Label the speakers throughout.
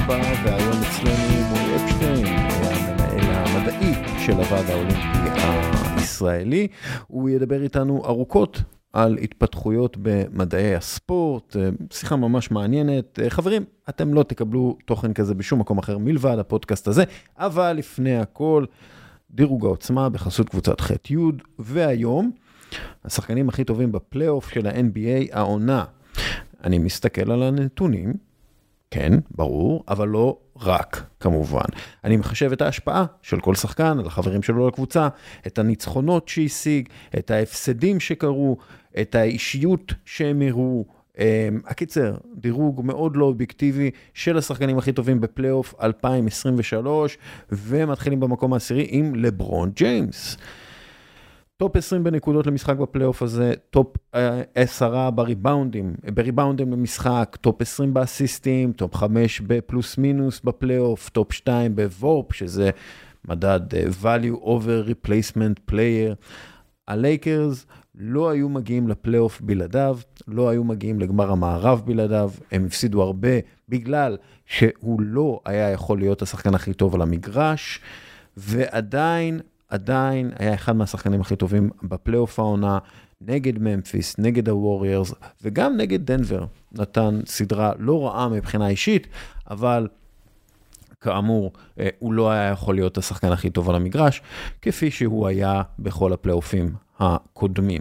Speaker 1: הבא, והיום אצלנו מורי אפשטיין, המנהל המדעי של הוועד האולימפי הישראלי. הוא ידבר איתנו ארוכות על התפתחויות במדעי הספורט, שיחה ממש מעניינת. חברים, אתם לא תקבלו תוכן כזה בשום מקום אחר מלבד הפודקאסט הזה, אבל לפני הכל, דירוג העוצמה בחסות קבוצת ח' י', והיום, השחקנים הכי טובים בפלייאוף של ה-NBA העונה. אני מסתכל על הנתונים, כן, ברור, אבל לא רק, כמובן. אני מחשב את ההשפעה של כל שחקן, על החברים שלו לקבוצה, את הניצחונות שהשיג, את ההפסדים שקרו, את האישיות שהם הראו. הקיצר, דירוג מאוד לא אובייקטיבי של השחקנים הכי טובים בפלייאוף 2023, ומתחילים במקום העשירי עם לברון ג'יימס. טופ 20 בנקודות למשחק בפלייאוף הזה, טופ 10 בריבאונדים למשחק, טופ 20 באסיסטים, טופ 5 בפלוס מינוס בפלייאוף, טופ 2 בוורפ, שזה מדד value over replacement player. הלייקרס לא היו מגיעים לפלייאוף בלעדיו, לא היו מגיעים לגמר המערב בלעדיו, הם הפסידו הרבה בגלל שהוא לא היה יכול להיות השחקן הכי טוב על המגרש, ועדיין היה אחד מהשחקנים הכי טובים בפלייאוף העונה, נגד ממפיס, נגד הווריירס, וגם נגד דנבר. נתן סדרה לא רעה מבחינה אישית, אבל כאמור, הוא לא היה יכול להיות השחקן הכי טוב על המגרש, כפי שהוא היה בכל הפלייאופים הקודמים.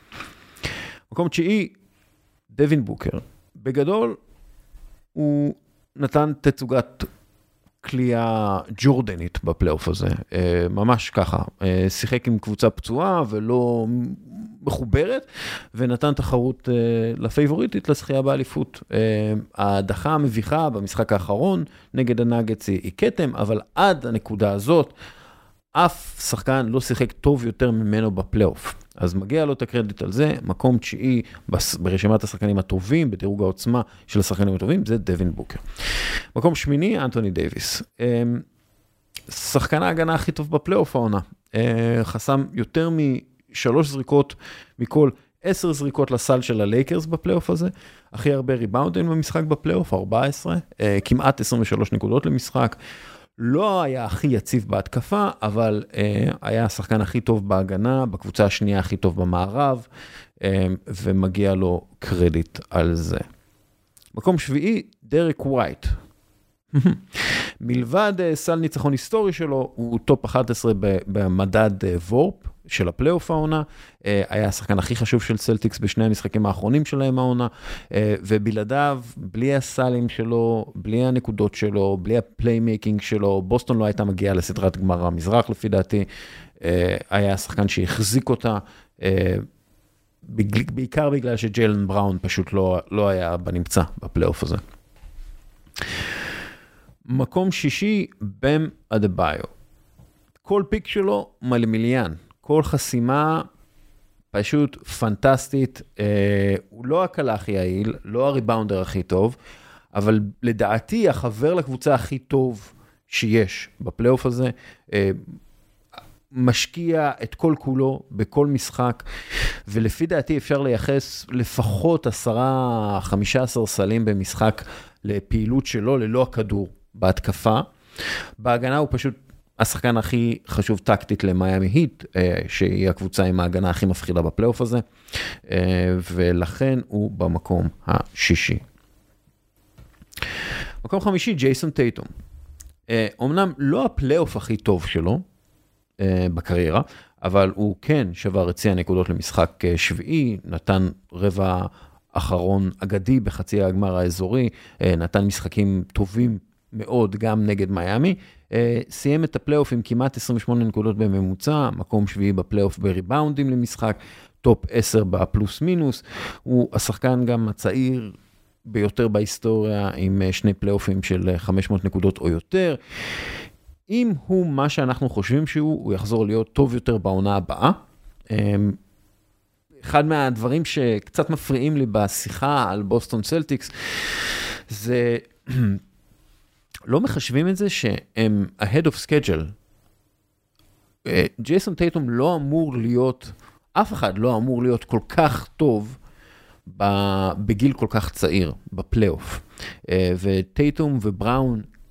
Speaker 1: מקום תשיעי, דווין בוקר. בגדול, הוא נתן תצוגת קליעה ג'ורדנית בפלייאוף הזה, ממש ככה, שיחק עם קבוצה פצועה ולא מחוברת, ונתן תחרות לפייבוריטית לזכייה באליפות. ההדחה המביכה במשחק האחרון נגד הנאגטס היא קטם, אבל עד הנקודה הזאת, אף שחקן לא שיחק טוב יותר ממנו בפלייאוף. אז מגיע לו את הקרדיט על זה, מקום תשיעי ברשימת השחקנים הטובים, בדירוג העוצמה של השחקנים הטובים, זה דווין בוקר. מקום שמיני, אנטוני דייביס. שחקן ההגנה הכי טוב בפלייאוף העונה. חסם יותר מ3 זריקות מכל 10 זריקות לסל של הלייקרס בפלייאוף הזה. הכי הרבה ריבאונדים במשחק בפלייאוף, 14. כמעט 23 נקודות למשחק. לא היה הכי יציב בהתקפה, אבל היה השחקן הכי טוב בהגנה, בקבוצה השנייה הכי טוב במערב, ומגיע לו קרדיט על זה. מקום שביעי, דרק ווייט. מלבד סל ניצחון היסטורי שלו, הוא טופ 11 במדד וורפ של הפלייאוף העונה, היה השחקן הכי חשוב של סלטיקס בשני המשחקים האחרונים שלהם העונה, ובלעדיו, בלי הסלים שלו, בלי הנקודות שלו, בלי הפליימייקינג שלו, בוסטון לא הייתה מגיעה לסדרת גמר המזרח לפי דעתי, היה השחקן שהחזיק אותה, בעיקר בגלל שג'יילן בראון פשוט לא היה בנמצא בפלייאוף הזה. מקום שישי, בם אדבאיו. כל פיק שלו מלמיליאן, כל חסימה פשוט פנטסטית, הוא לא הקלה הכי יעיל, לא הריבאונדר הכי טוב, אבל לדעתי החבר לקבוצה הכי טוב שיש בפלייאוף הזה, משקיע את כל כולו בכל משחק, ולפי דעתי אפשר לייחס לפחות 10-15 סלים במשחק לפעילות שלו ללא הכדור בהתקפה. בהגנה הוא פשוט השחקן הכי חשוב טקטית למיימי היט, שהיא הקבוצה עם ההגנה הכי מפחידה בפלייאוף הזה, ולכן הוא במקום השישי. מקום חמישי, ג'ייסון טייטום. אמנם לא הפלייאוף הכי טוב שלו בקריירה, אבל הוא כן שבר את שיא הנקודות למשחק שביעי, נתן רבע אחרון אגדי בחצי הגמר האזורי, נתן משחקים טובים מאוד גם נגד מיימי, סיים את הפלייאוף עם כמעט 28 נקודות בממוצע, מקום שביעי בפלייאוף בריבאונדים למשחק, טופ 10 בפלוס מינוס, הוא השחקן גם הצעיר ביותר בהיסטוריה, עם שני פלייאופים של 500 נקודות או יותר. אם הוא מה שאנחנו חושבים הוא יחזור להיות טוב יותר בעונה הבאה. אחד מהדברים שקצת מפריעים לי בשיחה על בוסטון סלטיקס, זה לא מחשבים את זה שהם ahead of schedule. ג'ייסון טייטום לא אמור להיות, אף אחד לא אמור להיות כל כך טוב בגיל כל כך צעיר, בפלייאוף. וטייטום ובראון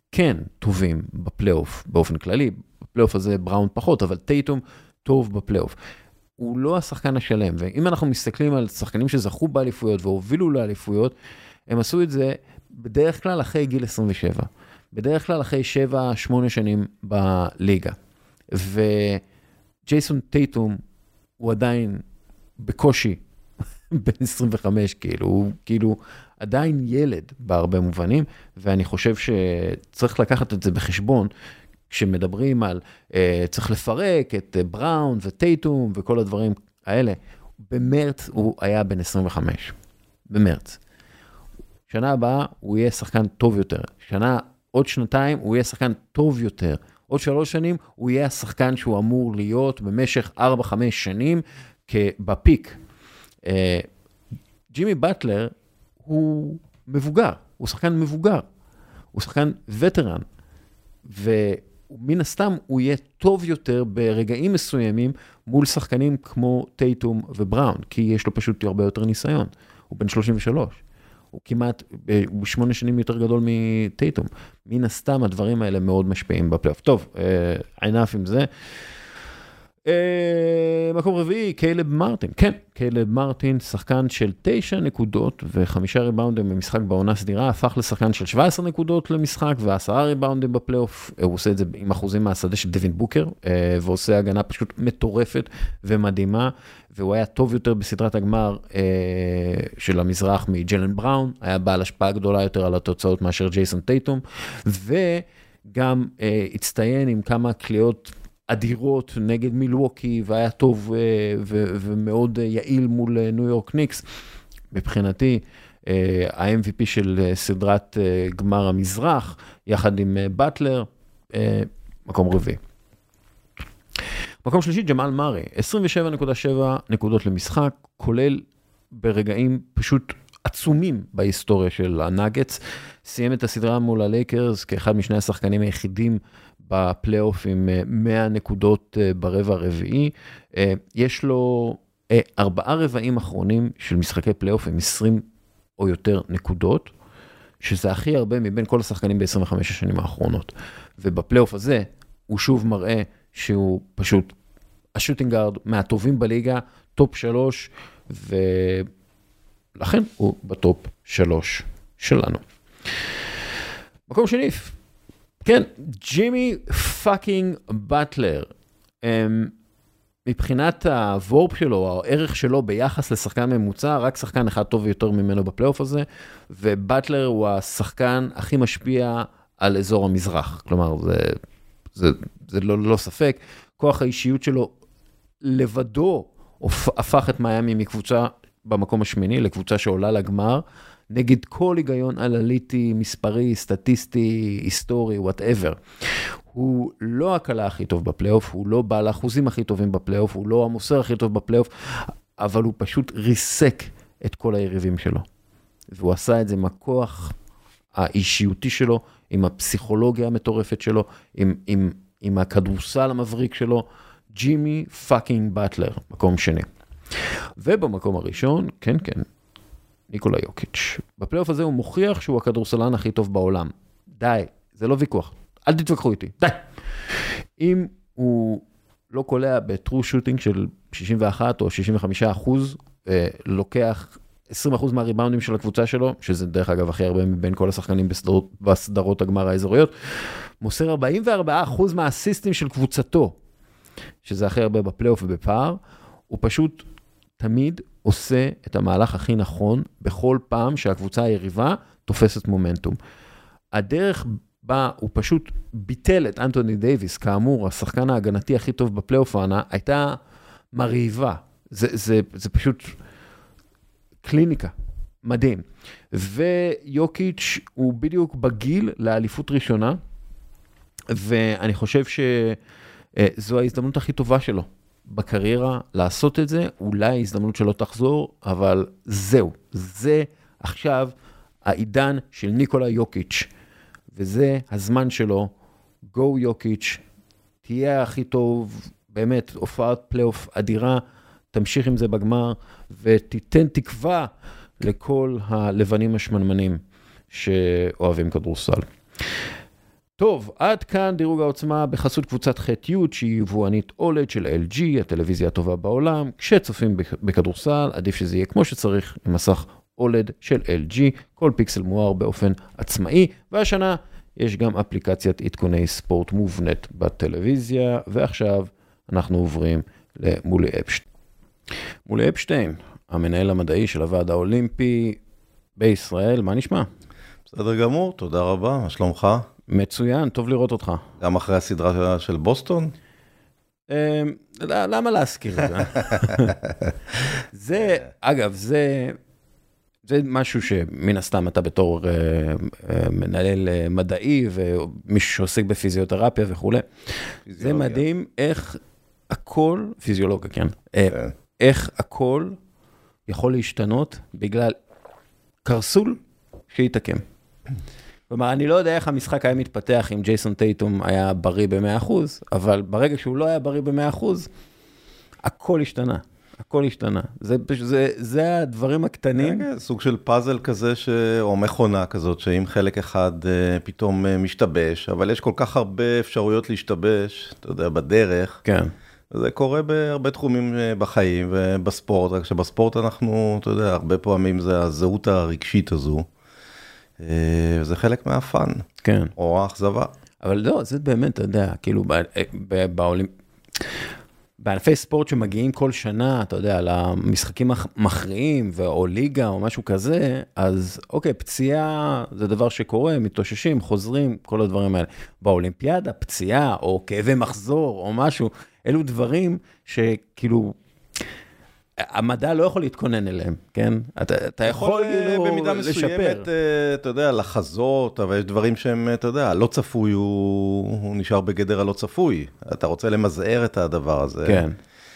Speaker 1: כן טובים בפלייאוף באופן כללי, בפלייאוף הזה בראון פחות, אבל טייטום טוב בפלייאוף. הוא לא השחקן השלם, ואם אנחנו מסתכלים על שחקנים שזכו באליפויות והובילו לאליפויות, הם עשו את זה בדרך כלל אחרי גיל 27, בדרך כלל אחרי 7-8 שנים בליגה. וג'ייסון טייטום הוא עדיין בקושי בין 25, כאילו עדיין ילד בהרבה מובנים, ואני חושב שצריך לקחת את זה בחשבון, כשמדברים על צריך לפרק את בראון וטייטום וכל הדברים האלה, במרץ הוא היה בן 25, במרץ. שנה הבאה הוא יהיה שחקן טוב יותר, עוד שנתיים הוא יהיה שחקן טוב יותר, עוד 3 שנים הוא יהיה השחקן שהוא אמור להיות במשך 4-5 שנים בפיק. ג'ימי באטלר הוא מבוגר, הוא שחקן מבוגר, הוא שחקן וטרן, ומן הסתם הוא יהיה טוב יותר ברגעים מסוימים מול שחקנים כמו טייטום ובראון, כי יש לו פשוט הרבה יותר ניסיון, הוא בן 33. הוא כמעט, הוא 8 שנים יותר גדול מטייטום. מן הסתם הדברים האלה מאוד משפיעים בפלייאוף. טוב, עינף עם זה. מקום רביעי, קיילב מרטין. כן, קיילב מרטין, שחקן של 9 נקודות ו5 ריבאונדים במשחק בעונה סדירה, הפך לשחקן של 17 נקודות למשחק ו10 ריבאונדים בפלייאוף. הוא עושה את זה עם אחוזים מהשדה של דווין בוקר, ועושה הגנה פשוט מטורפת ומדהימה, והוא היה טוב יותר בסדרת הגמר של המזרח מג'לן בראון, היה בעל השפעה גדולה יותר על התוצאות מאשר ג'ייסון טייטום, וגם הצטיין עם כמה קליעות אדירות נגד מילווקי, והיה טוב ומאוד יעיל מול ניו יורק ניקס. מבחינתי, ה-MVP של סדרת גמר המזרח, יחד עם באטלר, מקום רביעי. מקום שלישי, ג'מאל מארי, 27.7 נקודות למשחק, כולל ברגעים פשוט עצומים בהיסטוריה של הנאגטס, סיים את הסדרה מול הלייקרס כאחד משני השחקנים היחידים בפלייאוף עם 100 נקודות ברבע הרביעי. יש לו 4 רבעים אחרונים של משחקי פלייאוף עם 20 או יותר נקודות, שזה הכי הרבה מבין כל השחקנים ב-25 השנים האחרונות. ובפלייאוף הזה הוא שוב מראה שהוא פשוט השוטינגארד מהטובים בליגה, טופ 3, ולכן הוא בטופ 3 שלנו. מקום שני, כן, ג'ימי פאקינג באטלר, מבחינת הוורפ שלו, הערך שלו ביחס לשחקן ממוצע, רק שחקן אחד טוב יותר ממנו בפלייאוף הזה, ובאטלר הוא השחקן הכי משפיע על אזור המזרח, כלומר, זה לא ספק, כוח האישיות שלו לבדו הפך את מיאמי מקבוצה במקום השמיני לקבוצה שעולה לגמר, נגד כל היגיון אנליטי, מספרי, סטטיסטי, היסטורי, whatever. הוא לא הקלה הכי טוב בפלייאוף, הוא לא בעל האחוזים הכי טובים בפלייאוף, הוא לא המוסר הכי טוב בפלייאוף, אבל הוא פשוט ריסק את כל היריבים שלו. והוא עשה את זה עם הכוח האישיותי שלו, עם הפסיכולוגיה המטורפת שלו, עם הכדורסל המבריק שלו, ג'ימי פאקינג באטלר, מקום שני. ובמקום הראשון, כן, ניקולה יוקיץ'. בפלייאוף הזה הוא מוכיח שהוא הכדורסלן הכי טוב בעולם. די, זה לא ויכוח. אל תתווכחו איתי, די. אם הוא לא קולע בטרו שוטינג של 61 או 65%, לוקח 20% מהריבאונדים של הקבוצה שלו, שזה דרך אגב הכי הרבה מבין כל השחקנים בסדרות הגמר האזוריות, מוסר 44% מהאסיסטים של קבוצתו, שזה הכי הרבה בפלייאוף ובפער, הוא פשוט תמיד עושה את המהלך הכי נכון בכל פעם שהקבוצה היריבה תופסת מומנטום. הדרך בה הוא פשוט ביטל את אנטוני דייביס, כאמור, השחקן ההגנתי הכי טוב בפלייאוף העונה, הייתה מרהיבה. זה פשוט קליניקה, מדהים. ויוקיץ' הוא בדיוק בגיל לאליפות ראשונה, ואני חושב שזו ההזדמנות הכי טובה שלו בקריירה לעשות את זה, אולי הזדמנות שלא תחזור, אבל זהו, זה עכשיו העידן של ניקולה יוקיץ', וזה הזמן שלו, גו יוקיץ', תהיה הכי טוב, באמת, הופעת פלייאוף אדירה, תמשיך עם זה בגמר, ותיתן תקווה לכל הלבנים השמנמנים שאוהבים כדורסל. טוב, עד כאן דירוג העוצמה בחסות קבוצת ח'-י' שהיא יבואנית אולד של LG, הטלוויזיה הטובה בעולם. כשצופים בכדורסל, עדיף שזה יהיה כמו שצריך עם מסך אולד של LG, כל פיקסל מואר באופן עצמאי, והשנה יש גם אפליקציית עדכוני ספורט מובנית בטלוויזיה, ועכשיו אנחנו עוברים למולי אפשטיין. מולי אפשטיין, המנהל המדעי של הוועד האולימפי בישראל, מה נשמע?
Speaker 2: בסדר גמור, תודה רבה, מה שלומך?
Speaker 1: מצוין, טוב לראות אותך.
Speaker 2: גם אחרי הסדרה של בוסטון?
Speaker 1: למה להזכיר את זה? אגב, זה משהו שמן הסתם אתה בתור מנהל מדעי, ומישהו שעוסק בפיזיותרפיה וכו'. זה מדהים איך הכל, פיזיולוגיה, כן. איך הכל יכול להשתנות בגלל קרסול שיתקם. כלומר, אני לא יודע איך המשחק היה מתפתח אם ג'ייסון טייטום היה בריא ב-100%, אבל ברגע שהוא לא היה בריא ב-100%, הכל השתנה. הכל השתנה. זה הדברים הקטנים.
Speaker 2: סוג של פאזל כזה, או מכונה כזאת, שאם חלק אחד פתאום משתבש, אבל יש כל כך הרבה אפשרויות להשתבש, אתה יודע, בדרך.
Speaker 1: כן.
Speaker 2: זה קורה בהרבה תחומים בחיים ובספורט, רק שבספורט אנחנו, אתה יודע, הרבה פעמים זה הזהות הרגשית הזו. זה חלק מהפן.
Speaker 1: כן.
Speaker 2: או האכזבה.
Speaker 1: אבל לא, זה באמת, אתה יודע, כאילו, בענפי ספורט שמגיעים כל שנה, אתה יודע, למשחקים מכריעים, או ליגה, או משהו כזה, אז אוקיי, פציעה זה דבר שקורה, מתאוששים, חוזרים, כל הדברים האלה. באולימפיאדה, פציעה, או כאבי מחזור, או משהו, אלו דברים שכאילו, המדע לא יכול להתכונן אליהם, כן? אתה יכול כאילו
Speaker 2: במידה מסוימת, אתה יודע, לחזות, אבל יש דברים שהם, אתה יודע, הלא צפוי הוא נשאר בגדר הלא צפוי. אתה רוצה למזער את הדבר הזה.
Speaker 1: כן.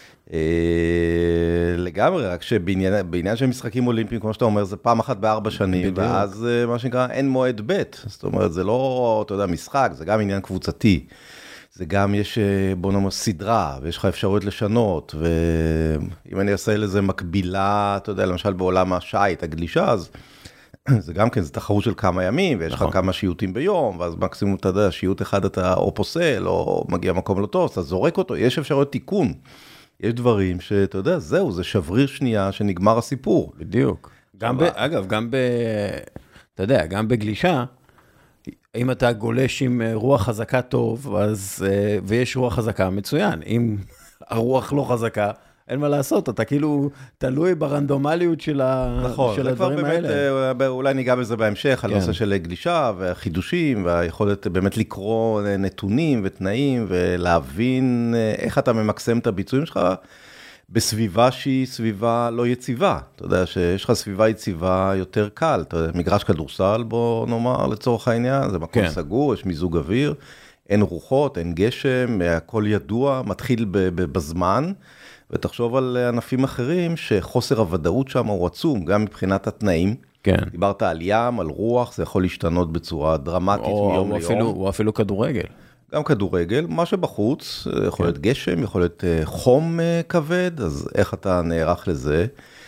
Speaker 2: לגמרי, רק שבעניין של משחקים אולימפיים, כמו שאתה אומר, זה פעם אחת ב4 שנים, ואז מה שנקרא, אין מועד ב'. זאת אומרת, זה לא, אתה יודע, משחק, זה גם עניין קבוצתי. זה גם יש, בוא נאמר, סדרה, ויש לך אפשרויות לשנות, ואם אני אעשה לזה מקבילה, אתה יודע, למשל בעולם השייט, הגלישה, אז זה גם כן, זה תחרות של כמה ימים, ויש לך כמה שיעוטים ביום, ואז מקסימום, אתה יודע, שיעוט אחד אתה או פוסל, או מגיע מקום לא טוב, אתה זורק אותו, יש אפשרויות תיקון. יש דברים שאתה יודע, זהו, זה שבריר שנייה שנגמר הסיפור.
Speaker 1: בדיוק. אגב, אתה יודע, גם בגלישה, אם אתה גולש עם רוח חזקה טוב, ויש רוח חזקה מצוין. אם הרוח לא חזקה, אין מה לעשות, אתה כאילו תלוי ברנדומליות של הדברים האלה.
Speaker 2: זה כבר אולי ניגע בזה בהמשך, על נושא של גלישה והחידושים, והיכולת באמת לקרוא נתונים ותנאים, ולהבין איך אתה ממקסם את הביצועים שלך, בסביבה שהיא סביבה לא יציבה. אתה יודע שיש לך סביבה יציבה יותר קל. אתה יודע, מגרש כדורסל, בוא נאמר לצורך העניין, זה מקום סגור, יש מיזוג אוויר, אין רוחות, אין גשם, הכל ידוע, מתחיל בזמן, ותחשוב על ענפים אחרים שחוסר הוודאות שם הוא עצום, גם מבחינת התנאים.
Speaker 1: כן.
Speaker 2: דיברת על ים, על רוח, זה יכול להשתנות בצורה דרמטית מיום ליום.
Speaker 1: או אפילו כדורגל.
Speaker 2: גם כדורגל, מה שבחוץ, יכול להיות גשם, יכול להיות חום כבד, אז איך אתה נערך לזה?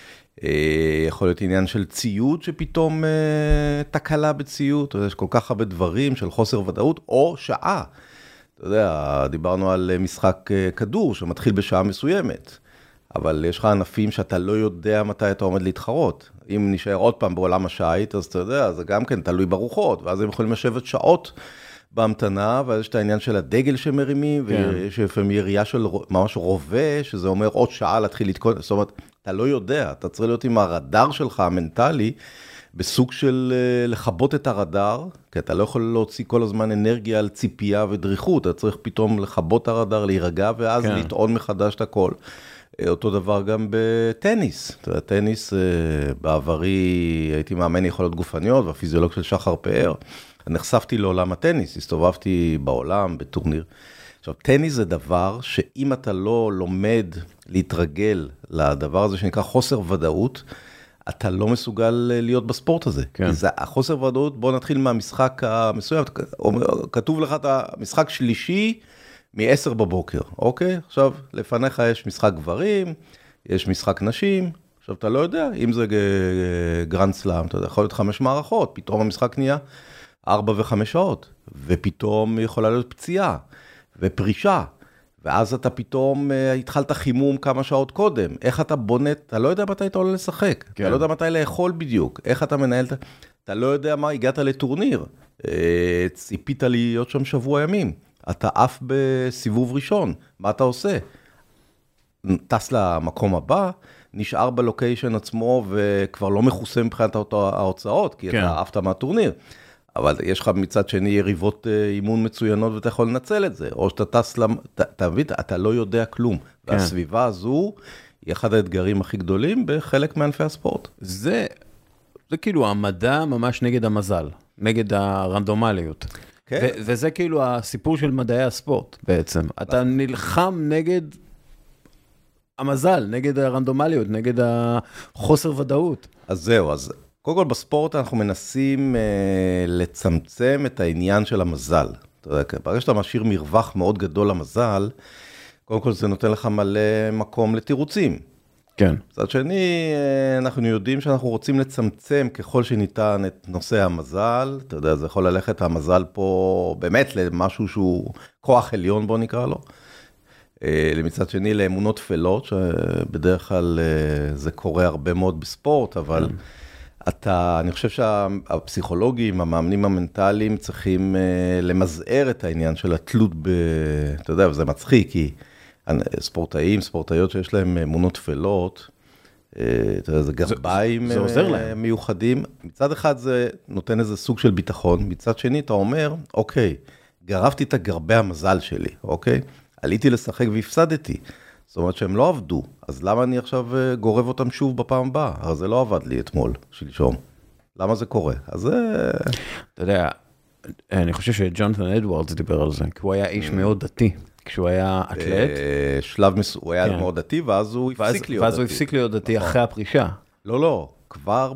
Speaker 2: יכול להיות עניין של ציוד, שפתאום תקלה בציוד, יש כל כך הרבה דברים של חוסר ודאות, או שעה. אתה יודע, דיברנו על משחק כדור, שמתחיל בשעה מסוימת, אבל יש לך ענפים שאתה לא יודע מתי אתה עומד להתחרות. אם נשאר עוד פעם בעולם השייט, אז אתה יודע, זה גם כן תלוי ברוחות, ואז הם יכולים לשבת שעות, בהמתנה, ואז יש את העניין של הדגל שמרימים, ויש לפעמים ירייה של ממש רובה, שזה אומר עוד שעה להתחיל לתקון, זאת אומרת, אתה לא יודע, אתה צריך להיות עם הרדאר שלך, המנטלי, בסוג של לחבות את הרדאר, כי אתה לא יכול להוציא כל הזמן אנרגיה על ציפייה ודריכות, אתה צריך פתאום לחבות הרדאר, להירגע, ואז לטעון מחדש את הכל. אותו דבר גם בטניס. טניס, בעברי הייתי מאמן יכולות גופניות, והפיזיולוג של שחר פאר, נחשפתי לעולם הטניס, הסתובבתי בעולם, בטורניר. עכשיו, טניס זה דבר שאם אתה לא לומד להתרגל לדבר הזה שנקרא חוסר ודאות, אתה לא מסוגל להיות בספורט הזה.
Speaker 1: כן.
Speaker 2: זה החוסר ודאות, בוא נתחיל מהמשחק המסוים, כתוב לך את המשחק שלישי מ-10 בבוקר, אוקיי? עכשיו, לפניך יש משחק גברים, יש משחק נשים, עכשיו אתה לא יודע, אם זה גרנד סלאם, אתה יודע, יכול להיות 5 מערכות, פתאום המשחק נהיה 4 ו-5 שעות, ופתאום יכולה להיות פציעה, ופרישה, ואז אתה פתאום התחלת חימום כמה שעות קודם, איך אתה בונה, אתה לא יודע מתי אתה עולה לשחק, כן. אתה לא יודע מתי לאכול בדיוק, איך אתה מנהל, אתה לא יודע מה, הגעת לטורניר, ציפית להיות שם שבוע ימים, אתה אף בסיבוב ראשון, מה אתה עושה? טס למקום הבא, נשאר בלוקיישן עצמו, וכבר לא מכוסה מבחינת ההוצאות, כי כן. אתה אהבת מהטורניר, אבל יש לך מצד שני יריבות אימון מצוינות, ואתה יכול לנצל את זה, או שאתה טס, אתה מבין, אתה לא יודע כלום, כן. והסביבה הזו, היא אחד האתגרים הכי גדולים, בחלק מענפי הספורט.
Speaker 1: זה כאילו המדע ממש נגד המזל, נגד הרנדומליות. כן. וזה כאילו הסיפור של מדעי הספורט בעצם. אתה נלחם נגד המזל, נגד הרנדומליות, נגד החוסר ודאות.
Speaker 2: אז זהו, אז קודם כל בספורט אנחנו מנסים לצמצם את העניין של המזל. אתה יודע, ברגע שאתה משאיר מרווח מאוד גדול למזל, קודם כל זה נותן לך מלא מקום לתירוצים.
Speaker 1: כן.
Speaker 2: מצד שני, אנחנו יודעים שאנחנו רוצים לצמצם ככל שניתן את נושא המזל. אתה יודע, זה יכול ללכת המזל פה באמת למשהו שהוא כוח עליון, בוא נקרא לו. למצד שני, לאמונות תפלות, שבדרך כלל זה קורה הרבה מאוד בספורט, אבל אני חושב שהפסיכולוגים, המאמנים המנטליים, צריכים למזער את העניין של התלות אתה יודע, וזה מצחיק, כי ספורטאיות שיש להם אמונות תפלות, זה גרביים מיוחדים. מצד אחד זה נותן איזה סוג של ביטחון, מצד שני אתה אומר, אוקיי, גרבתי את הגרבי המזל שלי, אוקיי? עליתי לשחק והפסדתי, זאת אומרת שהם לא עבדו, אז למה אני עכשיו גורב אותם שוב בפעם הבאה? הרי זה לא עבד לי אתמול, שלשום. למה זה קורה? אז זה...
Speaker 1: אתה יודע, אני חושב שג'ונתן אדוארדס דיבר על זה, כי הוא היה איש מאוד דתי. כשהוא היה אתלט.
Speaker 2: הוא היה מאוד דתי, ואז הוא הפסיק להיות דתי.
Speaker 1: ואז הוא הפסיק להיות דתי אחרי הפרישה.
Speaker 2: לא, כבר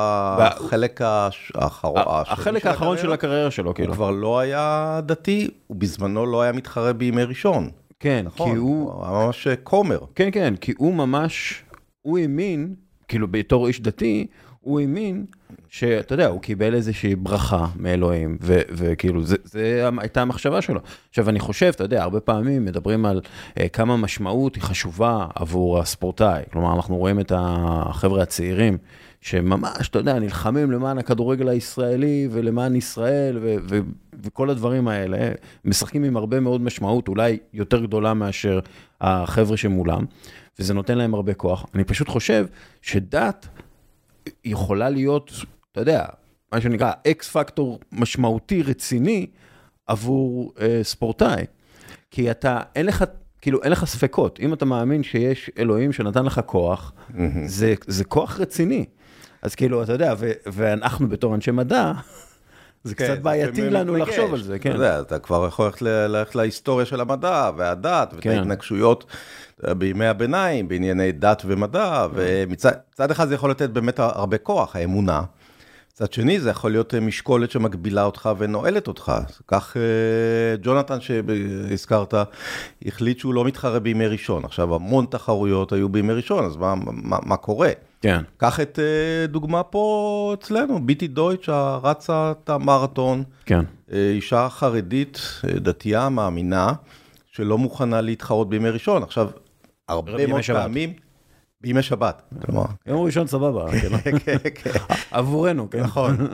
Speaker 2: בחלק האחרון.
Speaker 1: החלק האחרון של הקריירה שלו, כאילו.
Speaker 2: הוא כבר לא היה דתי, הוא בזמנו לא היה מתחרה בימי ראשון.
Speaker 1: כן, כי הוא...
Speaker 2: ממש כומר.
Speaker 1: כן, כי הוא ממש, הוא האמין, כאילו בתור איש דתי, הוא האמין שאתה יודע, הוא קיבל איזושהי ברכה מאלוהים, וכאילו, זה הייתה המחשבה שלו. עכשיו, אני חושב, אתה יודע, הרבה פעמים מדברים על כמה משמעות היא חשובה עבור הספורטאי. כלומר, אנחנו רואים את החבר'ה הצעירים, שממש, אתה יודע, נלחמים למען הכדורגל הישראלי, ולמען ישראל, וכל הדברים האלה, משחקים עם הרבה מאוד משמעות, אולי יותר גדולה מאשר החבר'ה שמולם, וזה נותן להם הרבה כוח. אני פשוט חושב שדת יכולה להיות, אתה יודע, מה שנקרא, אקס פקטור משמעותי, רציני, עבור ספורטאי. כי אתה, אין לך ספקות. אם אתה מאמין שיש אלוהים שנתן לך כוח, זה כוח רציני. אז כאילו, אתה יודע, ואנחנו בתור אנשי מדע, זה קצת בעייתי לנו לחשוב על זה, כן.
Speaker 2: אתה יודע, אתה כבר יכול ללכת להיסטוריה של המדע והדת, ואת ההתנגשויות בימי הביניים, בענייני דת ומדע, ומצד אחד זה יכול לתת באמת הרבה כוח, האמונה. מצד שני, זה יכול להיות משקולת שמגבילה אותך ונועלת אותך. כך ג'ונתן שהזכרת, החליט שהוא לא מתחרה בימי ראשון. עכשיו, המון תחרויות היו בימי ראשון, אז מה קורה?
Speaker 1: כן.
Speaker 2: קח את דוגמה פה אצלנו, ביטי דויטש, רצה את המרתון.
Speaker 1: כן.
Speaker 2: אישה חרדית, דתייה, מאמינה, שלא מוכנה להתחרות בימי ראשון. עכשיו, הרבה מאוד פעמים... בימי שבת, כלומר.
Speaker 1: יום ראשון סבבה, עבורנו, כן.
Speaker 2: נכון,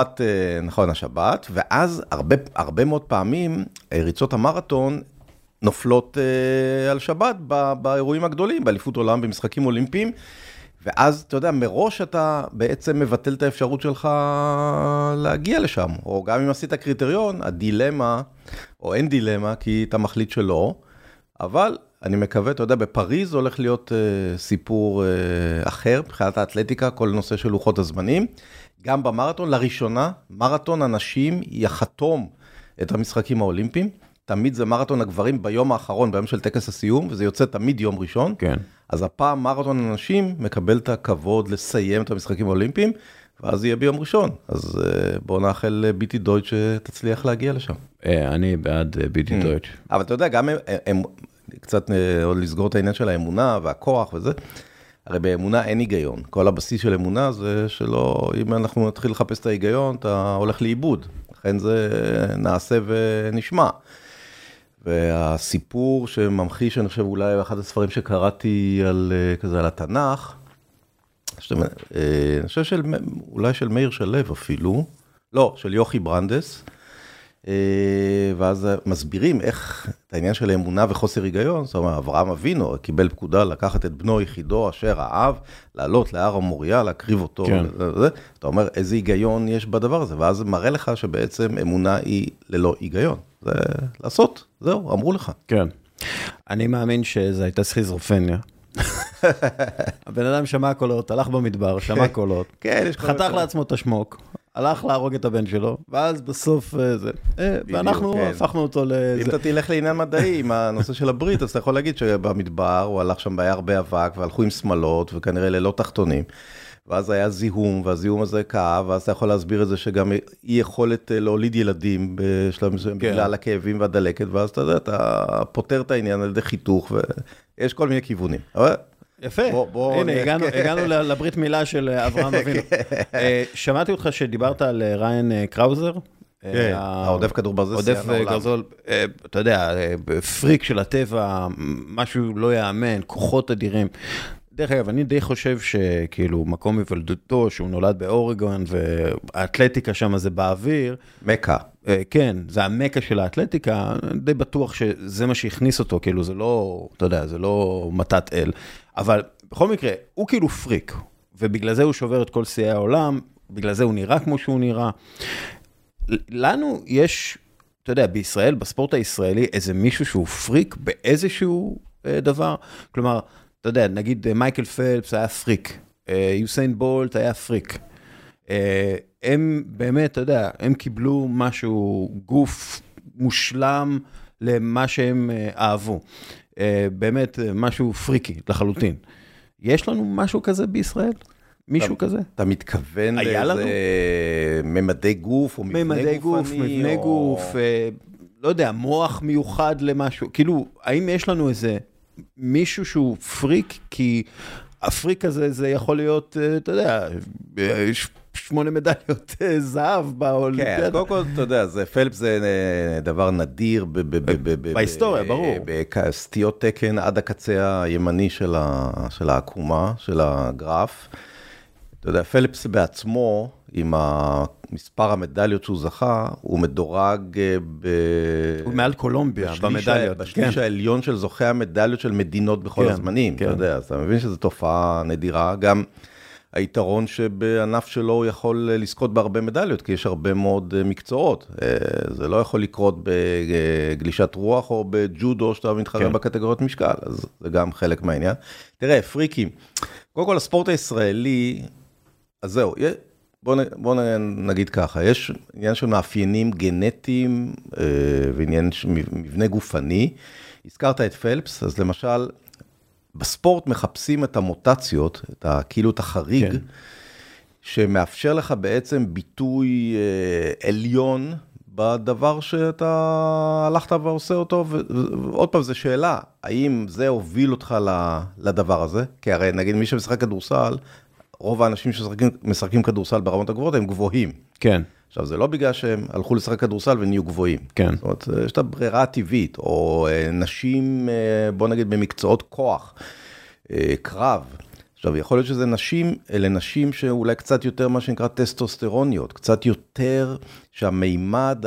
Speaker 2: השבת, ואז הרבה מאוד פעמים ריצות המרתון נופלות על שבת באירועים הגדולים, באליפות עולם, במשחקים אולימפיים, ואז, אתה יודע, מראש אתה בעצם מבטל את האפשרות שלך להגיע לשם, או גם אם עשית קריטריון, הדילמה, או אין דילמה, כי אתה מחליט שלא, אבל אני מקווה, אתה יודע, בפריז הולך להיות סיפור אחר, מבחינת האתלטיקה, כל נושא של לוחות הזמנים. גם במרתון, לראשונה, מרתון הנשים יחתום את המשחקים האולימפיים. תמיד זה מרתון הגברים ביום האחרון, ביום של טקס הסיום, וזה יוצא תמיד יום ראשון.
Speaker 1: כן.
Speaker 2: אז הפעם מרתון הנשים מקבל את הכבוד לסיים את המשחקים האולימפיים, ואז יהיה ביום ראשון. אז בואו נאחל ביטי דויטש שתצליח להגיע לשם.
Speaker 1: אני בעד ביטי דויטש.
Speaker 2: אבל אתה יודע, גם הם קצת עוד לסגור את העניין של האמונה והכוח וזה, הרי באמונה אין היגיון. כל הבסיס של אמונה זה שלא, אם אנחנו נתחיל לחפש את ההיגיון, אתה הולך לאיבוד. ולכן זה נעשה ונשמע. והסיפור שממחיש, אני חושב, אולי אחד הספרים שקראתי כזה על התנ"ך, אני חושב אולי של מאיר שלו אפילו, לא, של יוכי ברנדס, ואז מסבירים איך את העניין של האמונה וחוסר היגיון, זאת אומרת, אברהם אבינו קיבל פקודה לקחת את בנו יחידו אשר אהב, לעלות להר המוריה, להקריב אותו, כן. אתה אומר, איזה היגיון יש בדבר הזה, ואז מראה לך שבעצם אמונה היא ללא היגיון, זה לעשות, זהו, אמרו לך.
Speaker 1: כן, אני מאמין שזה הייתה סכיזופרניה. הבן אדם שמע קולות, הלך במדבר, שמע קולות, חתך לעצמו את השמוק, הלך להרוג את הבן שלו, ואז בסוף זה, ואנחנו הפכנו אותו לזה.
Speaker 2: אם אתה תלך לעניין מדעי, עם הנושא של הברית, אז אתה יכול להגיד שבמדבר הוא הלך שם בעיה הרבה אבק, והלכו עם שמלות, וכנראה ללא תחתונים, ואז היה זיהום, והזיהום הזה כאב, ואז אתה יכול להסביר את זה שגם אי יכולת להוליד ילדים, בשלב מסוים, בגלל הכאבים והדלקת, ואז אתה יודע, אתה פותר את העניין על ידי חיתוך, ויש כל מיני כיוונים.
Speaker 1: יפה, הנה, הגענו לברית מילה של אברהם אבינו. שמעתי אותך שדיברת על ריין קראוזר.
Speaker 2: העודף כדור ברזל שיאן העולם. עודף גרזול,
Speaker 1: אתה יודע, פריק של הטבע, משהו לא יאמן, כוחות אדירים. דרך אגב, אני די חושב שכאילו מקום מבלדותו, שהוא נולד באורגון, והאתלטיקה שם זה באוויר.
Speaker 2: מקה.
Speaker 1: כן, זה המקה של האתלטיקה, די בטוח שזה מה שהכניס אותו, כאילו זה לא, אתה יודע, זה לא מתת אל. אבל בכל מקרה, הוא כאילו פריק, ובגלל זה הוא שובר את כל שיאי העולם, בגלל זה הוא נראה כמו שהוא נראה. לנו יש, אתה יודע, בישראל, בספורט הישראלי, איזה מישהו שהוא פריק באיזשהו דבר, כלומר, אתה יודע, נגיד מייקל פלפס היה פריק, יוסיין בולט היה פריק. הם באמת, אתה יודע, הם קיבלו משהו, גוף מושלם למה שהם אהבו. באמת משהו פריקי לחלוטין. יש לנו משהו כזה בישראל? מישהו כזה?
Speaker 2: אתה מתכוון לאיזה ממדי גוף או מבנה גופני?
Speaker 1: ממדי גוף, מבנה גוף, לא יודע, מוח מיוחד למשהו. כאילו, האם יש לנו איזה מישהו שהוא פריק? כי הפריק הזה זה יכול להיות, אתה יודע, 8 מדליות זהב באולימפיאדה.
Speaker 2: כן, קודם כל, אתה יודע, פלפס זה דבר נדיר
Speaker 1: בהיסטוריה, ברור.
Speaker 2: בסטיות תקן עד הקצה הימני של העקומה, של הגרף. אתה יודע, פלפס בעצמו, עם מספר המדליות שהוא זכה, הוא מדורג
Speaker 1: הוא מעל קולומביה במדליות.
Speaker 2: בשליש העליון של זוכי המדליות של מדינות בכל הזמנים. אתה יודע, אז אתה מבין שזו תופעה נדירה. גם היתרון שבענף שלו הוא יכול לזכות בהרבה מדליות, כי יש הרבה מאוד מקצועות. זה לא יכול לקרות בגלישת רוח או בג'ודו, שאתה מתחרה בקטגוריות משקל, אז זה גם חלק מהעניין. תראה, פריקים, קודם כל הספורט הישראלי, אז זהו, בוא נגיד ככה, יש עניין של מאפיינים גנטיים ועניין של מבנה גופני. הזכרת את פלפס, אז למשל, בספורט מחפשים את המוטציות, כאילו את החריג, כן. שמאפשר לך בעצם ביטוי עליון בדבר שאתה הלכת ועושה אותו, ועוד פעם זו שאלה, האם זה הוביל אותך לדבר הזה? כי הרי נגיד מי שמשחק כדורסל, רוב האנשים שמשחקים כדורסל ברמות הגבוהות הם גבוהים.
Speaker 1: כן.
Speaker 2: עכשיו, זה לא בגלל שהם הלכו לשחק כדורסל ונהיו גבוהים.
Speaker 1: כן.
Speaker 2: זאת אומרת, יש את הברירה הטבעית, או נשים, בוא נגיד, במקצועות כוח, קרב. עכשיו, יכול להיות שזה נשים, אלה נשים שאולי קצת יותר מה שנקרא טסטוסטרוניות, קצת יותר שהמימד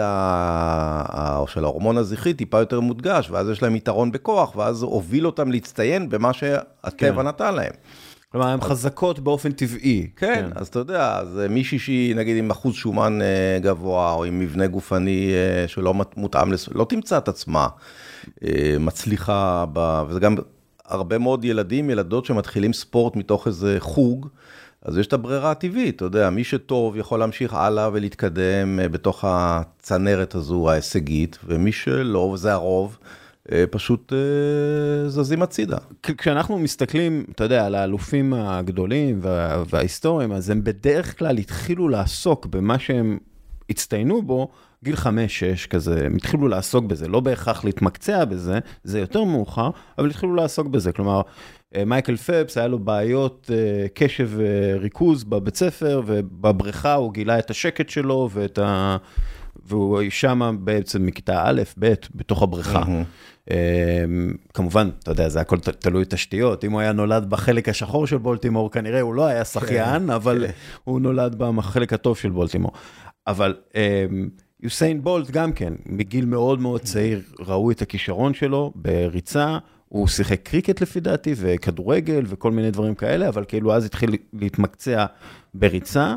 Speaker 2: של ההורמון הזכרי טיפה יותר מודגש, ואז יש להם יתרון בכוח, ואז הוביל אותם להצטיין במה שהטבע נתן להם.
Speaker 1: כלומר, הן חזקות באופן טבעי.
Speaker 2: כן, אז אתה יודע, אז מישהי שהיא, נגיד, עם אחוז שומן גבוה, או עם מבנה גופני שלא מותאם, לא תמצא את עצמה, מצליחה, וזה גם הרבה מאוד ילדים, ילדות שמתחילים ספורט מתוך איזה חוג, אז יש את הברירה הטבעית, אתה יודע, מי שטוב יכול להמשיך הלאה ולהתקדם בתוך הצנרת הזו ההישגית, ומי שלא, וזה הרוב, פשוט זזים הצידה.
Speaker 1: כשאנחנו מסתכלים, אתה יודע, על האלופים הגדולים וההיסטוריים, אז הם בדרך כלל התחילו לעסוק במה שהם הצטיינו בו, גיל 5-6 כזה, הם התחילו לעסוק בזה, לא בהכרח להתמקצע בזה, זה יותר מאוחר, אבל התחילו לעסוק בזה, כלומר, מייקל פלפס היה לו בעיות קשב וריכוז בבית ספר, ובבריכה הוא גילה את השקט שלו, והוא שם בעצם מכיתה א', ב', בתוך הבריכה. כמובן, אתה יודע, זה הכל תלוי תשתיות. אם הוא היה נולד בחלק השחור של בולטימור, כנראה הוא לא היה שחיין, אבל הוא נולד בחלק הטוב של בולטימור. אבל יוסיין בולט גם כן, בגיל מאוד מאוד צעיר, ראו את הכישרון שלו בריצה, הוא שיחק קריקט לפי דעתי, וכדורגל וכל מיני דברים כאלה, אבל כאילו אז התחיל להתמקצע בריצה,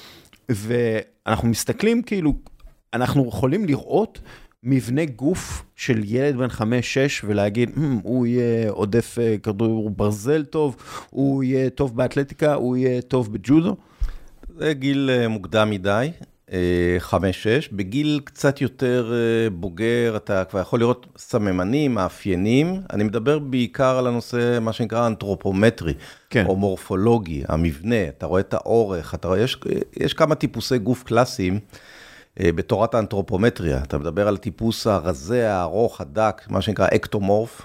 Speaker 1: ואנחנו מסתכלים כאילו, אנחנו יכולים לראות מבנה גוף של ילד בן 5-6, ולהגיד, הוא יהיה עודף כדור ברזל טוב, הוא יהיה טוב באתלטיקה, הוא יהיה טוב בג'ודו.
Speaker 2: זה גיל מוקדם מדי. 5-6, בגיל קצת יותר בוגר, אתה כבר יכול לראות סממנים, מאפיינים, אני מדבר בעיקר על הנושא, מה שנקרא אנתרופומטרי, כן. או מורפולוגי, המבנה, אתה רואה את האורך, אתה רואה, יש כמה טיפוסי גוף קלאסיים, בתורת האנתרופומטריה, אתה מדבר על טיפוס הרזה, הארוך, הדק, מה שנקרא אקטומורף,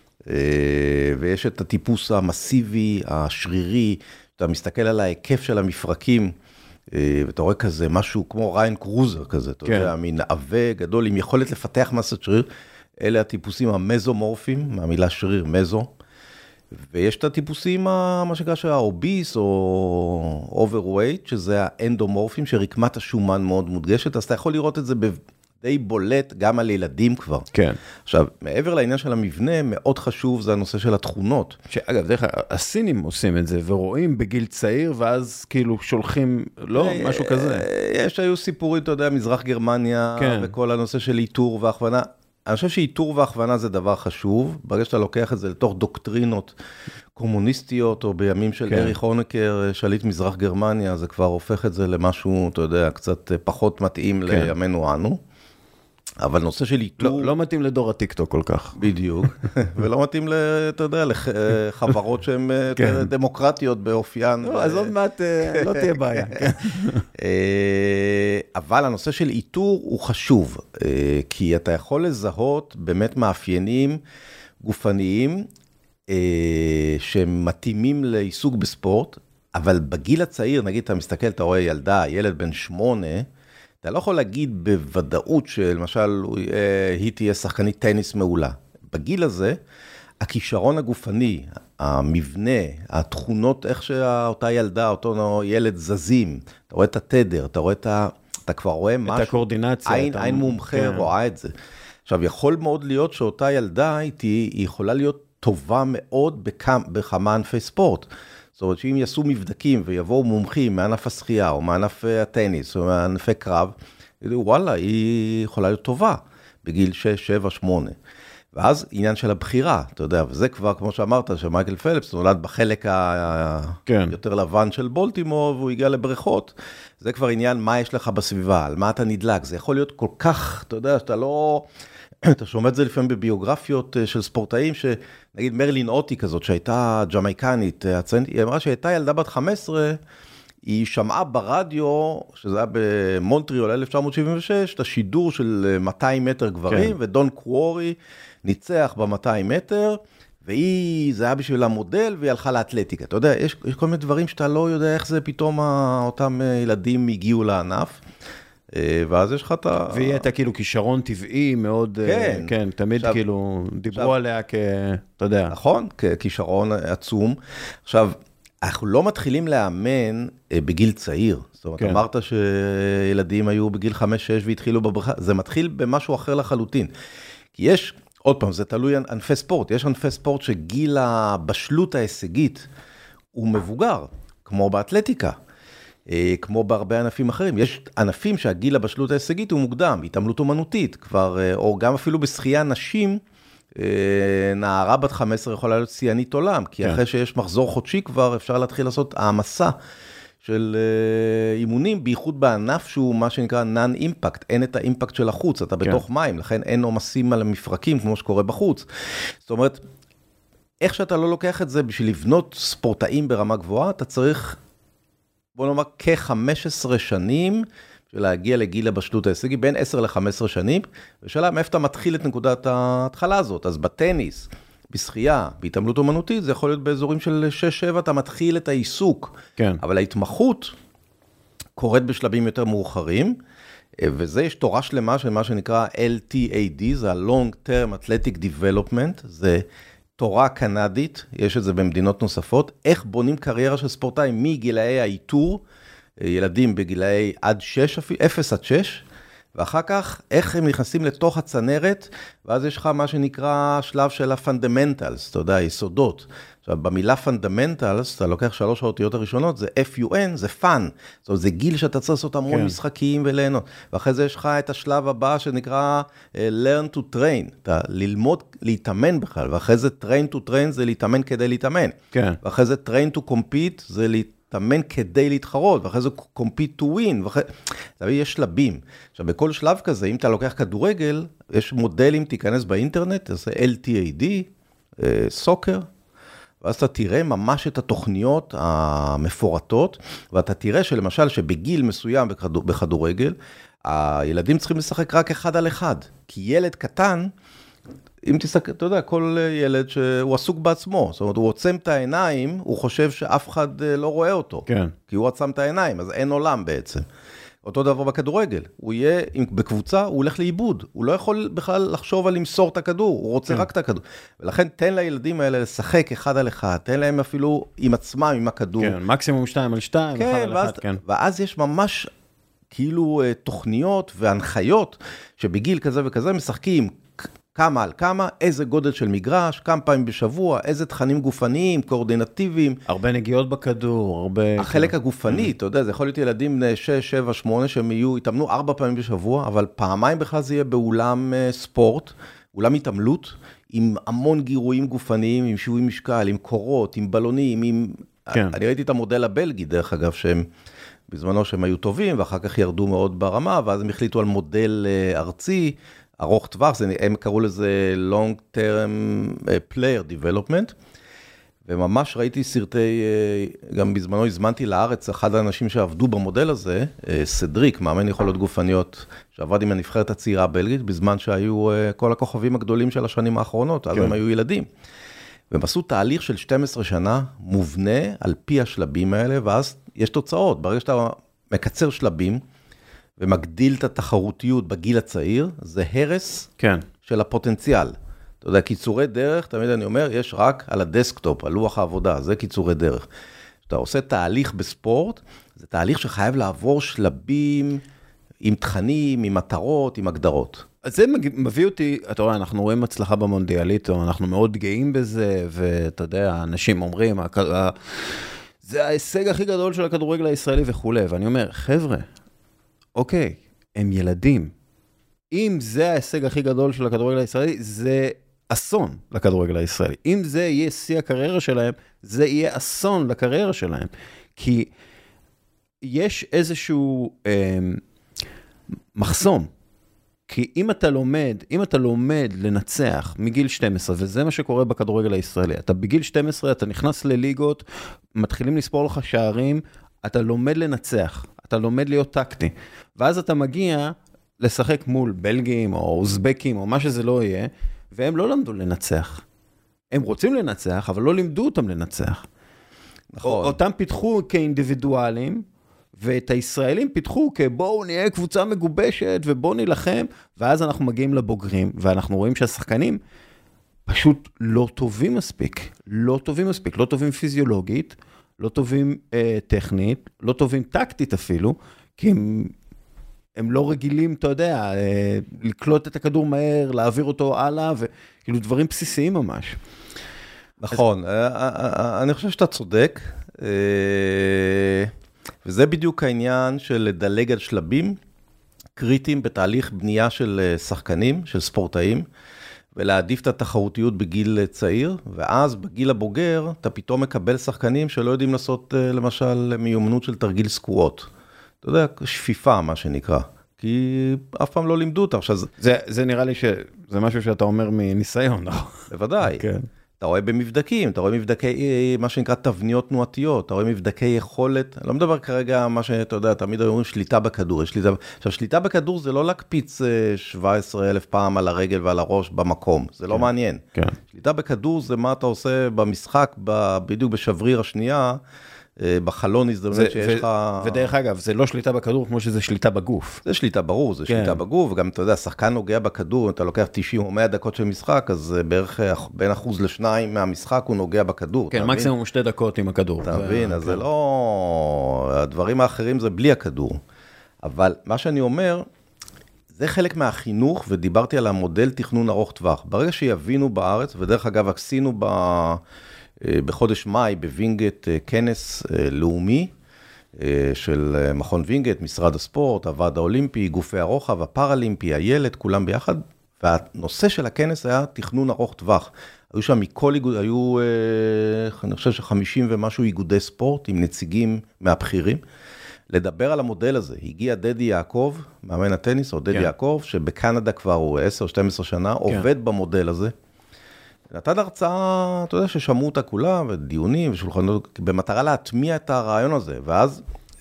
Speaker 2: ויש את הטיפוס המסיבי, השרירי, אתה מסתכל על ההיקף של המפרקים, ואתה רואה כזה, משהו כמו ריין קרוזר כזה, אתה יודע, מין עווה גדול, עם יכולת לפתח מסת שריר, אלה הטיפוסים המזומורפיים, מהמילה שריר, מזו, ויש את הטיפוסים, מה שנקרא שהאוביס, או אוברווייט, שזה האנדומורפים, שרקמת השומן מאוד מודגשת, אז אתה יכול לראות את זה די בולט, גם על ילדים כבר.
Speaker 1: כן.
Speaker 2: עכשיו, מעבר לעניין של המבנה, מאוד חשוב, זה הנושא של התכונות.
Speaker 1: שאגב, דרך הסינים עושים את זה, ורואים בגיל צעיר, ואז כאילו שולחים, לא, משהו כזה.
Speaker 2: היו סיפורים, אתה יודע, מזרח גרמניה, וכל הנושא של איתור והכוונה. אני חושב שאיתור והכוונה זה דבר חשוב, ברגע שאתה לוקח את זה לתוך דוקטרינות קומוניסטיות, או בימים של אריך הונקר, שליט מזרח גרמניה, זה כבר הופך את זה למשהו, אתה יודע, קצת פחות מתאים לימינו אנו. אבל נושא של איתור...
Speaker 1: לא מתאים לדור הטיקטוק כל כך.
Speaker 2: בדיוק. ולא מתאים, אתה יודע, לחברות שהן דמוקרטיות באופיין.
Speaker 1: לא, אז עוד מעט לא תהיה בעיה.
Speaker 2: אבל הנושא של איתור הוא חשוב, כי אתה יכול לזהות באמת מאפיינים גופניים שמתאימים לעיסוק בספורט, אבל בגיל הצעיר, נגיד אתה מסתכל, אתה רואה ילדה, ילד בן 8, אתה לא יכול להגיד בוודאות שלמשל היא תהיה שחקנית טניס מעולה. בגיל הזה, הכישרון הגופני, המבנה, התכונות, איך שאותה ילדה, אותו ילד זזים, אתה רואה את התדר, אתה כבר רואה משהו.
Speaker 1: את הקורדינציה.
Speaker 2: עין מומחה רואה את זה. עכשיו, יכול מאוד להיות שאותה ילדה היא יכולה להיות טובה מאוד בכמה ענפי ספורט. זאת אומרת שאם יעשו מבדקים ויבואו מומחים מענף השחייה או מענף הטניס או מענפי קרב, יגידו וואלה, היא יכולה להיות טובה בגיל 6, 7, 8. ואז עניין של הבחירה, אתה יודע, וזה כבר כמו שאמרת, שמייקל פלפס נולד בחלק היותר לבן של בולטימור, והוא הגיע לבריכות, זה כבר עניין מה יש לך בסביבה, על מה אתה נדלק, זה יכול להיות כל כך, אתה יודע, שאתה לא... אתה שומע את זה לפעמים בביוגרפיות של ספורטאים, שנגיד מרלין אוטי כזאת, שהייתה ג'מייקנית, היא אמרה שהייתה ילדה בת 15, היא שמעה ברדיו, שזה היה במונטריאול 1976, את השידור של 200 מטר גברים, ודון קוורי ניצח ב-200 מטר, זה היה בשביל המודל, והיא הלכה לאתלטיקה. אתה יודע, יש כל מיני דברים שאתה לא יודע איך זה פתאום אותם ילדים הגיעו לענף, ואז יש לך את ה...
Speaker 1: והיא הייתה כאילו כישרון טבעי מאוד, כן, תמיד כאילו דיברו עליה אתה יודע.
Speaker 2: נכון, ככישרון עצום. עכשיו, אנחנו לא מתחילים לאמן בגיל צעיר. זאת אומרת, אמרת שילדים היו בגיל 5-6 והתחילו בבריכה, זה מתחיל במשהו אחר לחלוטין. כי יש, עוד פעם, זה תלוי ענפי ספורט, יש ענפי ספורט שגיל הבשלות ההישגית הוא מבוגר, כמו באתלטיקה. כמו בהרבה ענפים אחרים. יש ענפים שהגיל הבשלות ההישגית הוא מוקדם, התעמלות אומנותית, כבר, או גם אפילו בשחייה נשים, נערה בת 15 יכולה להיות שיאנית עולם, כי אחרי שיש מחזור חודשי כבר אפשר להתחיל לעשות העמסה של אימונים, בייחוד בענף שהוא מה שנקרא non-impact, אין את האימפקט של החוץ, אתה בתוך מים, לכן אין עומסים על המפרקים כמו שקורה בחוץ. זאת אומרת, איך שאתה לא לוקח את זה בשביל לבנות ספורטאים ברמה גבוהה, אתה צריך... בוא נאמר, כ-15 שנים, של להגיע לגיל הבשלות ההישגי, בין 10 ל-15 שנים, ושאלה, מאיפה אתה מתחיל את נקודת ההתחלה הזאת? אז בטניס, בשחייה, בהתעמלות אומנותית, זה יכול להיות באזורים של 6-7, אתה מתחיל את העיסוק.
Speaker 1: כן.
Speaker 2: אבל ההתמחות קורית בשלבים יותר מאוחרים, וזה יש תורה שלמה של מה שנקרא LTAD, זה ה-Long Term Athletic Development, זה תורה קנדית, יש את זה במדינות נוספות, איך בונים קריירה של ספורטאי מגילאי האיתור, ילדים בגילאי 0 עד 6, ואחר כך איך הם נכנסים לתוך הצנרת, ואז יש לך מה שנקרא שלב של הפונדמנטלס, אתה יודע, יסודות. עכשיו, במילה פונדמנטלס, אתה לוקח 3 האותיות הראשונות, זה FUN, זה פאן. זאת אומרת, זה גיל שאתה צריך לעשות המון משחקים וליהנות. ואחרי זה יש לך את השלב הבא שנקרא learn to train, אתה ללמוד להתאמן בכלל, ואחרי זה train to train זה להתאמן כדי להתאמן. כן. ואחרי זה train to compete זה להתאמן כדי להתחרות, ואחרי זה compete to win, ואחרי... יש שלבים. עכשיו, בכל שלב כזה, אם אתה לוקח כדורגל, יש מודלים, תיכנס באינטרנט, זה LTAD, סוקר, ואז אתה תראה ממש את התוכניות המפורטות, ואתה תראה שלמשל שבגיל מסוים בכדורגל, הילדים צריכים לשחק רק 1 על 1, כי ילד קטן, אם תסתכל, אתה יודע, כל ילד שהוא עסוק בעצמו, זאת אומרת, הוא עוצם את העיניים, הוא חושב שאף אחד לא רואה אותו, כן. כי הוא עצם את העיניים, אז אין עולם בעצם. אותו דבר בכדורגל, הוא יהיה בקבוצה, הוא הולך לאיבוד, הוא לא יכול בכלל לחשוב על למסור את הכדור, הוא רוצה רק את הכדור, ולכן תן לילדים האלה לשחק 1 על 1, תן להם אפילו עם עצמם, עם הכדור.
Speaker 1: כן, מקסימום 2 על 2, 1 על 1, כן.
Speaker 2: ואז יש ממש כאילו תוכניות והנחיות, שבגיל כזה וכזה משחקים כמה על כמה, איזה גודל של מגרש, כמה פעמים בשבוע, איזה תכנים גופניים, קואורדינטיביים.
Speaker 1: הרבה נגיעות בכדור, הרבה...
Speaker 2: החלק הגופני, אתה יודע, זה יכול להיות ילדים 6, 7, 8, שהם יתאמנו 4 פעמים בשבוע, אבל פעמיים בכלל זה יהיה באולם ספורט, אולם התעמלות, עם המון גירויים גופניים, עם שיווי משקל, עם קורות, עם בלונים, עם... כן. אני ראיתי את המודל הבלגי, דרך אגב, שהם... בזמנו שהם היו טובים, ואחר כך ירדו מאוד ברמה, ואז הם החליטו על מודל ארצי, ארוך טווח, הם קראו לזה Long Term Player Development, וממש ראיתי סרטי, גם בזמנו הזמנתי לארץ, אחד האנשים שעבדו במודל הזה, סדריק, מאמן יכולות גופניות, שעבד עם הנבחרת הצעירה הבלגית, בזמן שהיו כל הכוכבים הגדולים של השנים האחרונות, אז הם היו ילדים. והם עשו תהליך של 12 שנה, מובנה על פי השלבים האלה, ואז יש תוצאות. ברגע שאתה מקצר שלבים, ומגדיל את התחרותיות בגיל הצעיר, זה הרס של הפוטנציאל. אתה יודע, קיצורי דרך, תמיד אני אומר, יש רק על הדסקטופ, על לוח העבודה, זה קיצורי דרך. כשאתה עושה תהליך בספורט, זה תהליך שחייב לעבור שלבים עם תכנים, עם מטרות, עם הגדרות.
Speaker 1: אז זה מביא אותי, אתה רואה, אנחנו רואים הצלחה במונדיאלית, אנחנו מאוד גאים בזה, ואתה יודע, אנשים אומרים, זה ההישג הכי גדול של הכדורגל הישראלי וכו', ואני אומר, חבר'ה, אוקיי, הם ילדים. אם זה ההישג הכי גדול של הכדורגל הישראלי, זה אסון לכדורגל הישראלי. אם זה יהיה שיא הקריירה שלהם, זה יהיה אסון לקריירה שלהם. כי יש איזשהו מחסום. כי אם אתה לומד לנצח מגיל 12, וזה מה שקורה בכדורגל הישראלי, אתה בגיל 12, אתה נכנס לליגות, מתחילים לספור לך שערים, אתה לומד לנצח, אתה לומד להיות טקטי, ואז אתה מגיע לשחק מול בלגים או אוזבקים או מה שזה לא יהיה, והם לא למדו לנצח. הם רוצים לנצח, אבל לא לימדו אותם לנצח. נכון. אותם פיתחו כאינדיבידואלים, ואת הישראלים פיתחו כבואו נהיה קבוצה מגובשת ובואו נלחם, ואז אנחנו מגיעים לבוגרים, ואנחנו רואים שהשחקנים פשוט לא טובים מספיק, לא טובים פיזיולוגית, לא טובים טכנית, לא טובים טקטית אפילו, כי הם לא רגילים, אתה יודע, לקלוט את הכדור מהר, להעביר אותו הלאה, וכאילו דברים בסיסיים ממש.
Speaker 2: נכון, אני חושב שאתה צודק, וזה בדיוק העניין של לדלג על שלבים קריטיים בתהליך בנייה של שחקנים, של ספורטאים, ולהעדיף את התחרותיות בגיל צעיר, ואז בגיל הבוגר אתה פתאום מקבל שחקנים שלא יודעים לעשות למשל מיומנות של תרגיל סקוואט. אתה יודע, שפיפה מה שנקרא, כי אף פעם לא לימדו אותה.
Speaker 1: זה נראה לי שזה משהו שאתה אומר מניסיון, נכון?
Speaker 2: בוודאי. כן. אתה רואה במבדקים, אתה רואה מבדקי, מה שנקרא תבניות תנועתיות, אתה רואה מבדקי יכולת, אני לא מדבר כרגע מה שאתה יודע, תמיד אומרים שליטה בכדור, עכשיו שליטה בכדור זה לא להקפיץ 17,000 פעם על הרגל ועל הראש במקום, זה לא מעניין. שליטה בכדור זה מה אתה עושה במשחק, בדיוק בשבריר השנייה, בחלון הזדמנות שיש לך...
Speaker 1: ודרך אגב, זה לא שליטה בכדור כמו שזה שליטה בגוף.
Speaker 2: זה שליטה ברור, זה שליטה בגוף, וגם אתה יודע, שחקן נוגע בכדור, אתה לוקח 90 או 100 דקות של משחק, אז בערך בין 1% ל2% מהמשחק הוא נוגע בכדור.
Speaker 1: כן, מקסימום 2 דקות עם הכדור.
Speaker 2: אתה מבין, אז זה לא... הדברים האחרים זה בלי הכדור. אבל מה שאני אומר, זה חלק מהחינוך, ודיברתי על המודל תכנון ארוך טווח. ברגע שיבינו בארץ, ודרך אגב, עשינו בחודש מאי בווינגט כנס לאומי, של מכון וינגט, משרד הספורט, הוועד האולימפי, גופי הרוחב, הפראלימפי, הילד, כולם ביחד, והנושא של הכנס היה תכנון ארוך טווח. היו שם מכל איגוד, היו, אני חושב ש50 ומשהו איגודי ספורט, עם נציגים מהבכירים, לדבר על המודל הזה. הגיע דדי יעקב, מאמן הטניס, או דדי יעקב, שבקנדה כבר הוא 10-12 שנה, עובד במודל הזה. נתן הרצאה, אתה יודע, ששמעו אותה כולם, ודיונים ושולחנות, במטרה להטמיע את הרעיון הזה, ואז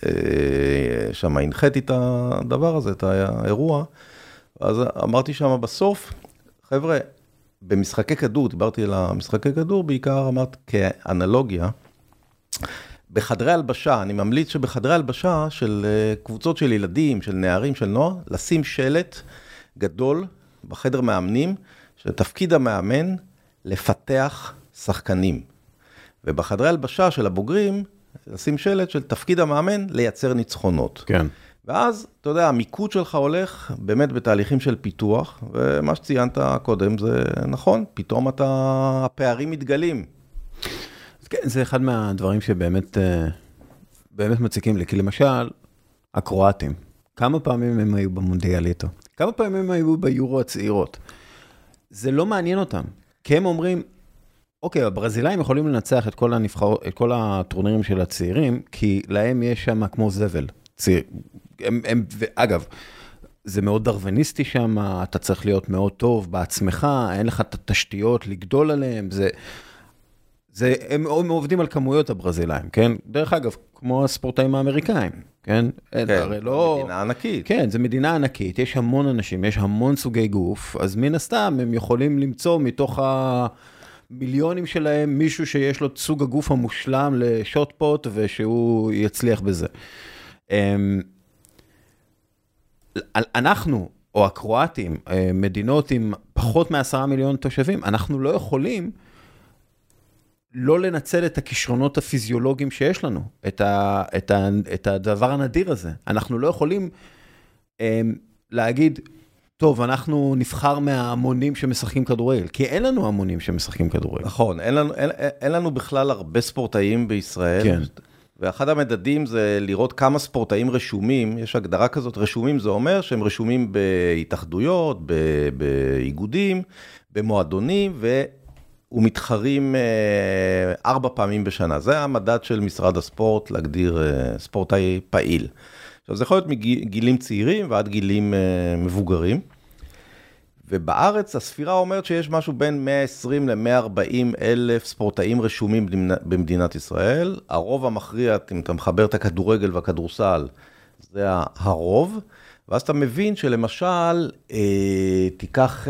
Speaker 2: שם הנחיתי את הדבר הזה, את האירוע, אז אמרתי שם בסוף, חבר'ה, במשחקי כדור, דיברתי על המשחקי כדור, בעיקר אמרת כאנלוגיה, בחדרי הלבשה, אני ממליץ שבחדרי הלבשה של קבוצות של ילדים, של נערים, של נוער, לשים שלט גדול בחדר מאמנים, שתפקיד המאמן לפתח שחקנים. ובחדרי הלבשה של הבוגרים, לשים שלט של תפקיד המאמן לייצר ניצחונות.
Speaker 1: כן.
Speaker 2: ואז, אתה יודע, המיקוד שלך הולך באמת בתהליכים של פיתוח, ומה שציינת קודם זה נכון, פתאום הפערים מתגלים.
Speaker 1: כן, זה אחד מהדברים שבאמת באמת מציקים לי, כי למשל, הקרואטים, כמה פעמים הם היו במונדיאליטו? כמה פעמים הם היו ביורו הצעירות? זה לא מעניין אותם, כי הם אומרים, אוקיי, הברזילאים יכולים לנצח את כל הטורנירים של הצעירים, כי להם יש שם כמו זבל. ואגב, זה מאוד דרוויניסטי שם, אתה צריך להיות מאוד טוב בעצמך, אין לך את התשתיות לגדול עליהם, הם עובדים על כמויות הברזילאים, כן? דרך אגב, כמו הספורטאים האמריקאים, כן?
Speaker 2: כן, לא... מדינה ענקית.
Speaker 1: כן, זה מדינה ענקית, יש המון אנשים, יש המון סוגי גוף, אז מן הסתם הם יכולים למצוא מתוך המיליונים שלהם מישהו שיש לו סוג הגוף המושלם לשוטפוט, ושהוא יצליח בזה. אנחנו, או הקרואטים, מדינות עם פחות מ10 מיליון תושבים, אנחנו לא יכולים לא לנצל את הכישרונות הפיזיולוגיים שיש לנו, את הדבר הנדיר הזה. אנחנו לא יכולים להגיד, טוב, אנחנו נבחר מההמונים שמשחקים כדורגל, כי אין לנו המונים שמשחקים כדורגל.
Speaker 2: נכון, אין לנו בכלל הרבה ספורטאים בישראל,
Speaker 1: כן.
Speaker 2: ואחד המדדים זה לראות כמה ספורטאים רשומים, יש הגדרה כזאת, רשומים זה אומר שהם רשומים בהתאחדויות, באיגודים, במועדונים, ומתחרים 4 פעמים בשנה. זה המדד של משרד הספורט, להגדיר ספורטאי פעיל. עכשיו, זה יכול להיות מגילים צעירים ועד גילים מבוגרים, ובארץ הספירה אומרת שיש משהו בין 120 ל-140 אלף ספורטאים רשומים במדינת ישראל. הרוב המכריע, אם אתה מחבר את הכדורגל והכדורסל, זה הרוב. ואז אתה מבין שלמשל, תיקח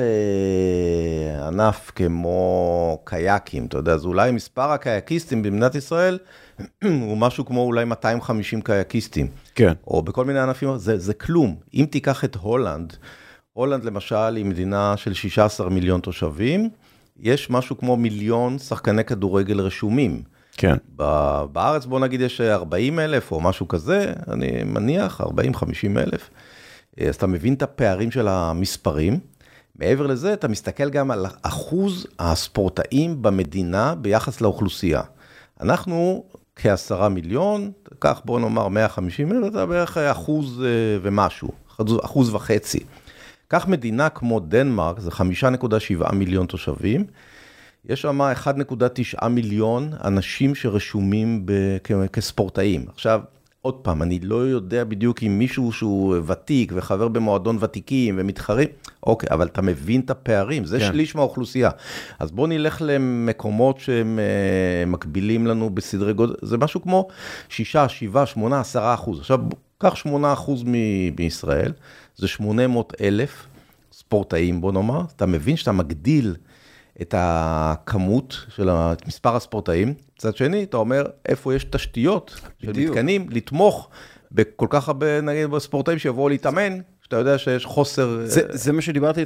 Speaker 2: ענף כמו קייקים, אתה יודע, אז אולי מספר הקייקיסטים במדינת ישראל, הוא משהו כמו אולי 250 קייקיסטים.
Speaker 1: כן.
Speaker 2: או בכל מיני ענפים, זה כלום. אם תיקח את הולנד, הולנד למשל היא מדינה של 16 מיליון תושבים, יש משהו כמו 1 מיליון שחקני כדורגל רשומים.
Speaker 1: כן.
Speaker 2: בארץ בוא נגיד יש 40 אלף או משהו כזה, אני מניח 40-50 אלף. אז אתה מבין את הפערים של המספרים. מעבר לזה אתה מסתכל גם על אחוז הספורטאים במדינה ביחס לאוכלוסייה. אנחנו כ10 מיליון, כך בוא נאמר 150 אלף, זה בערך 1% ומשהו, 1.5%. כך מדינה כמו דנמרק, זה 5.7 מיליון תושבים, יש שם 1.9 מיליון אנשים שרשומים כספורטאים. עכשיו, עוד פעם, אני לא יודע בדיוק אם מישהו שהוא ותיק וחבר במועדון ותיקים ומתחרים, אוקיי, אבל אתה מבין את הפערים, זה שליש מהאוכלוסייה. אז בוא נלך למקומות שהם מקבילים לנו בסדרי גודל, זה משהו כמו 6, 7, 8, 10%. עכשיו, קח 8% מישראל, זה 800,000 ספורטאים, בוא נאמר, אתה מבין שאתה מגדיל את הכמות של מספר הספורטאים, מצד שני, אתה אומר, איפה יש תשתיות של מתקנים, לתמוך בכל כך הרבה, נגיד, בספורטאים שיבואו להתאמן, שאתה יודע שיש חוסר...
Speaker 1: זה מה שדיברתי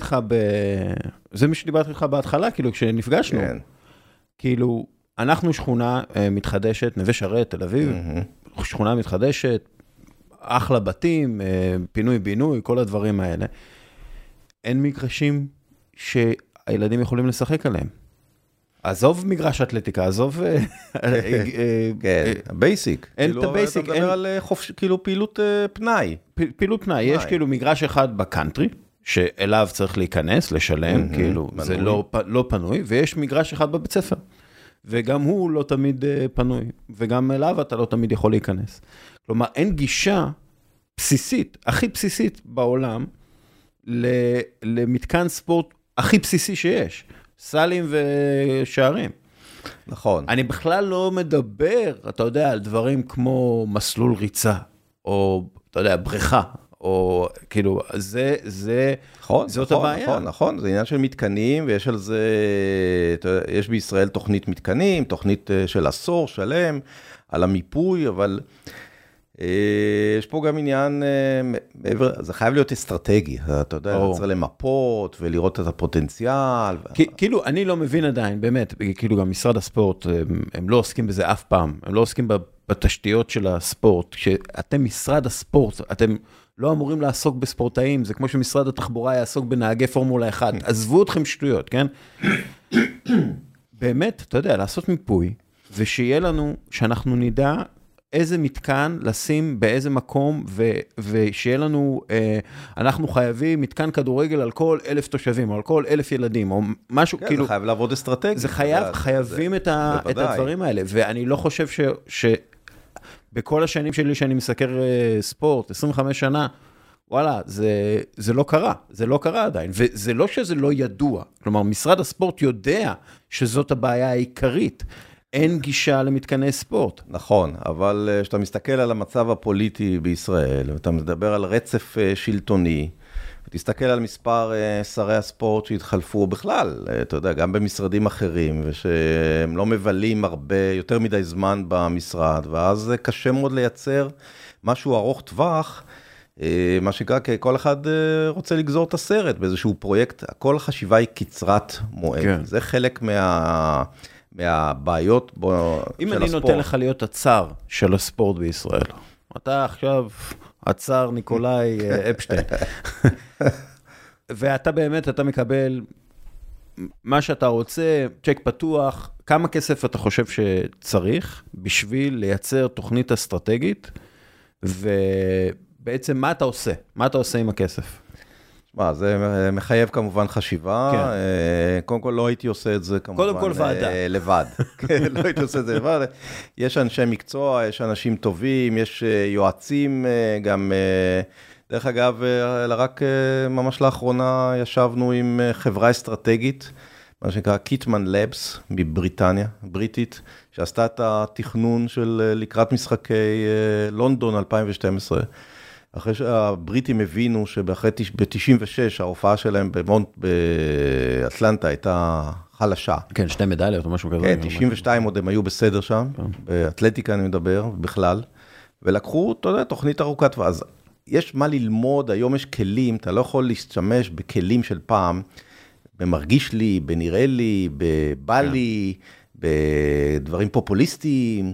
Speaker 1: איתך בהתחלה, כאילו, כשנפגשנו. כאילו, אנחנו שכונה מתחדשת, נווה שרת, תל אביב, שכונה מתחדשת, אחלה בתים, פינוי-בינוי, כל הדברים האלה. אין מגרשים שהילדים יכולים לשחק עליהם. עזוב מגרש אתלטיקה, עזוב...
Speaker 2: כן, בייסיק.
Speaker 1: אין את הבייסיק.
Speaker 2: אתה מדבר על כאילו פעילות פנאי.
Speaker 1: פעילות פנאי. יש כאילו מגרש אחד בקאנטרי, שאליו צריך להיכנס, לשלם, כאילו, זה לא פנוי, ויש מגרש אחד בבית ספר. וגם הוא לא תמיד פנוי, וגם אליו אתה לא תמיד יכול להיכנס. כלומר, אין גישה בסיסית, הכי בסיסית בעולם, למתקן ספורט הכי בסיסי שיש. סלים ושערים.
Speaker 2: נכון.
Speaker 1: אני בכלל לא מדבר, אתה יודע, על דברים כמו מסלול ריצה, או, אתה יודע, בריכה, או כאילו, זאת הבעיה.
Speaker 2: נכון, זה עניין של מתקנים, ויש על זה, יש בישראל תוכנית מתקנים, תוכנית של עשור שלם, על המיפוי, אבל יש פה גם עניין, זה חייב להיות אסטרטגי, אתה יודע, צריך למפות ולראות את הפוטנציאל.
Speaker 1: כאילו, אני לא מבין עדיין, באמת, כאילו גם משרד הספורט, הם לא עוסקים בזה אף פעם, הם לא עוסקים בתשתיות של הספורט, כשאתם משרד הספורט, אתם לא אמורים לעסוק בספורטאים, זה כמו שמשרד התחבורה יעסוק בנהגי פורמולה 1, עזבו אתכם שטויות, כן? באמת, אתה יודע, לעשות מיפוי, ושיהיה לנו, שאנחנו נדע איזה מתקן לשים באיזה מקום, ושיהיה לנו, אנחנו חייבים מתקן כדורגל על כל 1,000 תושבים, או על כל 1,000 ילדים, או משהו
Speaker 2: כן,
Speaker 1: כאילו...
Speaker 2: זה חייב לעבוד אסטרטגי.
Speaker 1: זה חייבים את הדברים האלה, ואני לא חושב בכל השנים שלי שאני מסקר ספורט, 25 שנה, וואלה, זה לא קרה, זה לא קרה עדיין, וזה לא שזה לא ידוע, כלומר, משרד הספורט יודע שזאת הבעיה העיקרית, אין גישה למתקני ספורט.
Speaker 2: נכון, אבל כשאתה מסתכל על המצב הפוליטי בישראל, ואתה מדבר על רצף שלטוני, ותסתכל על מספר שרי הספורט שהתחלפו בכלל, אתה יודע, גם במשרדים אחרים, ושהם לא מבלים הרבה, יותר מדי זמן במשרד, ואז קשה מאוד לייצר משהו ארוך טווח, מה שקרה, כי כל אחד רוצה לגזור את הסרט באיזשהו פרויקט, כל החשיבה היא קצרת מועד. כן. זה חלק מהבעיות של הספורט.
Speaker 1: אם אני נותן לך להיות הצר של הספורט בישראל, אתה עכשיו הצר ניקולאי אפשטיין, ואתה באמת, אתה מקבל מה שאתה רוצה, צ'ק פתוח, כמה כסף אתה חושב שצריך בשביל לייצר תוכנית אסטרטגית, ובעצם מה אתה עושה? מה אתה עושה עם הכסף?
Speaker 2: זה מחייב כמובן חשיבה, קודם כל לא הייתי עושה את זה כמובן לבד, לא הייתי עושה את זה לבד, יש אנשי מקצוע, יש אנשים טובים, יש יועצים גם, דרך אגב, רק ממש לאחרונה ישבנו עם חברה אסטרטגית, מה שנקרא קיטמן לבס מבריטניה, בריטית, שעשתה את התכנון של לקראת משחקי לונדון 2012, אחרי שהבריטים הבינו שב-96 ההופעה שלהם באטלנטה הייתה חלשה.
Speaker 1: כן, 2 מדליות או משהו כזה.
Speaker 2: כן, 92 עוד הם היו בסדר שם, באתלטיקה אני מדבר, בכלל, ולקחו, אתה יודע, תוכנית ארוכת, ואז יש מה ללמוד, היום יש כלים, אתה לא יכול להשתמש בכלים של פעם, במרגיש לי, בנראה לי, בבא לי, בדברים פופוליסטיים,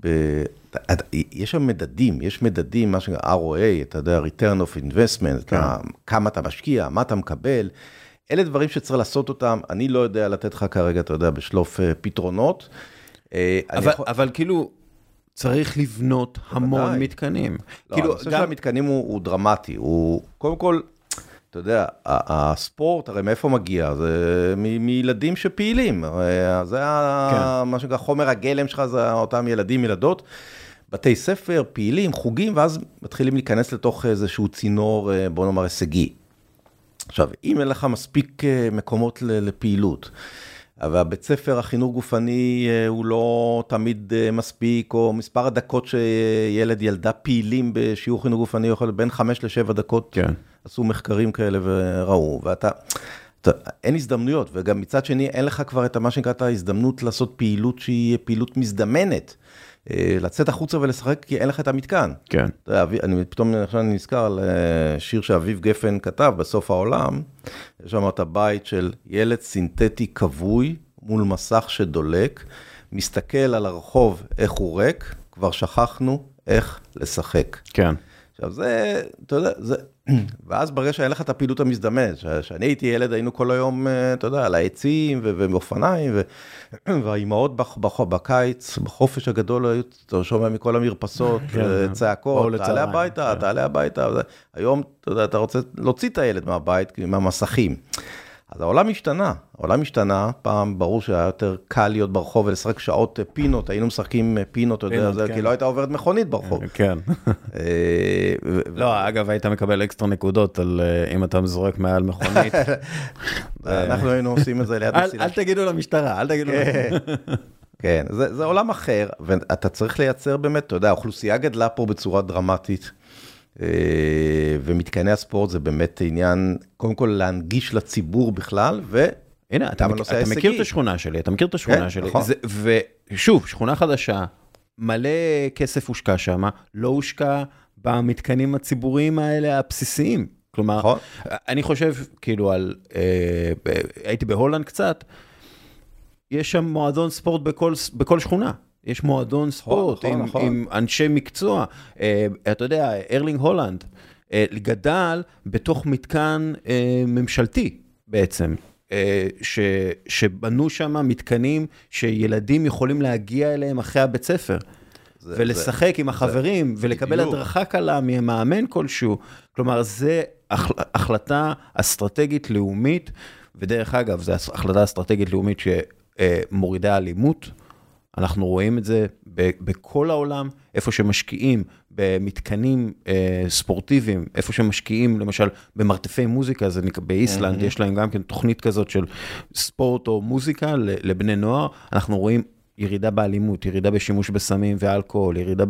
Speaker 2: יש שם מדדים, יש מדדים, מה שנקרא ROA, אתה יודע, return of investment, כמה אתה משקיע, מה אתה מקבל, אלה דברים שצריך לעשות אותם, אני לא יודע לתת לך כרגע, אתה יודע, בשלוף פתרונות.
Speaker 1: אבל כאילו, צריך לבנות המון מתקנים.
Speaker 2: הנושא של המתקנים הוא דרמטי, הוא קודם כל, אתה יודע, הספורט, הרי מאיפה מגיע? זה מילדים שפעילים, זה מה שנקרא, חומר הגלם שלך, זה אותם ילדים, ילדות, בתי ספר, פעילים, חוגים, ואז מתחילים להיכנס לתוך איזשהו צינור, בוא נאמר, הישגי. עכשיו, אם אין לך מספיק מקומות לפעילות, אבל הבית ספר, החינוך גופני, הוא לא תמיד מספיק, או מספר הדקות שילד ילדה פעילים בשיעור חינוך גופני, יכול להיות בין 5 ל-7 דקות, עשו מחקרים כאלה וראו, אין הזדמנויות, וגם מצד שני אין לך כבר את מה שנקרא את ההזדמנות לעשות פעילות שהיא פעילות מזדמנת, לצאת החוצה ולשחק כי אין לך את המתקן.
Speaker 1: כן.
Speaker 2: אני פתאום עכשיו נזכר על שיר שאביב גפן כתב בסוף העולם, יש שם את הבית של ילד סינתטי כבוי מול מסך שדולק, מסתכל על הרחוב איך הוא ריק, כבר שכחנו איך לשחק.
Speaker 1: כן.
Speaker 2: עכשיו זה, אתה יודע, זה, ואז ברגע שאין לך את הפעילות המזדמנת, שאני הייתי ילד, היינו כל היום, אתה יודע, על העצים ובאופניים, והאימהות בקיץ, בחופש הגדול, אתה שומע מכל המרפסות, צעקות, תעלה הביתה, היום, אתה יודע, אתה רוצה להוציא את הילד מהבית, מהמסכים. אז העולם השתנה, פעם ברור שהיה יותר קל להיות ברחוב ולשחק שעות פינות, היינו משחקים פינות, אתה יודע, כי לא הייתה עוברת מכונית ברחוב.
Speaker 1: כן. לא, אגב, היית מקבל אקסטרה נקודות על אם אתה מזורק מעל מכונית.
Speaker 2: אנחנו היינו עושים את זה ליד מסילה.
Speaker 1: אל תגידו למשטרה, אל תגידו למשטרה.
Speaker 2: כן, זה עולם אחר, ואתה צריך לייצר באמת, אתה יודע, האוכלוסייה גדלה פה בצורה דרמטית, ומתקני הספורט זה באמת עניין, קודם כל להנגיש לציבור בכלל,
Speaker 1: הנה, אתה מכיר את השכונה שלי, ושוב, שכונה חדשה, מלא כסף הושקע שם, לא הושקע במתקנים הציבוריים האלה הבסיסיים, כלומר, אני חושב, כאילו, הייתי בהולנד קצת, יש שם מועדון ספורט בכל שכונה, יש מועדון ספורט עם אנשי מקצוע, אתה יודע, ארלינג הולנד, גדל בתוך מתקן ממשלתי בעצם, שבנו שם מתקנים שילדים יכולים להגיע אליהם אחרי הבית ספר, ולשחק עם החברים, ולקבל הדרכה קלה ממאמן כלשהו, כלומר זה החלטה אסטרטגית לאומית, ודרך אגב, זו החלטה אסטרטגית לאומית שמורידה אלימות, אנחנו רואים את זה בכל העולם, איפה שמשקיעים במתקנים ספורטיביים, איפה שמשקיעים למשל במרתפי מוזיקה, זה באיסלנד, יש להם גם כן תוכנית כזאת של ספורט או מוזיקה לבני נוער, אנחנו רואים ירידה באלימות, ירידה בשימוש בסמים ואלכוהול, ירידה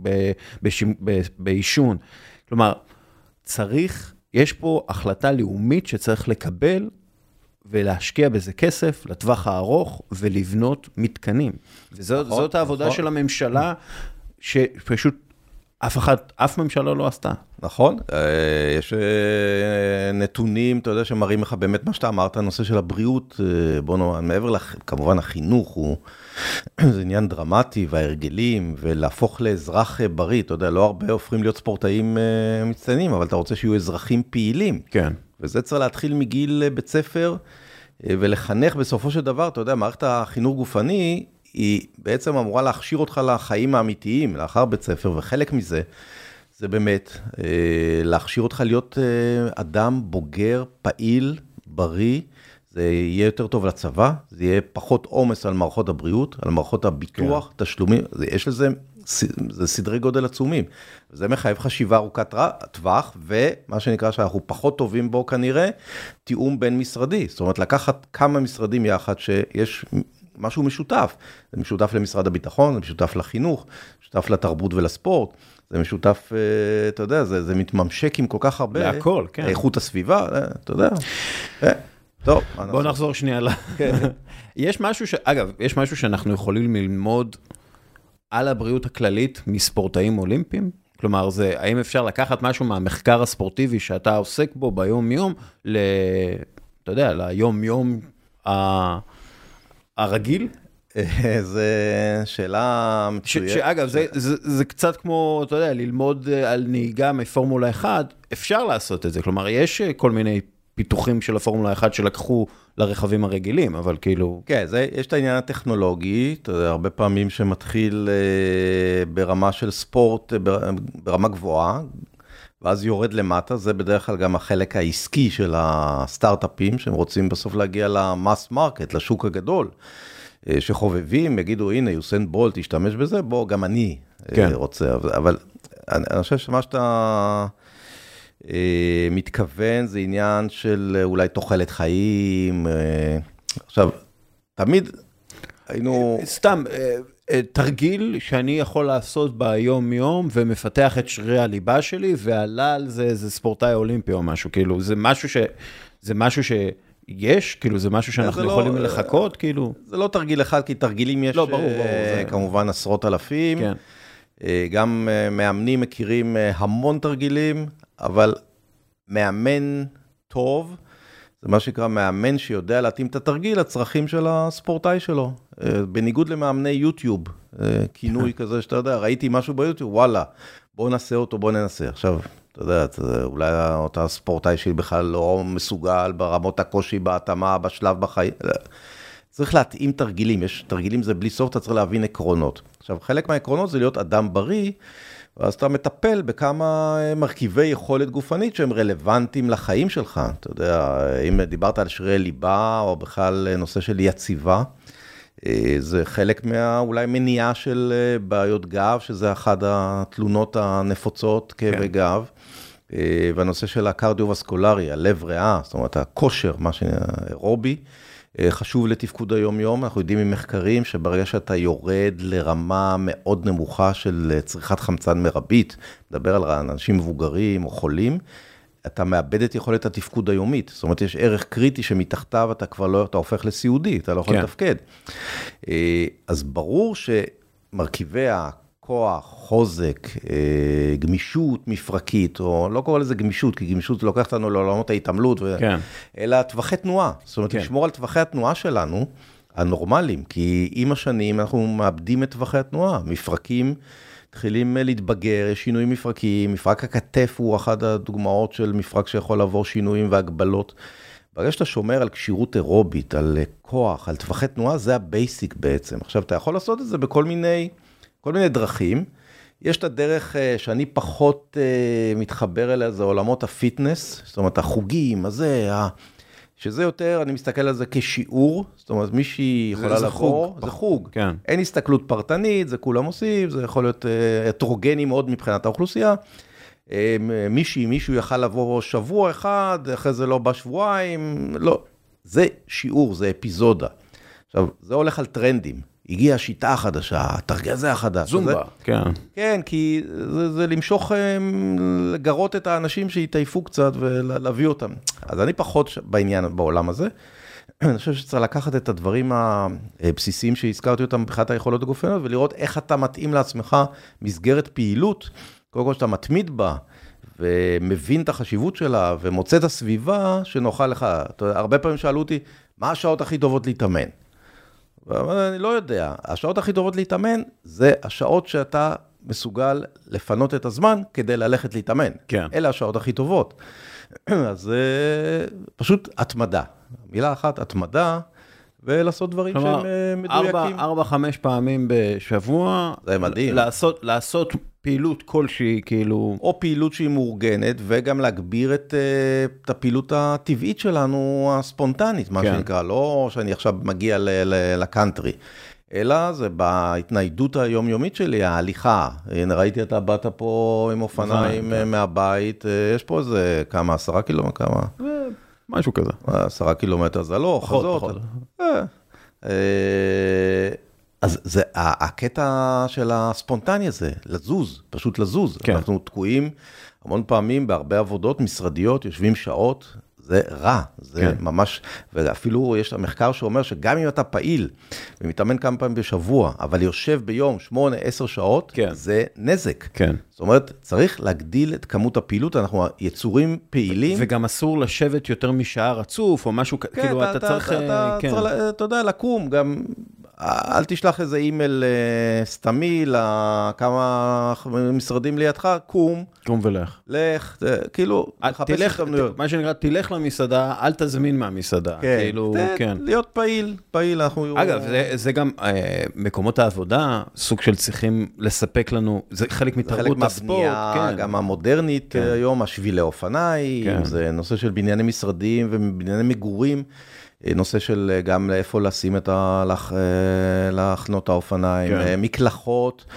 Speaker 1: בעישון, כלומר, יש פה החלטה לאומית שצריך לקבל, ולהשקיע בזה כסף לטווח הארוך, ולבנות מתקנים. וזאת העבודה של הממשלה, שפשוט אף ממשלה לא עשתה.
Speaker 2: נכון, יש נתונים, אתה יודע, שמראים לך באמת מה שאתה אמרת, הנושא של הבריאות, בוא נאמר, מעבר כמובן החינוך, זה עניין דרמטי, וההרגלים, ולהפוך לאזרח בריא, אתה יודע, לא הרבה הופכים להיות ספורטאים מצטיינים, אבל אתה רוצה שיהיו אזרחים פעילים.
Speaker 1: כן.
Speaker 2: וזה צריך להתחיל מגיל בית ספר, ולחנך בסופו של דבר, אתה יודע, מערכת החינוך גופני, היא בעצם אמורה להכשיר אותך לחיים האמיתיים, לאחר בית ספר, וחלק מזה, זה באמת להכשיר אותך להיות אדם בוגר, פעיל, בריא, זה יהיה יותר טוב לצבא, זה יהיה פחות עומס על מערכות הבריאות, על מערכות הביטוח, תשלומים, יש לזה, זה סדרי גודל עצומים. זה מחייב חשיבה ארוכת טווח, ומה שנקרא שאנחנו פחות טובים בו כנראה, תיאום בין משרדי. זאת אומרת, לקחת כמה משרדים יחד שיש משהו משותף. זה משותף למשרד הביטחון, זה משותף לחינוך, משותף לתרבות ולספורט, זה משותף, אתה יודע, זה מתממשק עם כל כך הרבה.
Speaker 1: להכל, כן.
Speaker 2: איכות הסביבה, אתה יודע. טוב.
Speaker 1: בוא נחזור שנייה. יש משהו אגב, יש משהו שאנחנו יכולים ללמוד על הבריאות הכללית מספורטאים אולימפיים? כלומר, האם אפשר לקחת משהו מהמחקר הספורטיבי שאתה עוסק בו ביום-יום, אתה יודע, ליום-יום הרגיל?
Speaker 2: זו שאלה מצוינת.
Speaker 1: שאגב, זה קצת כמו, אתה יודע, ללמוד על נהיגה מפורמולה 1, אפשר לעשות את זה. כלומר, יש כל מיני פיתוחים של הפורמולה 1 שלקחו לרכבים הרגילים, אבל כאילו...
Speaker 2: כן, יש את העניין הטכנולוגי, אתה יודע, הרבה פעמים שמתחיל ברמה של ספורט, ברמה גבוהה, ואז יורד למטה, זה בדרך כלל גם החלק העסקי של הסטארט-אפים, שהם רוצים בסוף להגיע למאס מרקט, לשוק הגדול, שחובבים, יגידו, הנה, יוסן בולט, תשתמש בזה, בוא, גם אני רוצה, אבל אני חושב שמה שאתה מתכוון, זה עניין של אולי תוחלת חיים, עכשיו, תמיד היינו...
Speaker 1: סתם, תרגיל שאני יכול לעשות ביום-יום, ומפתח את שרירי הליבה שלי, ועלה על זה ספורטאי אולימפי או משהו, כאילו, זה משהו יש? כאילו זה משהו שאנחנו יכולים לחכות? כאילו?
Speaker 2: זה לא תרגיל אחד, כי תרגילים יש כמובן עשרות אלפים. כן. גם מאמנים מכירים המון תרגילים, אבל מאמן טוב, זה מה שנקרא מאמן שיודע להתאים את התרגיל לצרכים של הספורטאי שלו. בניגוד למאמני יוטיוב, כינוי כזה שאתה יודע, ראיתי משהו ביוטיוב, וואלה, בוא נעשה אותו, בוא ננסה. עכשיו, אתה יודע, אולי אותה ספורטאי שלי בכלל לא מסוגל ברמות הקושי, בהתאמה, בשלב בחיים. צריך להתאים תרגילים, יש תרגילים זה בלי סוף, אתה צריך להבין עקרונות. עכשיו, חלק מהעקרונות זה להיות אדם בריא, ואז אתה מטפל בכמה מרכיבי יכולת גופנית שהם רלוונטיים לחיים שלך. אתה יודע, אם דיברת על שרירי ליבה, או בכלל נושא של יציבה, זה חלק אולי מניעה של בעיות גב, שזה אחד התלונות הנפוצות כאבי גב, והנושא של הקרדיו-וסקולרי, הלב ריאה, זאת אומרת, הכושר, מה שאירובי, חשוב לתפקוד היום-יום. אנחנו יודעים ממחקרים שברגע שאתה יורד לרמה מאוד נמוכה של צריכת חמצן מרבית, מדבר על אנשים מבוגרים או חולים, אתה מאבד את יכולת התפקוד היומית. זאת אומרת, יש ערך קריטי שמתחתיו אתה כבר לא, אתה הופך לסיעודי, אתה לא יכול לתפקד. אז ברור שמרכיבי הכוח, חוזק, גמישות מפרקית, או לא קורא לזה גמישות, כי גמישות לוקח אותנו לעולמות ההתעמלות, אלא טווחי תנועה. זאת אומרת, לשמור על טווחי התנועה שלנו, הנורמליים, כי עם השנים אנחנו מאבדים את טווחי התנועה, מפרקים, מתחילים להתבגר, יש שינויים מפרקיים, מפרק הכתף הוא אחת הדוגמאות של מפרק שיכול לעבור שינויים והגבלות. ברגע שאתה שומר על קשירות אירובית, על כוח, על טווחי תנועה, זה הבייסיק בעצם. עכשיו, אתה יכול לעשות את זה בכל מיני דרכים. יש את הדרך שאני פחות מתחבר אליה, זה עולמות הפיטנס, זאת אומרת, החוגים, שזה יותר, אני מסתכל על זה כשיעור, זאת אומרת, מישהי יכולה לבוא, זה חוג. כן. אין הסתכלות פרטנית, זה כולם עושים, זה יכול להיות הטרוגני מאוד מבחינת האוכלוסייה. מישהו יכל לבוא שבוע אחד, אחרי זה לא בשבועיים, לא. זה שיעור, זה אפיזודה. עכשיו, זה הולך על טרנדים. הגיעה שיטה חדשה, התרגיל הזה החדש.
Speaker 1: זומבה, כן.
Speaker 2: כן, כי זה למשוך, לגרות את האנשים שיתעייפו קצת ולהביא אותם. אז אני פחות בעניין, בעולם הזה. אני חושב שצריך לקחת את הדברים הבסיסיים שהזכרתי אותם מבחינת היכולות הגופניות, ולראות איך אתה מתאים לעצמך מסגרת פעילות, קודם כל שאתה מתמיד בה, ומבין את החשיבות שלה, ומוצא את הסביבה שנוחה לך. הרבה פעמים שאלו אותי, מה השעות הכי טובות להתאמן? אני לא יודע, השעות הכי טובות להתאמן, זה השעות שאתה מסוגל לפנות את הזמן כדי ללכת להתאמן.
Speaker 1: כן.
Speaker 2: אלה השעות הכי טובות. אז פשוט התמדה. מילה אחת, התמדה, ולעשות דברים שהם מדויקים.
Speaker 1: 4-5 פעמים בשבוע.
Speaker 2: זה מדהים.
Speaker 1: לעשות פעילות כלשהי, כאילו...
Speaker 2: או פעילות שהיא מאורגנת, וגם להגביר את הפעילות הטבעית שלנו, הספונטנית, מה שנקרא. לא שאני עכשיו מגיע לקאנטרי, אלא זה בהתניידות היומיומית שלי, ההליכה. הנה, ראיתי אתה באת פה עם אופניים מהבית, יש פה איזה כמה, 10 קילומטר, כמה?
Speaker 1: משהו כזה.
Speaker 2: 10 קילומטר, זה לא, חזות. אז זה הקטע של הספונטני הזה, לזוז, פשוט לזוז. אנחנו תקועים המון פעמים בהרבה עבודות משרדיות, יושבים שעות, זה רע, זה ממש, ואפילו יש המחקר שאומר שגם אם אתה פעיל, ומתאמן כמה פעמים בשבוע, אבל יושב ביום 8-10 שעות, זה נזק. זאת אומרת, צריך להגדיל את כמות הפעילות, אנחנו יצורים פעילים.
Speaker 1: וגם אסור לשבת יותר משעה רצוף, או משהו, כאילו אתה צריך...
Speaker 2: אתה יודע, לקום, גם... אל תשלח איזה אימייל סתמי לכמה משרדים לידך, קום
Speaker 1: ולך.
Speaker 2: לך, כאילו,
Speaker 1: מחפש הזדמנויות. מה שנקרא, תלך למסעדה, אל תזמין מהמסעדה.
Speaker 2: כן, להיות פעיל.
Speaker 1: אגב, זה גם מקומות העבודה, סוג של צריכים לספק לנו, זה חלק מתרבות הספורט.
Speaker 2: גם המודרנית היום, השבילי אופניים, זה נושא של בנייני משרדים ובנייני מגורים, נושא של גם לאיפה לשים את להחנות האופניים, מקלחות,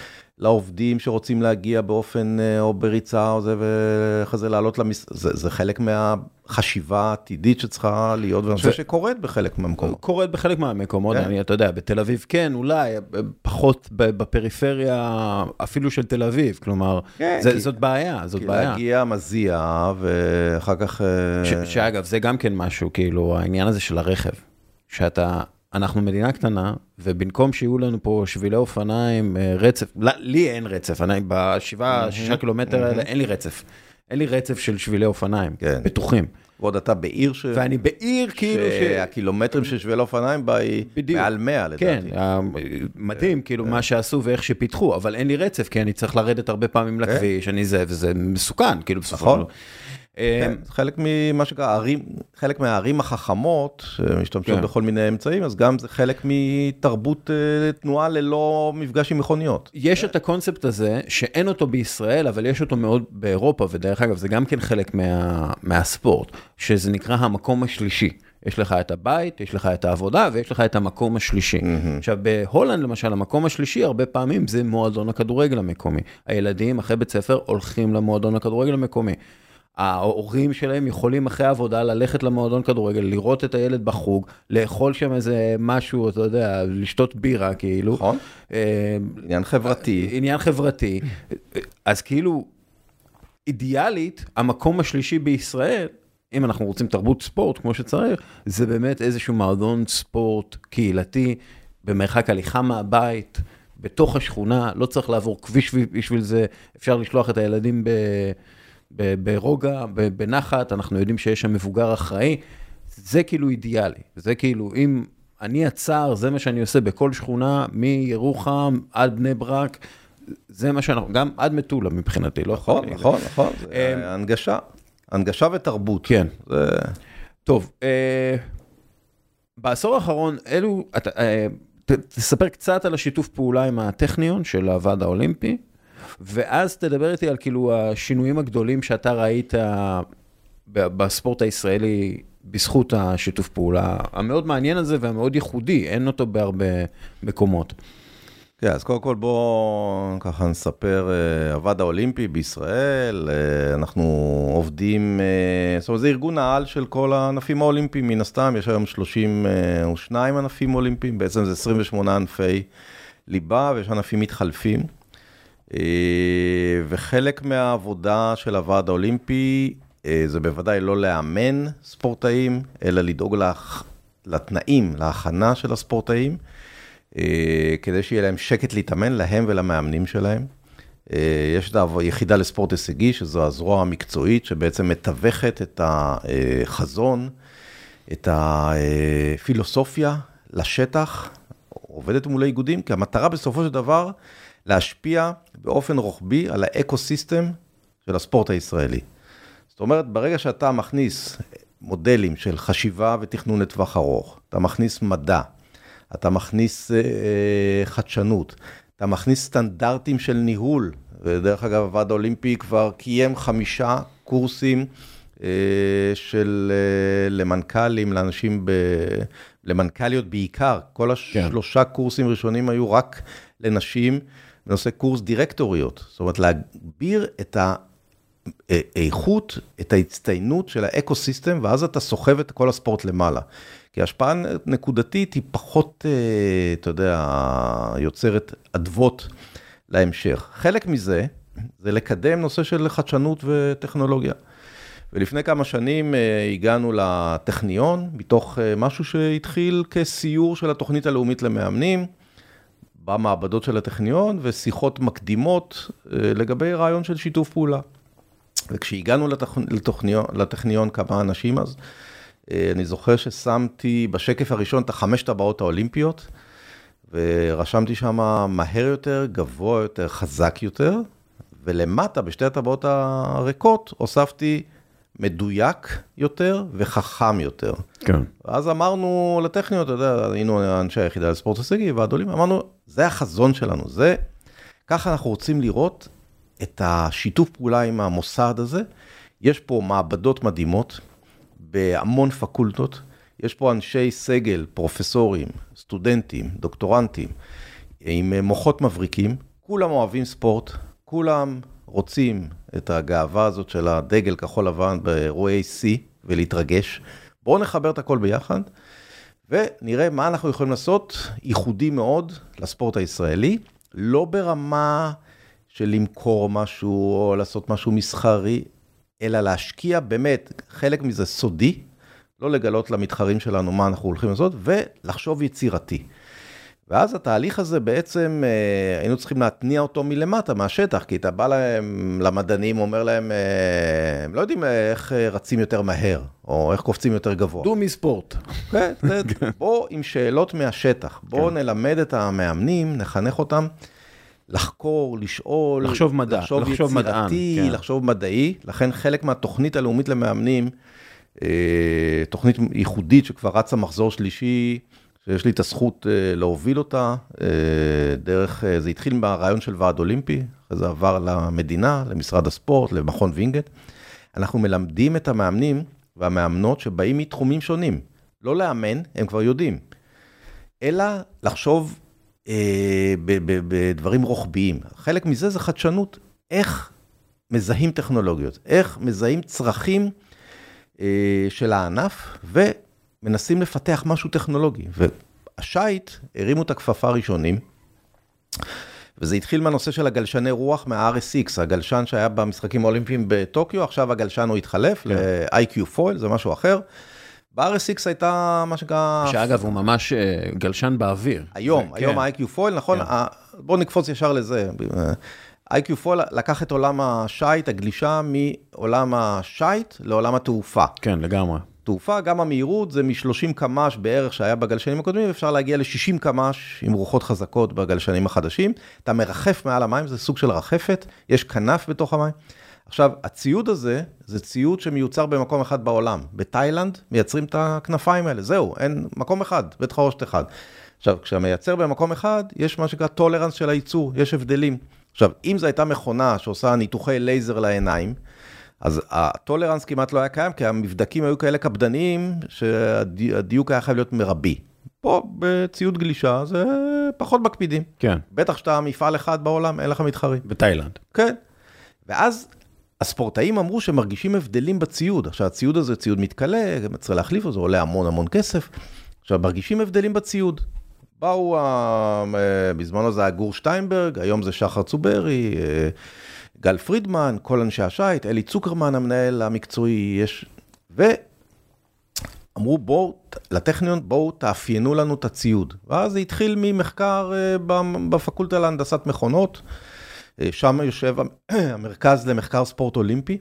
Speaker 2: לעובדים שרוצים להגיע באופן או בריצה או זה, ואיך זה לעלות זה חלק מהחשיבה העתידית שצריכה להיות, ואני חושב שקורית בחלק מהמקומות.
Speaker 1: קורית בחלק מהמקומות, אתה יודע, בתל אביב כן, אולי, פחות בפריפריה אפילו של תל אביב, כלומר, זאת בעיה, זאת בעיה.
Speaker 2: להגיע מזיע, ואחר כך...
Speaker 1: שאגב, זה גם כן משהו, כאילו, העניין הזה של הרכב, אנחנו מדינה קטנה, ובמקום שיהיו לנו פה שבילי אופניים, רצף, לי אין רצף, ב7-6 קילומטר האלה אין לי רצף. אין לי רצף של שבילי אופניים, בטוחים.
Speaker 2: ועוד אתה בעיר
Speaker 1: ואני בעיר כאילו
Speaker 2: הקילומטרים של שבילי אופניים בה היא מעל 100 לדעתי.
Speaker 1: כן, מדהים כאילו מה שעשו ואיך שפיתחו, אבל אין לי רצף, כי אני צריך לרדת הרבה פעמים לכביש, וזה מסוכן, כאילו בסופו של דבר.
Speaker 2: חלק ממה שקרה, חלק מהערים החכמות, שמשתמשות בכל מיני אמצעים, אז גם זה חלק מתרבות תנועה ללא מפגש עם מכוניות.
Speaker 1: יש את הקונספט הזה, שאין אותו בישראל, אבל יש אותו מאוד באירופה, ודרך אגב, זה גם כן חלק מהספורט, שזה נקרא המקום השלישי. יש לך את הבית, יש לך את העבודה, ויש לך את המקום השלישי. עכשיו, בהולנד, למשל, המקום השלישי, הרבה פעמים זה מועדון הכדורגל המקומי. הילדים, אחרי בית ספר, הולכים למועדון הכדורגל המקומי. ההורים שלהם יכולים אחרי העבודה ללכת למועדון כדורגל, לראות את הילד בחוג, לאכול שם איזה משהו, אתה יודע, לשתות בירה, כאילו.
Speaker 2: נכון. עניין חברתי.
Speaker 1: עניין חברתי. אז כאילו, אידיאלית, המקום השלישי בישראל, אם אנחנו רוצים תרבות ספורט, כמו שצריך, זה באמת איזשהו מועדון ספורט קהילתי, במרחק הליכה מהבית, בתוך השכונה, לא צריך לעבור כביש בשביל זה, אפשר לשלוח את הילדים ברוגע, בנחת, אנחנו יודעים שיש שם מבוגר אחראי, זה כאילו אידיאלי, זה כאילו, אם אני עצר, זה מה שאני עושה בכל שכונה, מירוחם עד בני ברק, זה מה שאנחנו, גם עד מטולה מבחינתי, לא
Speaker 2: נכון, נכון, נכון, הנגשה ותרבות.
Speaker 1: כן. טוב, בעשור האחרון, תספר קצת על השיתוף פעולה עם הטכניון של הוועד האולימפי, ואז תדבר איתי על כאילו השינויים הגדולים שאתה ראית בספורט הישראלי בזכות השיתוף פעולה המאוד מעניין הזה והמאוד ייחודי, אין אותו בהרבה מקומות.
Speaker 2: כן, אז קודם כל בואו ככה נספר, הוועד האולימפי בישראל, אנחנו עובדים, זאת אומרת זה ארגון העל של כל הענפים האולימפיים, מן הסתם יש היום 32 ענפים אולימפיים, בעצם זה 28 ענפי ליבה ויש ענפים מתחלפים. וחלק מהעבודה של הוועד האולימפי זה בוודאי לא לאמן ספורטאים, אלא לדאוג לתנאים, להכנה של הספורטאים, כדי שיהיה להם שקט להתאמן להם ולמאמנים שלהם. יש את היחידה לספורט הישגי, שזו הזרוע המקצועית, שבעצם מתווכת את החזון, את הפילוסופיה לשטח, עובדת מול האיגודים, כי המטרה בסופו של דבר, להשפיע באופן רוחבי על האקוסיסטם של הספורט הישראלי. זאת אומרת, ברגע שאתה מכניס מודלים של חשיבה ותכנון לטווח ארוך, אתה מכניס מדע, אתה מכניס חדשנות, אתה מכניס סטנדרטים של ניהול, ודרך אגב, הוועד האולימפי כבר קיים 5 קורסים של למנכ"לים, לאנשים, למנכ"ליות בעיקר, כל 3 קורסים ראשונים היו רק לנשים, בנושא קורס דירקטוריות, זאת אומרת להגביר את האיכות, את ההצטיינות של האקוסיסטם, ואז אתה סוחב את כל הספורט למעלה. כי ההשפעה נקודתית היא פחות, אתה יודע, יוצרת אדוות להמשך. חלק מזה, זה לקדם נושא של חדשנות וטכנולוגיה. ולפני כמה שנים הגענו לטכניון, מתוך משהו שהתחיל כסיור של התוכנית הלאומית למאמנים, במעבדות של הטכניון, ושיחות מקדימות לגבי רעיון של שיתוף פעולה. וכשהגענו לטכניון כמה אנשים אז, אני זוכר ששמתי בשקף הראשון את 5 טבעות האולימפיות, ורשמתי שם מהר יותר, גבוה יותר, חזק יותר, ולמטה בשתי הטבעות הריקות הוספתי מדויק יותר וחכם יותר.
Speaker 1: כן.
Speaker 2: ואז אמרנו לטכניון, אתה יודע, היינו אנשי היחידה לספורט הישגי, ועד עולים, אמרנו, זה החזון שלנו, זה, ככה אנחנו רוצים לראות את השיתוף פעולה עם המוסד הזה. יש פה מעבדות מדהימות, בהמון פקולטות, יש פה אנשי סגל, פרופסורים, סטודנטים, דוקטורנטים, עם מוחות מבריקים, כולם אוהבים ספורט, כולם רוצים את הגאווה הזאת של הדגל כחול לבן באירועי C ולהתרגש. בואו נחבר את הכל ביחד, ונראה מה אנחנו יכולים לעשות, ייחודי מאוד לספורט הישראלי, לא ברמה של למכור משהו או לעשות משהו מסחרי, אלא להשקיע באמת, חלק מזה סודי, לא לגלות למתחרים שלנו מה אנחנו הולכים לעשות, ולחשוב יצירתי. ואז התהליך הזה בעצם, היינו צריכים להתניע אותו מלמטה, מהשטח, כי אתה בא להם, למדענים, אומר להם, הם לא יודעים איך רצים יותר מהר, או איך קופצים יותר גבוה.
Speaker 1: דו מספורט.
Speaker 2: כן, בוא עם שאלות מהשטח, בוא נלמד את המאמנים, נחנך אותם, לחקור, לשאול,
Speaker 1: לחשוב מדע,
Speaker 2: לחשוב יצירתי,
Speaker 1: מדען,
Speaker 2: לחשוב מדעי, לכן חלק מהתוכנית הלאומית למאמנים, תוכנית ייחודית שכבר רצה מחזור שלישי, שיש לי את הזכות להוביל אותה, דרך, זה התחיל ברעיון של ועד אולימפי, אחרי זה עבר למדינה, למשרד הספורט, למכון וינגייט. אנחנו מלמדים את המאמנים והמאמנות שבאים מתחומים שונים, לא לאמן, הם כבר יודעים, אלא לחשוב בדברים רוחביים. חלק מזה זה חדשנות, איך מזהים טכנולוגיות, איך מזהים צרכים של הענף, ומנסים לפתח משהו טכנולוגי. והשייט הרימו את הכפפה הראשונים, וזה התחיל מהנושא של הגלשני רוח מה-RSX, הגלשן שהיה במשחקים האולימפיים בטוקיו, עכשיו הגלשן הוא התחלף ל-IQ Foil, זה משהו אחר. ב-RSX הייתה מה שנקרא...
Speaker 1: שאגב הוא ממש גלשן באוויר.
Speaker 2: היום ה-IQ Foil, נכון? בואו נקפוץ ישר לזה. IQ Foil לקח את עולם השייט, הגלישה מעולם השייט לעולם התעופה.
Speaker 1: כן, לגמרי.
Speaker 2: תעופה, גם המהירות, זה מ-30 קמ"ש בערך שהיה בגלשנים הקודמים, אפשר להגיע ל-60 קמ"ש עם רוחות חזקות בגלשנים החדשים. אתה מרחף מעל המים, זה סוג של רחפת, יש כנף בתוך המים. עכשיו, הציוד הזה, זה ציוד שמיוצר במקום אחד בעולם. בתאילנד מייצרים את הכנפיים האלה, זהו, אין מקום אחד, בית חרושת אחד. עכשיו, כשמייצר במקום אחד, יש מה שנקרא טולרנס של הייצור, יש הבדלים. עכשיו, אם זו הייתה מכונה שעושה ניתוחי לייזר לעיניים, אז הטולרנס כמעט לא היה קיים, כי המבדקים היו כאלה קפדניים, שהדיוק היה חייב להיות מרבי. פה בציוד גלישה זה פחות מקפידים.
Speaker 1: כן.
Speaker 2: בטח שאתה מפעל אחד בעולם, אין לך מתחרים.
Speaker 1: בתאילנד.
Speaker 2: כן. ואז הספורטאים אמרו שמרגישים הבדלים בציוד. עכשיו, הציוד הזה ציוד מתקלה, גם צריך להחליף אותו, עולה המון המון כסף. עכשיו, מרגישים הבדלים בציוד. באו, בזמנו זה היה גור שטיינברג, היום זה שחר צוברי, גל פרידמן, כל אנשי השייט, אלי צוקרמן, המנהל המקצועי, יש... ואמרו, בואו, לטכניון, בואו תאפיינו לנו את הציוד. ואז זה התחיל ממחקר בפקולטה להנדסת מכונות, שם יושב המרכז למחקר ספורט אולימפי,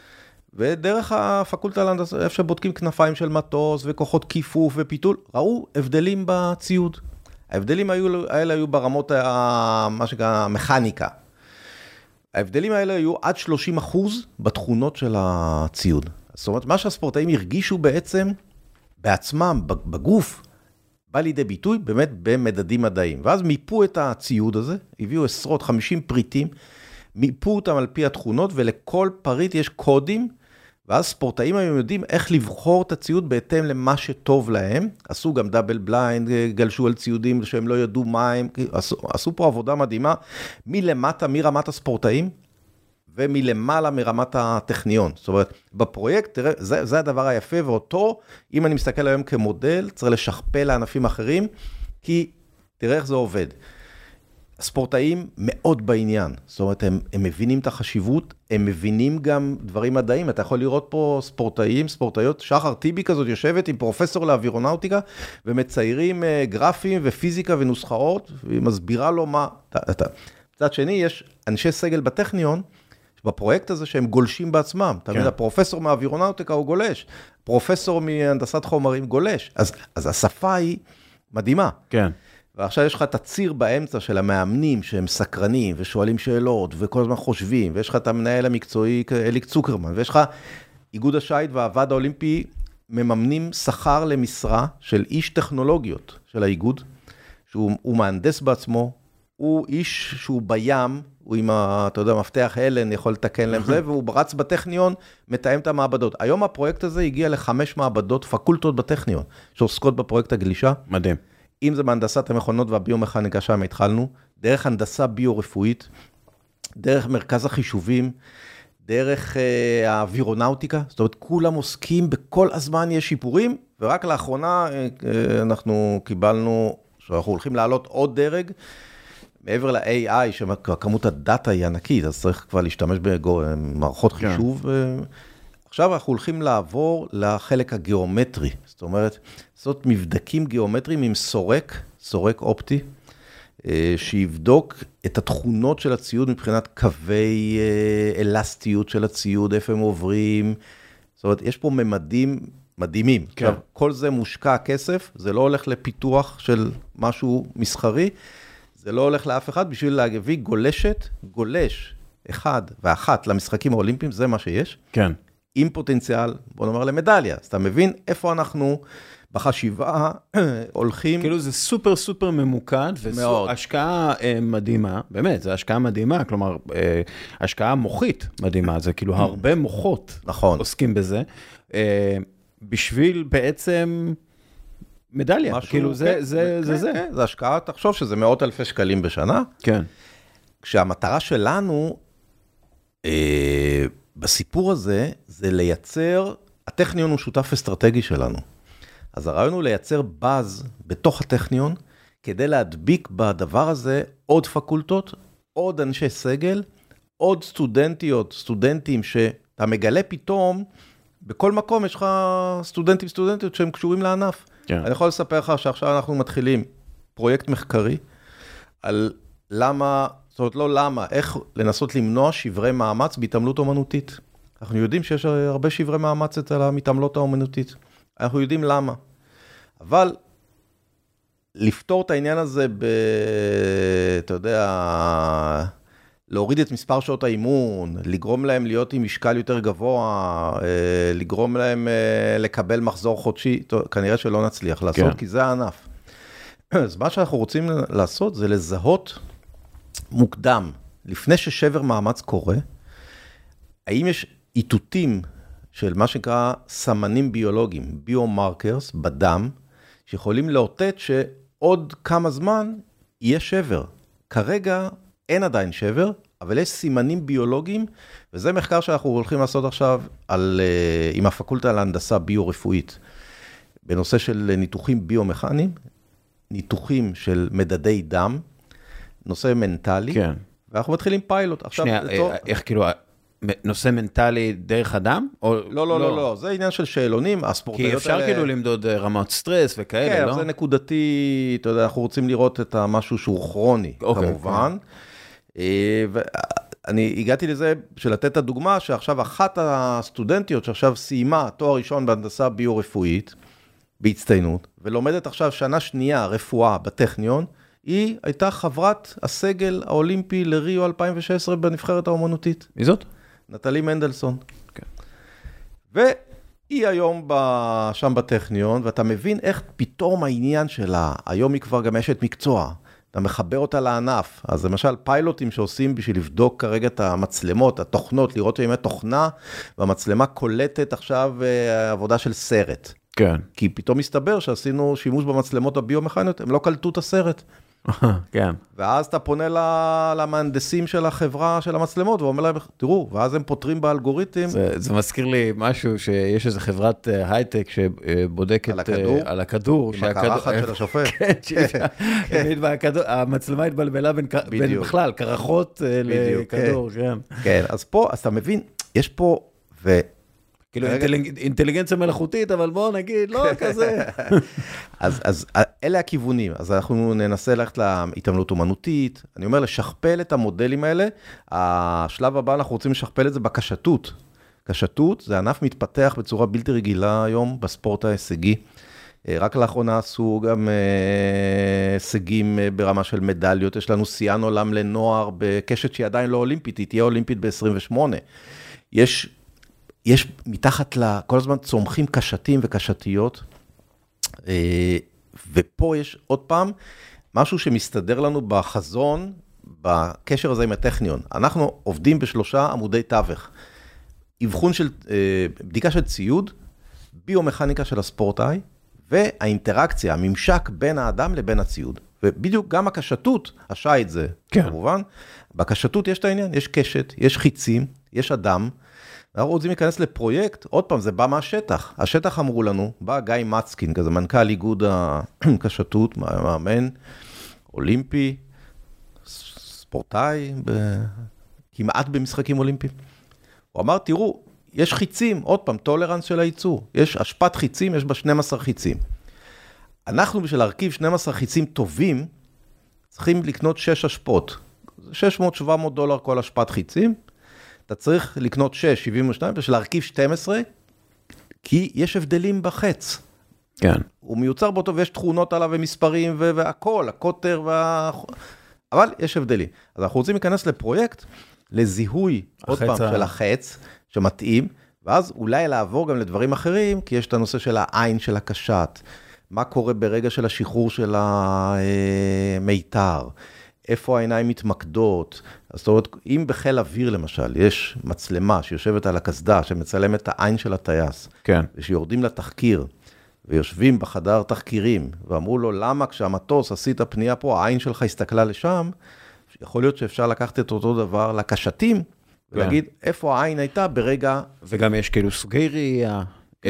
Speaker 2: ודרך הפקולטה להנדסת, איפה שבודקים כנפיים של מטוס וכוחות כיפוף ופיתול, ראו הבדלים בציוד. ההבדלים האלה היו ברמות, מה שנקרא, מכניקה. ההבדלים האלה היו עד 30% בתכונות של הציוד. זאת אומרת, מה שהספורטאים הרגישו בעצם, בעצמם, בגוף, בא לידי ביטוי באמת במדדים מדעיים. ואז מיפו את הציוד הזה, הביאו 50 פריטים, מיפו אותם על פי התכונות, ולכל פריט יש קודים, ואז ספורטאים היום יודעים איך לבחור את הציוד בהתאם למה שטוב להם. עשו גם דאבל בליינד, גלשו על ציודים שהם לא ידעו מה הם, עשו פה עבודה מדהימה, מלמטה, מרמת הספורטאים, ומלמעלה מרמת הטכניון. זאת אומרת, בפרויקט, תראה, זה הדבר היפה, ואותו, אם אני מסתכל היום כמודל, צריך לשכפל לענפים אחרים, כי תראה איך זה עובד. הספורטאים מאוד בעניין, זאת אומרת, הם מבינים את החשיבות, הם מבינים גם דברים מדעיים, אתה יכול לראות פה ספורטאים, ספורטאיות, שחר טיבי כזאת יושבת עם פרופסור לאווירונאוטיקה, ומציירים גרפים ופיזיקה ונוסחאות, והיא מסבירה לו מה... מצד שני, יש אנשי סגל בטכניון, בפרויקט הזה שהם גולשים בעצמם, תמיד הפרופסור מהאווירונאוטיקה הוא גולש, פרופסור מהנדסת חומרים גולש, אז השפה היא מדהימה.
Speaker 1: כן.
Speaker 2: ועכשיו יש לך את הציר באמצע של המאמנים שהם סקרנים ושואלים שאלות וכל הזמן חושבים, ויש לך את המנהל המקצועי אלי צוקרמן, ויש לך איגוד השייט והוועד האולימפי מממנים שכר למשרה של איש טכנולוגיות של האיגוד, שהוא מהנדס בעצמו, הוא איש שהוא בים, הוא עם, אתה יודע, מפתח הלן, יכול לתקן להם זה, והוא רץ בטכניון, מתאם את המעבדות. היום הפרויקט הזה הגיע ל5 מעבדות, פקולטות בטכניון, שעוסקות בפרויקט הגלישה.
Speaker 1: מדהים.
Speaker 2: אם זה בהנדסת המכונות והביומכניקה שם התחלנו, דרך הנדסה ביו-רפואית, דרך מרכז החישובים, דרך האווירונאוטיקה, זאת אומרת, כולם עוסקים, בכל הזמן יש שיפורים, ורק לאחרונה אנחנו קיבלנו, שאנחנו הולכים לעלות עוד דרג, מעבר ל-AI, שכמות הדאטה היא ענקית, אז צריך כבר להשתמש במערכות חישוב. עכשיו אנחנו הולכים לעבור לחלק הגיאומטרי, זאת אומרת, זאת מבדקים גיאומטריים עם סורק אופטי, שיבדוק את התכונות של הציוד מבחינת קווי אלסטיות של הציוד, איפה הם עוברים, זאת אומרת, יש פה ממדים מדהימים. כן. עכשיו, כל זה מושקע כסף, זה לא הולך לפיתוח של משהו מסחרי, זה לא הולך לאף אחד, בשביל להביא גולש אחד ואחת למשחקים האולימפיים, זה מה שיש. כן. עם פוטנציאל, בוא נאמר למדליה. אז אתה מבין איפה אנחנו בחשיבה הולכים. כאילו
Speaker 1: זה סופר סופר ממוקד, והשקעה מדהימה, באמת, זה השקעה מדהימה, כלומר, השקעה מוחית מדהימה, זה כאילו הרבה מוחות עוסקים בזה, בשביל בעצם מדליה, כאילו זה.
Speaker 2: זה השקעה, תחשוב שזה מאות אלפי שקלים בשנה.
Speaker 1: כן.
Speaker 2: כשהמטרה שלנו, בסיפור הזה, זה לייצר, הטכניון הוא שותף אסטרטגי שלנו. אז הרעיון הוא לייצר באז בתוך הטכניון, כדי להדביק בדבר הזה עוד פקולטות, עוד אנשי סגל, עוד סטודנטים שאתה מגלה פתאום, בכל מקום יש לך סטודנטיות שהם קשורים לענף. כן. אני יכול לספר לך שעכשיו אנחנו מתחילים פרויקט מחקרי, על למה, זאת אומרת לא למה, איך לנסות למנוע שברי מאמץ בהתעמלות אומנותית. אנחנו יודעים שיש הרבה שברי מאמץ אצל המתעמלות האומנותית. אנחנו יודעים למה. אבל לפתור את העניין הזה אתה יודע, להוריד את מספר שעות האימון, לגרום להם להיות עם משקל יותר גבוה, לגרום להם לקבל מחזור חודשי, כנראה שלא נצליח לעשות, כן. כי זה הענף. אז מה שאנחנו רוצים לעשות זה לזהות מוקדם, לפני ששבר מאמץ קורה, האם יש איתותים של מה שנקרא סמנים ביולוגיים, ביומרקרס בדם, שיכולים לאותת שעוד כמה זמן יהיה שבר. כרגע אין עדיין שבר, אבל יש סימנים ביולוגיים, וזה מחקר שאנחנו הולכים לעשות עכשיו עם הפקולטה להנדסה ביו-רפואית, בנושא של ניתוחים ביומכניים, ניתוחים של מדדי דם, נושא מנטלי, כן. ואנחנו מתחילים פיילוט.
Speaker 1: שנייה, איך כאילו... נושא מנטלי דרך אדם?
Speaker 2: לא, זה עניין של שאלונים,
Speaker 1: כי אפשר כאילו למדוד רמות סטרס וכאלה, לא?
Speaker 2: כן, זה נקודתי, אתה יודע, אנחנו רוצים לראות את המשהו שהוא כרוני, כמובן. אני הגעתי לזה, של לתת את הדוגמה, שעכשיו אחת הסטודנטיות שעכשיו סיימה תואר ראשון בהנדסה ביו-רפואית, בהצטיינות, ולומדת עכשיו שנה שנייה רפואה בטכניון, היא הייתה חברת הסגל האולימפי לריו 2016 בנבחרת האומנותית.
Speaker 1: מי זאת?
Speaker 2: נטלי מנדלסון. והיא היום שם בטכניון, ואתה מבין איך פתאום העניין שלה, היום היא כבר גם אשת מקצוע, אתה מחבר אותה לענף, אז למשל פיילוטים שעושים בשביל לבדוק כרגע את המצלמות, התוכנות, לראות אם היא תוכנה, והמצלמה קולטת עכשיו עבודה של סרט.
Speaker 1: כן.
Speaker 2: כי פתאום מסתבר שעשינו שימוש במצלמות הביומכניות, הם לא קלטו את הסרט.
Speaker 1: כן.
Speaker 2: ואז אתה פונה למהנדסים של החברה של המצלמות, ואומר להם, תראו, ואז הם פותרים באלגוריתם.
Speaker 1: זה מזכיר לי משהו, שיש איזו חברת הייטק שבודקת על הכדור.
Speaker 2: עם הקרחת של השופט.
Speaker 1: כן, המצלמה התבלבלה בין בכלל, קרחות לכדור.
Speaker 2: כן, אז פה, אז אתה מבין, יש פה,
Speaker 1: כאילו אינטליגנציה מלאכותית, אבל בואו נגיד, לא כזה.
Speaker 2: אז אלה הכיוונים, אז אנחנו ננסה ללכת להתעמלות אומנותית, אני אומר לשכפל את המודלים האלה, השלב הבא אנחנו רוצים לשכפל את זה בקשתות. קשתות זה ענף מתפתח בצורה בלתי רגילה היום בספורט ההישגי, רק לאחרונה עשו גם הישגים ברמה של מדליות, יש לנו שיאן עולם לנוער בקשת שהיא עדיין לא אולימפית, היא תהיה אולימפית ב-28. יש מתחת כל הזמן צומחים קשתים וקשתיות, ופה יש עוד פעם משהו שמסתדר לנו בחזון, בקשר הזה עם הטכניון. אנחנו עובדים בשלושה עמודי תווך. אבחון של, בדיקה של ציוד, ביומכניקה של הספורטאי, והאינטראקציה, הממשק בין האדם לבין הציוד. ובדיוק גם הקשתות, השייט זה,
Speaker 1: כן.
Speaker 2: כמובן, בקשתות יש את העניין, יש קשת, יש חיצים, יש אדם, אנחנו רוצים להיכנס לפרויקט, עוד פעם, זה בא מהשטח. השטח אמרו לנו, בא גיא מצקין, כזה מנכ"ל איגוד הקשתות, מאמן, אולימפי, ספורטאי, כמעט במשחקים אולימפיים. הוא אמר, תראו, יש חיצים, עוד פעם, טולרנס של הייצור. יש השפעת חיצים, יש בה 12 חיצים. אנחנו בשביל להרכיב 12 חיצים טובים, צריכים לקנות 6 השפעות. $600-700 כל השפעת חיצים. אתה צריך לקנות 6, 72, בשביל להרכיב 12, כי יש הבדלים בחץ.
Speaker 1: כן.
Speaker 2: הוא מיוצר באותו, ויש תכונות עליו ומספרים והכל, הקוטר אבל יש הבדלים. אז אנחנו רוצים להיכנס לפרויקט, לזיהוי, עוד פעם, של החץ, שמתאים, ואז אולי לעבור גם לדברים אחרים, כי יש את הנושא של העין של הקשת, מה קורה ברגע של השחרור של המיתר, איפה העיניים מתמקדות, זאת אומרת, אם בחיל אוויר למשל, יש מצלמה שיושבת על הכסדה, שמצלמת את העין של הטייס,
Speaker 1: כן.
Speaker 2: ושיורדים לתחקיר, ויושבים בחדר תחקירים, ואמרו לו, למה כשהמטוס עשית פנייה פה, העין שלך הסתכלה לשם, יכול להיות שאפשר לקחת את אותו דבר לקשתים, ולהגיד איפה העין הייתה ברגע...
Speaker 1: וגם יש כאילו סוגי ראייה.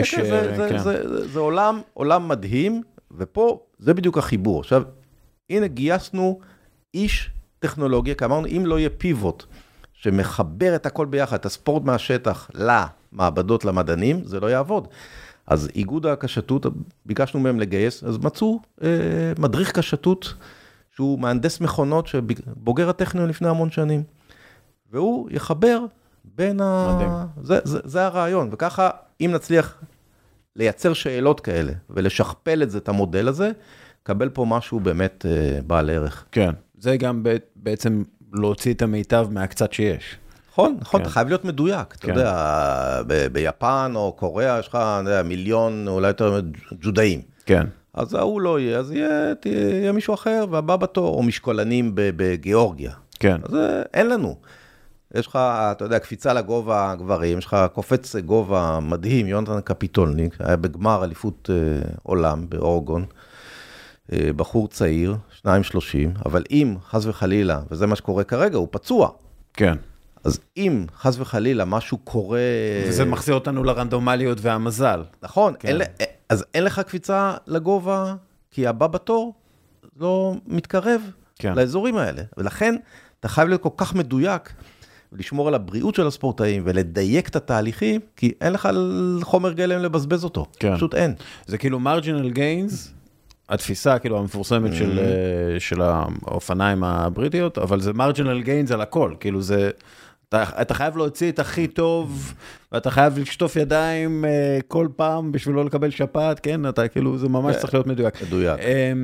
Speaker 2: זה עולם מדהים, ופה זה בדיוק החיבור. עכשיו, הנה גייסנו איש טכנולוגיה, כי אמרנו, אם לא יהיה פיבוט, שמחבר את הכל ביחד, את הספורט מהשטח למעבדות, למדענים, זה לא יעבוד. אז איגוד הקשתות, ביקשנו מהם לגייס, אז מצאו מדריך קשתות, שהוא מהנדס מכונות, שבוגר הטכניון לפני המון שנים. והוא יחבר בין זה הרעיון, וככה, אם נצליח לייצר שאלות כאלה, ולשכפל את המודל הזה, קבל פה משהו באמת בעל ערך.
Speaker 1: כן, זה גם בעצם להוציא את המיטב מהקצת שיש.
Speaker 2: נכון, אתה חייב להיות מדויק. אתה יודע, ביפן או קוריאה, יש לך מיליון, אולי יותר ג'ודאים.
Speaker 1: כן.
Speaker 2: אז הוא לא יהיה, אז יהיה מישהו אחר, והבא בתור, או משקולנים בגיאורגיה.
Speaker 1: כן.
Speaker 2: אז אין לנו. יש לך, אתה יודע, קפיצה לגובה גברים, יש לך קופץ גובה מדהים, יונתן קפיטולניק, היה בגמר אליפות עולם באורגון, בחור צעיר, 2.30, אבל אם חס וחלילה, וזה מה שקורה כרגע, הוא פצוע.
Speaker 1: כן.
Speaker 2: אז אם חס וחלילה משהו קורה...
Speaker 1: וזה מחזיר אותנו לרנדומליות והמזל.
Speaker 2: נכון, כן. אז אין לך קפיצה לגובה, כי הבא בתור לא מתקרב לאזורים האלה. ולכן אתה חייב להיות כל כך מדויק, ולשמור על הבריאות של הספורטאים, ולדייק את התהליכים, כי אין לך חומר גלם לבזבז אותו.
Speaker 1: כן.
Speaker 2: פשוט אין.
Speaker 1: זה כאילו marginal gains, התפיסה כאילו המפורסמת של האופניים הבריטיות, אבל זה marginal gains על הכל, כאילו זה... אתה חייב להוציא את הכי טוב, ואתה חייב לשטוף ידיים כל פעם בשביל לא לקבל שפעת, כן? אתה כאילו, זה ממש צריך להיות מדויק.
Speaker 2: מדויק.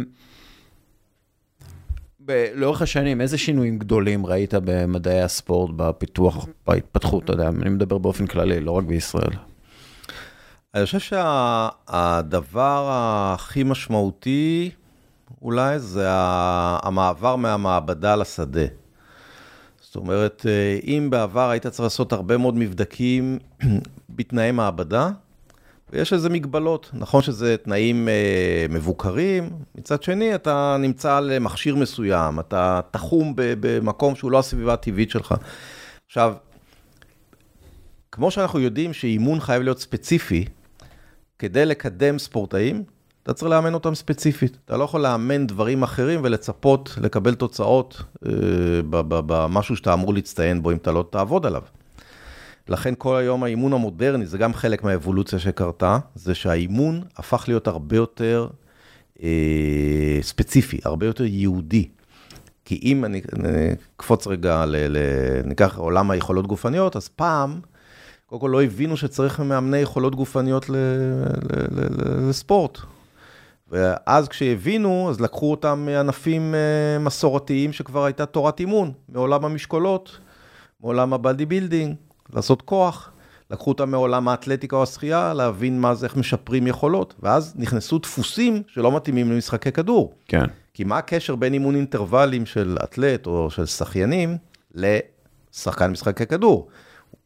Speaker 1: לאורך השנים, איזה שינויים גדולים ראית במדעי הספורט, בפיתוח, בהתפתחות, אתה יודע, אני מדבר באופן כללי, לא רק בישראל.
Speaker 2: אני חושב שהדבר הכי משמעותי, אולי, זה המעבר מהמעבדה לשדה. זאת אומרת, אם בעבר היית צריך לעשות הרבה מאוד מבדקים בתנאי מעבדה, ויש איזה מגבלות, נכון שזה תנאים מבוקרים, מצד שני אתה נמצא על מכשיר מסוים, אתה תחום במקום שהוא לא הסביבה הטבעית שלך. עכשיו, כמו שאנחנו יודעים שאימון חייב להיות ספציפי, כדי לקדם ספורטאים, אתה צריך לאמן אותם ספציפית. אתה לא יכול לאמן דברים אחרים ולצפות לקבל תוצאות במשהו שאתה אמור להצטיין בו אם אתה לא תעבוד עליו. לכן כל היום האימון המודרני, זה גם חלק מהאבולוציה שקרתה, זה שהאימון הפך להיות הרבה יותר ספציפי, הרבה יותר יהודי. כי אם אני קפוץ רגע, ניקח עולם היכולות גופניות, אז פעם, קודם כל לא הבינו שצריך מאמני יכולות גופניות לספורט. ואז כשהבינו, אז לקחו אותם מענפים מסורתיים שכבר הייתה תורת אימון, מעולם המשקולות, מעולם הבאדי בילדינג, לעשות כוח, לקחו אותם מעולם האתלטיקה או השחייה, להבין מה זה, איך משפרים יכולות, ואז נכנסו דפוסים שלא מתאימים למשחקי כדור.
Speaker 1: כן.
Speaker 2: כי מה הקשר בין אימון אינטרוולים של אתלט או של שחיינים לשחקן משחקי כדור?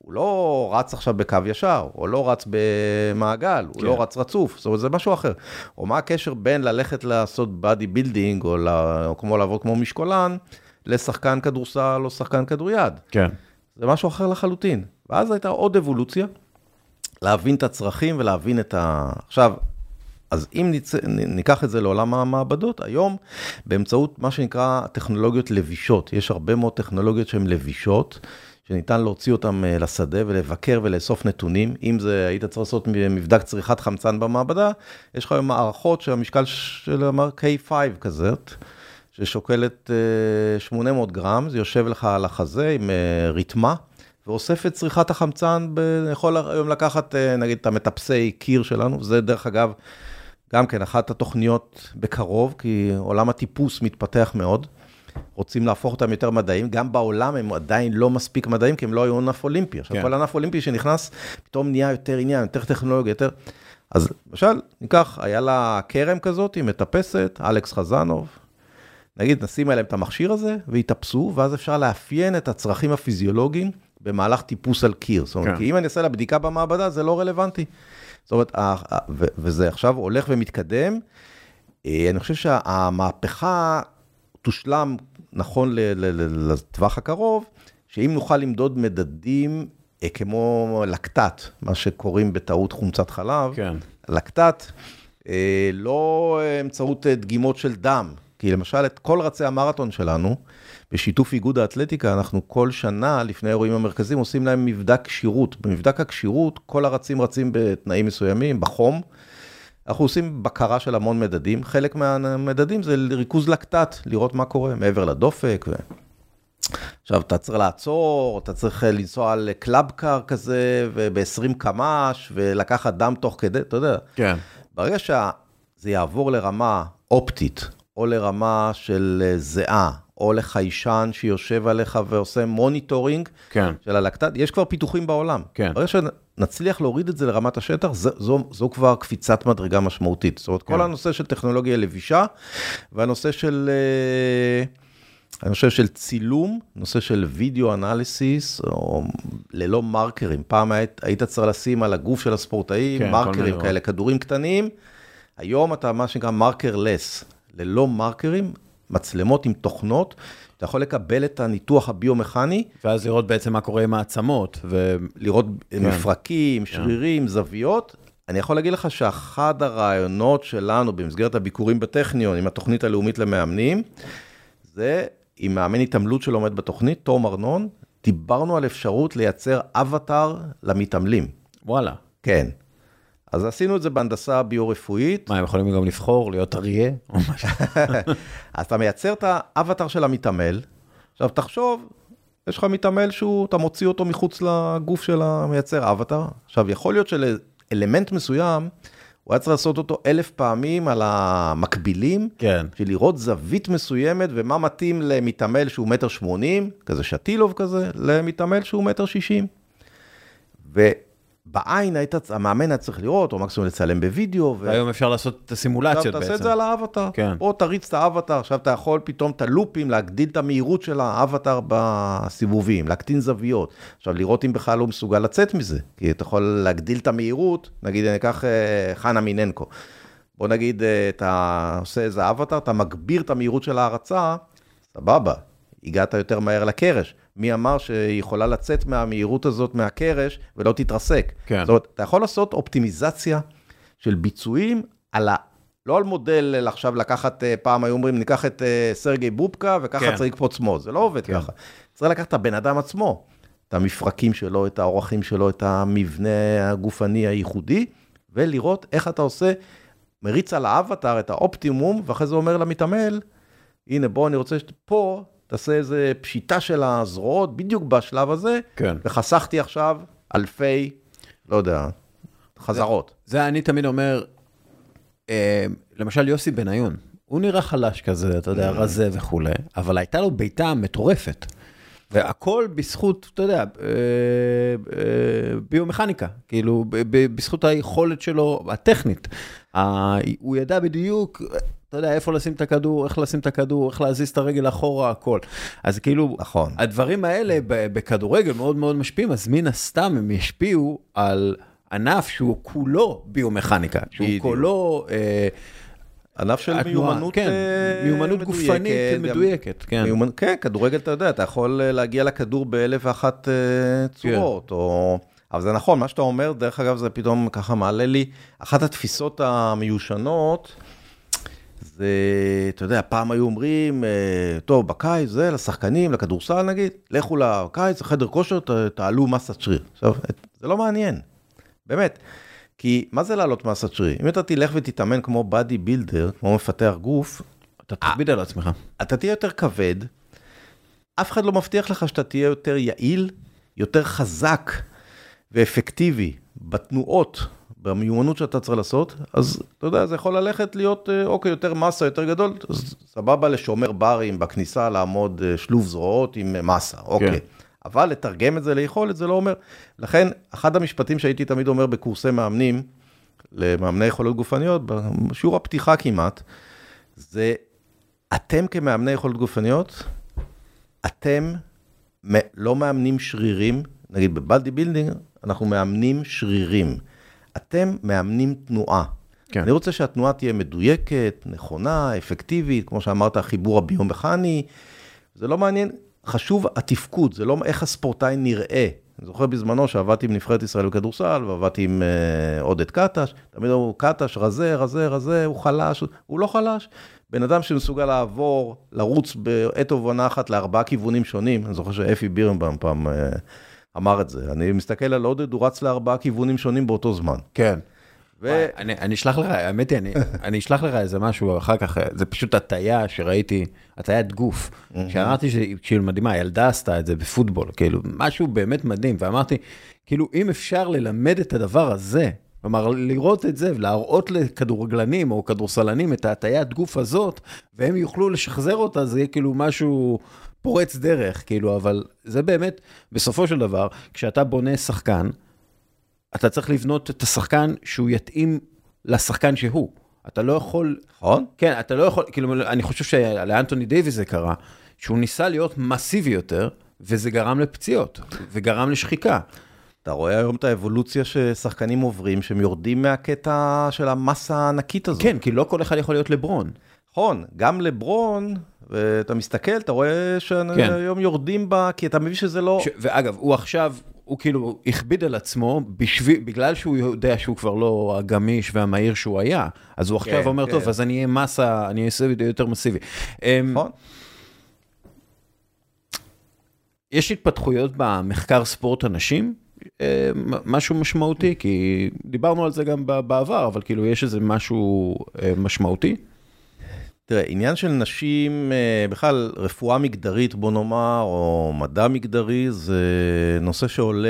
Speaker 2: הוא לא רץ עכשיו בקו ישר, הוא לא רץ במעגל, הוא לא רץ רצוף, זאת אומרת, זה משהו אחר. או מה הקשר בין ללכת לעשות בדי בילדינג, או כמו לעבוד כמו משקולן, לשחקן כדורסל או שחקן כדוריד.
Speaker 1: כן.
Speaker 2: זה משהו אחר לחלוטין. ואז הייתה עוד אבולוציה, להבין את הצרכים ולהבין את עכשיו, אז אם ניקח את זה לעולם המעבדות, היום באמצעות מה שנקרא טכנולוגיות לבישות, יש הרבה מאוד טכנולוגיות שהן לבישות, שניתן להוציא אותם לשדה ולבקר ולאסוף נתונים. אם זה היית צריך לעשות מבדק צריכת חמצן במעבדה, יש לך היום מערכות שהמשקל של K5 כזאת, ששוקלת 800 גרם, זה יושב לך על החזה עם ריתמה, ואוסף את צריכת החמצן, יכול היום לקחת, נגיד, את המטפסי קיר שלנו, זה דרך אגב, גם כן, אחת התוכניות בקרוב, כי עולם הטיפוס מתפתח מאוד, רוצים להפוך אותם יותר מדעיים, גם בעולם הם עדיין לא מספיק מדעיים, כי הם לא היו ענף אולימפי. עכשיו, כל ענף אולימפי שנכנס, פתאום נהיה יותר עניין, יותר טכנולוגיה, יותר... אז למשל, ניקח, היה לה קרם כזאת, היא מטפסת, אלכס חזנוב, נגיד, נשים עליהם את המכשיר הזה, ויתאפסו, ואז אפשר לאפיין את הצרכים הפיזיולוגיים, במהלך טיפוס על קיר. זאת אומרת, כי אם אני אעשה לה בדיקה במעבדה, זה לא רלוונטי. זאת אומרת, וזה עכשיו הולך ומתקדם. אני חושב שהמהפכה תושלם נכון לטווח הקרוב, שאם נוכל למדוד מדדים כמו לקטט, מה שקוראים בטעות חומצת חלב, לקטט, לא אמצעות דגימות של דם, כי למשל את כל רצי המרתון שלנו, בשיתוף איגוד האתלטיקה, אנחנו כל שנה לפני האירועים המרכזיים עושים להם מבדק כשירות. במבדק הכשירות, כל הרצים רצים בתנאים מסוימים, בחום. אנחנו עושים בקרה של המון מדדים. חלק מהמדדים זה ריכוז לקטט, לראות מה קורה מעבר לדופק. עכשיו, אתה צריך לעצור, אתה צריך לנסוע על קלאבקר כזה, וב-20 קמ"ש, ולקחת דם תוך כדי, אתה יודע.
Speaker 1: כן.
Speaker 2: ברגע שזה יעבור לרמה אופטית, או לרמה של זהה, או לחיישן שיושב עליך ועושה מוניטורינג של הלקטט, יש כבר פיתוחים בעולם. ברגע שנצליח להוריד את זה לרמת השטח, זו כבר קפיצת מדרגה משמעותית. זאת אומרת, כל הנושא של טכנולוגיה לבישה, והנושא של, אני חושב של צילום, נושא של וידאו אנליסיס, או ללא מרקרים. פעם היית צריך לשים על הגוף של הספורטאים, מרקרים כאלה, כדורים קטנים. היום אתה מה שנקרא מרקרלס, ללא מרקרים, מצלמות עם תוכנות, אתה יכול לקבל את הניתוח הביומכני.
Speaker 1: ואז לראות בעצם מה קורה עם העצמות.
Speaker 2: לראות מפרקים, שרירים, זוויות. אני יכול להגיד לך שאחד הרעיונות שלנו במסגרת הביקורים בטכניון, עם התוכנית הלאומית למאמנים, זה עם מאמן התעמלות שלומד בתוכנית, תום ארנון, דיברנו על אפשרות לייצר אבטר למתעמלים.
Speaker 1: וואלה.
Speaker 2: כן. אז עשינו את זה בהנדסה ביו-רפואית.
Speaker 1: מה, הם יכולים גם לבחור, להיות אריה או משהו?
Speaker 2: אז אתה מייצר את האבטר של המתעמל, עכשיו תחשוב, יש לך מתעמל אתה מוציא אותו מחוץ לגוף של המייצר אבטר, עכשיו יכול להיות שלאלמנט מסוים, הוא היה צריך לעשות אותו 1000 פעמים על המקבילים, של לראות זווית מסוימת, ומה מתאים למתעמל שהוא 1.80 מטר, כזה שטילוב כזה, למתעמל שהוא 1.60 מטר. בעין המאמן היה צריך לראות, או מקסימום לצלם בווידאו.
Speaker 1: והיום אפשר לעשות את הסימולציות בעצם.
Speaker 2: תעשה את זה על האבטר. או תריץ את האבטר, עכשיו אתה יכול פתאום את הלופים, להגדיל את המהירות של האבטר בסיבובים, להקטין זוויות. עכשיו לראות אם בכלל הוא מסוגל לצאת מזה, כי אתה יכול להגדיל את המהירות, נגיד אני אקח חנה מיננקו. בוא נגיד, אתה עושה איזה אבטר, אתה מגביר את המהירות של ההרצה, סבבה, הגעת יותר מהר לקרש. מי אמר שהיא יכולה לצאת מהמהירות הזאת מהקרש ולא תתרסק. זאת אומרת, אתה יכול לעשות אופטימיזציה של ביצועים לא על מודל עכשיו לקחת, פעם היו אומרים, ניקח את סרגי בובקה וככה צריך לקפוץ מוז. זה לא עובד ככה. צריך לקחת את הבן אדם עצמו, את המפרקים שלו, את האורחים שלו, את המבנה הגופני הייחודי, ולראות איך אתה עושה, מריץ על האבטר את האופטימום, ואחרי זה אומר למתעמל, הנה בוא אני רוצה פה, תעשה איזה פשיטה של הזרועות, בדיוק בשלב הזה, וחסכתי עכשיו אלפי, לא יודע, חזרות.
Speaker 1: זה אני תמיד אומר, למשל יוסי בניון, הוא נראה חלש כזה, אתה יודע, רזה וכו', אבל הייתה לו ביתה מטורפת, והכל בזכות, אתה יודע, ביומכניקה, כאילו, בזכות היכולת שלו, הטכנית, הוא ידע בדיוק, אתה יודע, איפה לשים את הכדור, איך לשים את הכדור, איך להזיז את הרגל אחורה, הכל. אז כאילו,
Speaker 2: נכון.
Speaker 1: הדברים האלה בכדורגל מאוד מאוד משפיעים, אז מן הסתם הם ישפיעו על ענף שהוא כולו ביומכניקה, שהוא כולו...
Speaker 2: ענף של מיומנות
Speaker 1: מיומנות גופנית מדויקת.
Speaker 2: כן, כדורגל אתה יודע, אתה יכול להגיע לכדור באלף ואחת צורות, אבל זה נכון, מה שאתה אומר, דרך אגב זה פתאום ככה מעלה לי, אחת התפיסות המיושנות, זה, אתה יודע, פעם היו אומרים, טוב, בקיץ זה לשחקנים, לכדורסל נגיד, לכו לקיץ, לחדר כושר, תעלו מסת שריר. עכשיו, זה לא מעניין, באמת. כי מה זה לעלות מסת שריר? אם אתה תלך ותתאמן כמו בדי בילדר, כמו מפתח גוף,
Speaker 1: אתה תכביד על עצמך.
Speaker 2: אתה תהיה יותר כבד, אף אחד לא מבטיח לך שאתה תהיה יותר יעיל, יותר חזק ואפקטיבי בתנועות, במיומנות שאתה צריך לעשות, אז אתה יודע, זה יכול ללכת להיות, אוקיי, יותר מסה, יותר גדול, אז סבבה לשומר ברים בכניסה, לעמוד שלוב זרועות עם מסה, אוקיי. אבל לתרגם את זה ליכולת, זה לא אומר. לכן, אחד המשפטים שהייתי תמיד אומר בקורסי מאמנים, למאמני יכולות גופניות, בשיעור הפתיחה כמעט, זה, אתם כמאמני יכולות גופניות, אתם לא מאמנים שרירים, נגיד בבאדי בילדינג, אנחנו מאמנים שרירים. אתם מאמנים תנועה. כן. אני רוצה שהתנועה תהיה מדויקת, נכונה, אפקטיבית, כמו שאמרת, החיבור הביומכני, זה לא מעניין, חשוב התפקוד, זה לא איך הספורטאי נראה. אני זוכר בזמנו שעבדתי עם נבחרת ישראל בכדורסל, ועבדתי עם עודד קטש, תמיד הוא קטש, רזה, הוא חלש, הוא לא חלש. בן אדם שמסוגל לעבור, לרוץ בעת ובעונה אחת ל4 כיוונים שונים, אני זוכר שאפי בירנבאום פעם אמר את זה, אני מסתכל על עודד, הוא רץ ל4 כיוונים שונים באותו זמן.
Speaker 1: כן. אני אשלח לך, האמת היא, אני אשלח לך איזה משהו אחר כך, זה פשוט הטעיה שראיתי, הטעיית גוף, שאמרתי שכאילו מדהימה, ילדה עשתה את זה בפוטבול, כאילו משהו באמת מדהים, ואמרתי, כאילו אם אפשר ללמד את הדבר הזה, כלומר לראות את זה ולהראות לכדורגלנים או כדורסלנים את הטעיית גוף הזאת, והם יוכלו לשחזר אותה, זה יהיה כאילו משהו פורץ דרך, כאילו, אבל זה באמת, בסופו של דבר, כשאתה בונה שחקן, אתה צריך לבנות את השחקן שהוא יתאים לשחקן שהוא. אתה לא יכול...
Speaker 2: נכון?
Speaker 1: כן, אתה לא יכול... כאילו, אני חושב שלאנטוני דייביס זה קרה, שהוא ניסה להיות מסיבי יותר, וזה גרם לפציעות, וגרם לשחיקה.
Speaker 2: אתה רואה היום את האבולוציה ששחקנים עוברים, שהם יורדים מהקטע של המסה הענקית הזאת.
Speaker 1: כן, כי לא כל אחד יכול להיות לברון.
Speaker 2: נכון, גם לברון, ואתה מסתכל, אתה רואה שהיום יורדים בה, כי אתה מבין שזה לא...
Speaker 1: ואגב, הוא עכשיו... הוא כאילו הכביד על עצמו, בגלל שהוא יודע שהוא כבר לא הגמיש והמהיר שהוא היה, אז הוא עכשיו אומר, טוב, אז אני אהיה מסה, אני אהיה יותר מסיבי.
Speaker 2: נכון.
Speaker 1: יש התפתחויות במחקר ספורט אנשים, משהו משמעותי, כי דיברנו על זה גם בעבר, אבל כאילו יש איזה משהו משמעותי.
Speaker 2: תראה, עניין של נשים, בכלל רפואה מגדרית, בוא נאמר, או מדע מגדרי, זה נושא שעולה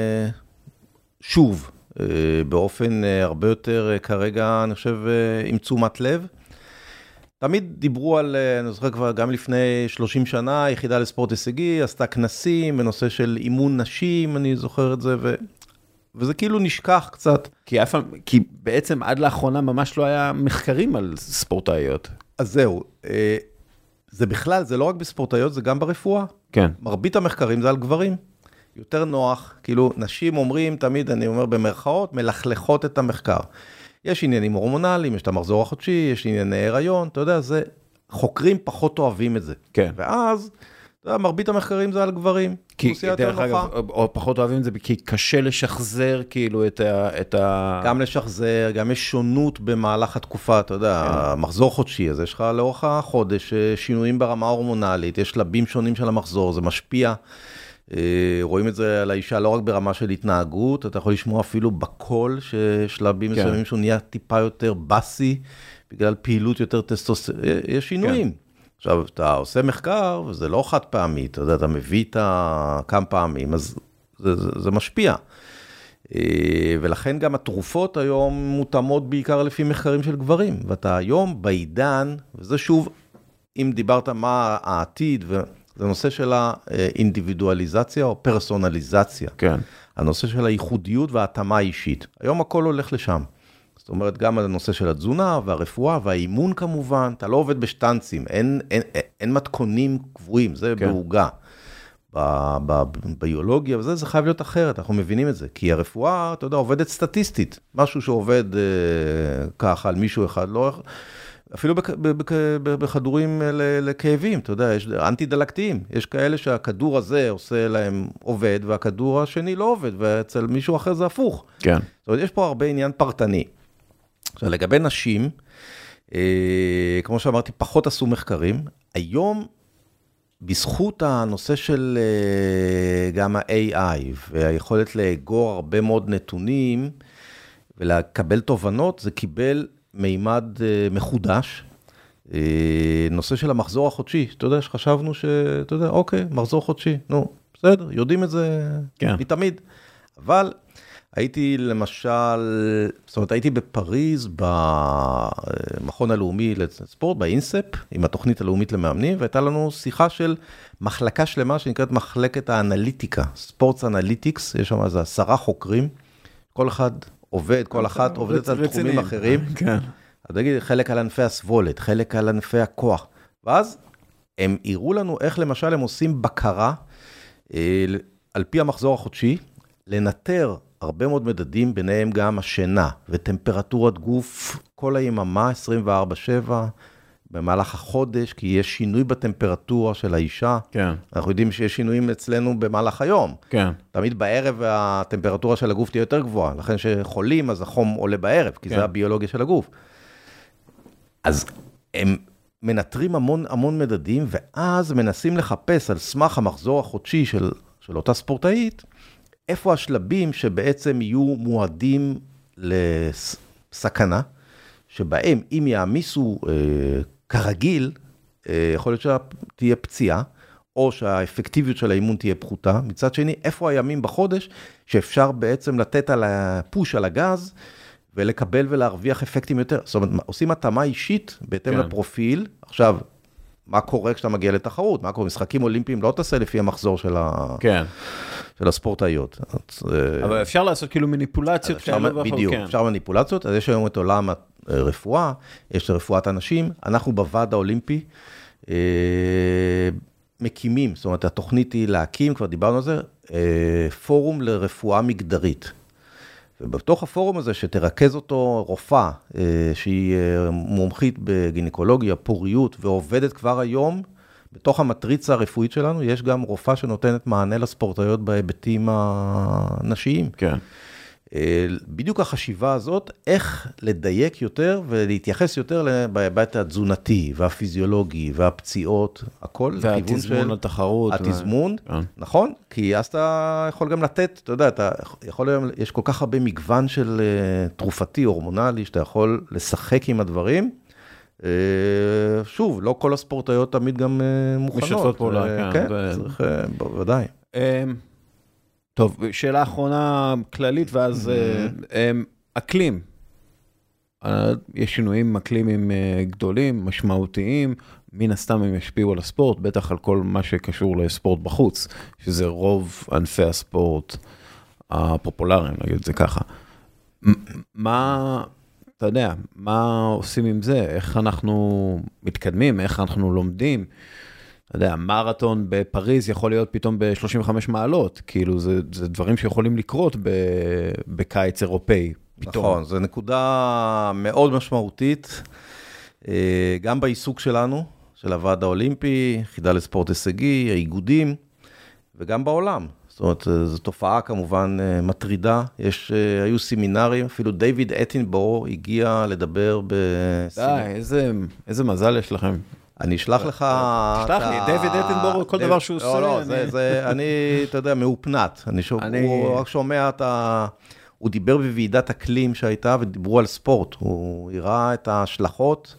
Speaker 2: שוב, באופן הרבה יותר כרגע, אני חושב, עם תשומת לב. תמיד דיברו על, אני זוכר כבר גם לפני 30 שנה, יחידה לספורט הישגי, עשתה כנסים בנושא של אימון נשים, אני זוכר את זה, וזה כאילו נשכח קצת.
Speaker 1: כי בעצם עד לאחרונה ממש לא היה מחקרים על ספורטאיות.
Speaker 2: אז זהו, זה בכלל, זה לא רק בספורטאיות, זה גם ברפואה.
Speaker 1: כן.
Speaker 2: מרבית המחקרים זה על גברים. יותר נוח, כאילו נשים אומרים, תמיד אני אומר במרכאות, מלכלכות את המחקר. יש עניינים הורמונליים, יש את המחזור החודשי, יש ענייני הריון, אתה יודע, זה, חוקרים פחות אוהבים את זה.
Speaker 1: כן.
Speaker 2: ואז, אתה יודע, מרבית המחקרים זה על גברים.
Speaker 1: כי דרך אגב, או פחות אוהבים את זה, כי קשה לשחזר כאילו את ה...
Speaker 2: גם לשחזר, גם יש שונות במהלך התקופה, אתה יודע, מחזור חודשי, אז יש לך לאורך החודש שינויים ברמה ההורמונלית, יש שלבים שונים של המחזור, זה משפיע. רואים את זה על האישה לא רק ברמה של התנהגות, אתה יכול לשמוע אפילו בקול ששלבים מסוימים שהוא נהיה טיפה יותר בסי, בגלל פעילות יותר יש שינויים. עכשיו, אתה עושה מחקר, וזה לא חד פעמי, אתה יודע, אתה מביא את כמה פעמים, אז זה משפיע. ולכן גם התרופות היום מותאמות בעיקר לפי מחקרים של גברים, ואתה היום בעידן, וזה שוב, אם דיברת מה העתיד, זה נושא של האינדיבידואליזציה או פרסונליזציה.
Speaker 1: כן.
Speaker 2: הנושא של הייחודיות וההתאמה האישית. היום הכל הולך לשם. זאת אומרת, גם על הנושא של התזונה והרפואה והאימון כמובן, אתה לא עובד בשטנצים, אין מתכונים קבועים, זה בהוגה. בביולוגיה וזה, זה חייב להיות אחרת, אנחנו מבינים את זה, כי הרפואה, אתה יודע, עובדת סטטיסטית, משהו שעובד ככה על מישהו אחד, לא, אפילו בכדורים לכאבים, אתה יודע, יש אנטי-דלקתיים, יש כאלה שהכדור הזה עושה להם עובד, והכדור השני לא עובד, ואצל מישהו אחר זה הפוך.
Speaker 1: כן.
Speaker 2: זאת אומרת, יש פה הרבה עניין פרטני. עכשיו, לגבי נשים, כמו שאמרתי, פחות עשו מחקרים, היום, בזכות הנושא של גם ה-AI והיכולת לאגור הרבה מאוד נתונים ולקבל תובנות, זה קיבל מימד מחודש. נושא של המחזור החודשי, אתה יודע, שחשבנו שאתה יודע, אוקיי, מחזור חודשי, נו, בסדר, יודעים את זה מתמיד. אבל הייתי למשל, זאת אומרת, הייתי בפריז, במכון הלאומי לספורט, באינספ, עם התוכנית הלאומית למאמנים, והייתה לנו שיחה של מחלקה שלמה, שנקראת מחלקת האנליטיקה, ספורטס אנליטיקס, יש שם איזה 10 חוקרים, כל אחד עובד, כל אחת עובדת על תחומים אחרים.
Speaker 1: כן.
Speaker 2: אז נגיד, חלק על ענפי הסבולת, חלק על ענפי הכוח, ואז הם הראו לנו איך למשל הם עושים בקרה, על פי המחזור החודשי, לנטר הרבה מאוד מדדים, ביניהם גם השינה וטמפרטורת גוף, כל היממה 24/7, במהלך החודש, כי יש שינוי בטמפרטורה של האישה.
Speaker 1: כן.
Speaker 2: אנחנו יודעים שיש שינויים אצלנו במהלך היום.
Speaker 1: כן.
Speaker 2: תמיד בערב הטמפרטורה של הגוף תהיה יותר גבוהה, לכן שחולים אז החום עולה בערב, כי זה הביולוגיה של הגוף. אז הם מנטרים המון מדדים, ואז מנסים לחפש על סמך המחזור החודשי של אותה ספורטאית, איפה השלבים שבעצם יהיו מועדים לסכנה, שבהם אם יעמיסו כרגיל, יכול להיות שתהיה פציעה, או שהאפקטיביות של האימון תהיה פחותה. מצד שני, איפה הימים בחודש שאפשר בעצם לתת על הפוש על הגז, ולקבל ולהרוויח אפקטים יותר. זאת אומרת, עושים התאמה אישית בהתאם לפרופיל. עכשיו, מה קורה כשאתה מגיע לתחרות? מה קורה? משחקים אולימפיים לא תעשה לפי המחזור של הספורטאיות.
Speaker 1: אבל אפשר לעשות כאילו מניפולציות.
Speaker 2: בדיוק, אפשר מניפולציות. אז יש היום את עולם הרפואה, יש רפואת אנשים. אנחנו בוועד האולימפי מקימים, זאת אומרת, התוכנית היא להקים, כבר דיברנו על זה, פורום לרפואה מגדרית. ובתוך הפורום הזה שתרכז אותו רופאה, שהיא מומחית בגינקולוגיה, פוריות, ועובדת כבר היום, בתוך המטריצה הרפואית שלנו, יש גם רופאה שנותנת מענה לספורטאיות בהיבטים הנשיים.
Speaker 1: כן.
Speaker 2: בדיוק החשיבה הזאת, איך לדייק יותר ולהתייחס יותר בהיבט התזונתי והפיזיולוגי והפציעות, הכל.
Speaker 1: והתזמון לתחרות.
Speaker 2: התזמון, נכון? כי אז אתה יכול גם לתת, אתה יודע, יש כל כך הרבה מגוון של תרופתי, הורמונלי, שאתה יכול לשחק עם הדברים. שוב, לא כל הספורטאיות תמיד גם מוכנות.
Speaker 1: משתפות פעולה,
Speaker 2: כן. צריך, בוודאי.
Speaker 1: טוב, שאלה אחרונה כללית, ואז אקלים. יש שינויים אקלימיים גדולים, משמעותיים, מן הסתם הם ישפיעו על הספורט, בטח על כל מה שקשור לספורט בחוץ, שזה רוב ענפי הספורט הפופולריים, נגיד את זה ככה. מה, אתה יודע, מה עושים עם זה? איך אנחנו מתקדמים? איך אנחנו לומדים? אתה יודע, מרתון בפריז יכול להיות פתאום ב-35 מעלות, כאילו זה דברים שיכולים לקרות בקיץ אירופאי.
Speaker 2: נכון, זו נקודה מאוד משמעותית, גם בעיסוק שלנו, של הוועד האולימפי, יחידה לספורט הישגי, האיגודים, וגם בעולם. זאת אומרת, זו תופעה כמובן מטרידה, היו סמינרים, אפילו דיוויד אטנבורו הגיע לדבר
Speaker 1: איזה מזל יש לכם.
Speaker 2: אני אשלח לך...
Speaker 1: תשלח לי, דיוויד אטנבורו, כל דבר שהוא עושה.
Speaker 2: לא, אני, אתה יודע, מאופנת. הוא רק שומע הוא דיבר בוועידת אקלים שהייתה, ודיברו על ספורט. הוא הראה את ההשלכות,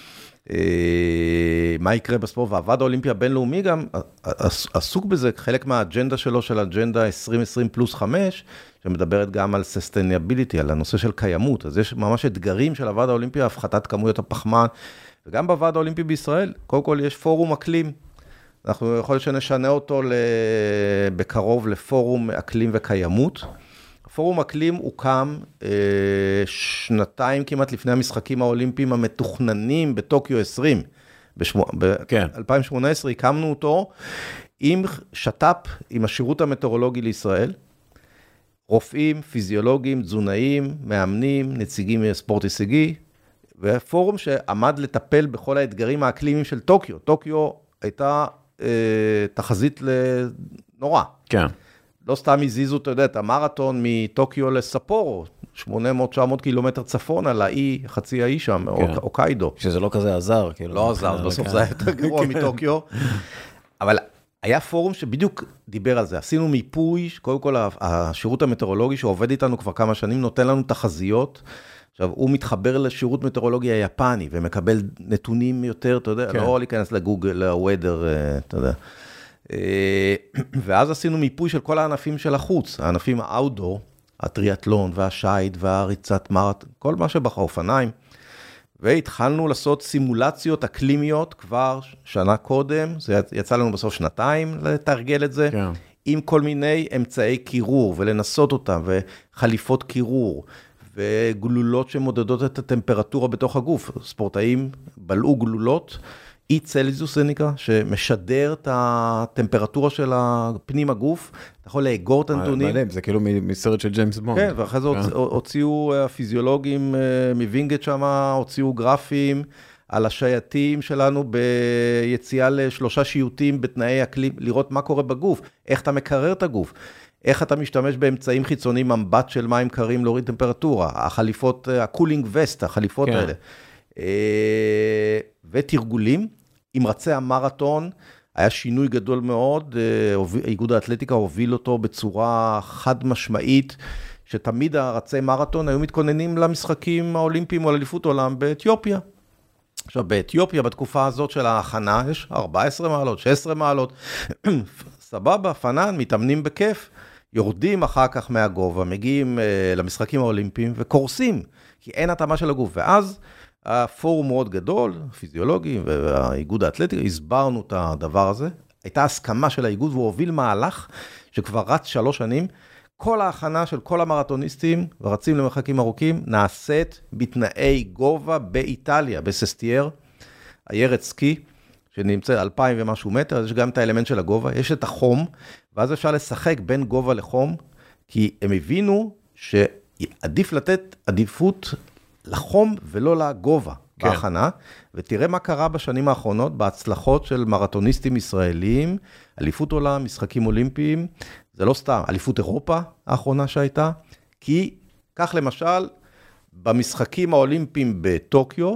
Speaker 2: מה יקרה בספורט, והוועד האולימפי הבינלאומי גם עסוק בזה, חלק מהאג'נדה שלו, של אג'נדה 2020+5, שמדברת גם על sustainability, על הנושא של קיימות. אז יש ממש אתגרים של הוועד האולימפי, הפחתת כמויות הפחמן, וגם בוועד האולימפי בישראל, קודם כל יש פורום אקלים, אנחנו יכול להיות שנשנה אותו בקרוב לפורום אקלים וקיימות. פורום אקלים הוקם שנתיים כמעט לפני המשחקים האולימפיים המתוכננים בטוקיו 20. ב-2018 הקמנו אותו עם שט"פ, עם השירות המטאורולוגי לישראל, רופאים, פיזיולוגים, תזונאים, מאמנים, נציגים מספורט הישגי, ופורום שעמד לטפל בכל האתגרים האקלימיים של טוקיו. טוקיו הייתה תחזית לנורא. כן. לא סתם הזיזו, אתה יודע, את המרתון מטוקיו לספורו, 800-900 קילומטר צפון על האי, חצי האי שם, או קיידו.
Speaker 1: שזה לא כזה עזר.
Speaker 2: לא עזר, בסוף זה היה יותר גרוע מטוקיו. אבל היה פורום שבדיוק דיבר על זה. עשינו מיפוי, קודם כל השירות המטאורולוגי שעובד איתנו כבר כמה שנים, נותן לנו תחזיות. עכשיו, הוא מתחבר לשירות מטאורולוגי היפני, ומקבל נתונים יותר, אתה יודע, לא להיכנס לגוגל, לוודר, אתה יודע. ואז עשינו מיפוי של כל הענפים של החוץ, הענפים האוטדור, הטריאטלון והשייט והריצת מרתון, כל מה שבאופניים, והתחלנו לעשות סימולציות אקלימיות כבר שנה קודם, זה יצא לנו בסוף שנתיים לתרגל את זה, כן. עם כל מיני אמצעי קירור, ולנסות אותם, וחליפות קירור, וגלולות שמודדות את הטמפרטורה בתוך הגוף. ספורטאים בלעו גלולות, אי צלזיוס זה נקרא, שמשדר את הטמפרטורה של פנים הגוף, אתה יכול לאגור את הנתונים.
Speaker 1: מעלים, זה כאילו מסרט של ג'יימס בונד.
Speaker 2: כן, ואחרי זה הוציאו הפיזיולוגים מווינגט שם, הוציאו גרפים על השייטים שלנו ביציאה ל3 שיוטים בתנאי אקלים, לראות מה קורה בגוף, איך אתה מקרר את הגוף, איך אתה משתמש באמצעים חיצוניים, אמבט של מים קרים להוריד טמפרטורה, החליפות, הקולינג וסט, החליפות האלה. ותרגולים, עם רצי המרתון, היה שינוי גדול מאוד, איגוד האתלטיקה הוביל אותו בצורה חד משמעית, שתמיד הרצי מרתון היו מתכוננים למשחקים האולימפיים או לאליפות עולם באתיופיה. עכשיו, באתיופיה, בתקופה הזאת של ההכנה, יש 14 מעלות, 16 מעלות, סבבה, פנן, מתאמנים בכיף, יורדים אחר כך מהגובה, מגיעים למשחקים האולימפיים וקורסים, כי אין התאמה של הגוף, ואז הפורום מאוד גדול, פיזיולוגי והאיגוד האתלטי, הסברנו את הדבר הזה, הייתה הסכמה של האיגוד, והוא הוביל מהלך שכבר רץ 3 שנים, כל ההכנה של כל המרתוניסטים, ורצים למרחקים ארוכים, נעשית בתנאי גובה באיטליה, בססטייר, עיירת סקי, שנמצא 2,000 ומשהו מטר, אז יש גם את האלמנט של הגובה, יש את החום, ואז אפשר לשחק בין גובה לחום, כי הם הבינו שעדיף לתת עדיפות לחום ולא לגובה בהכנה, ותראה מה קרה בשנים האחרונות, בהצלחות של מרתוניסטים ישראלים, אליפות עולם, משחקים אולימפיים, זה לא סתם, אליפות אירופה האחרונה שהייתה, כי כך למשל, במשחקים האולימפיים בטוקיו,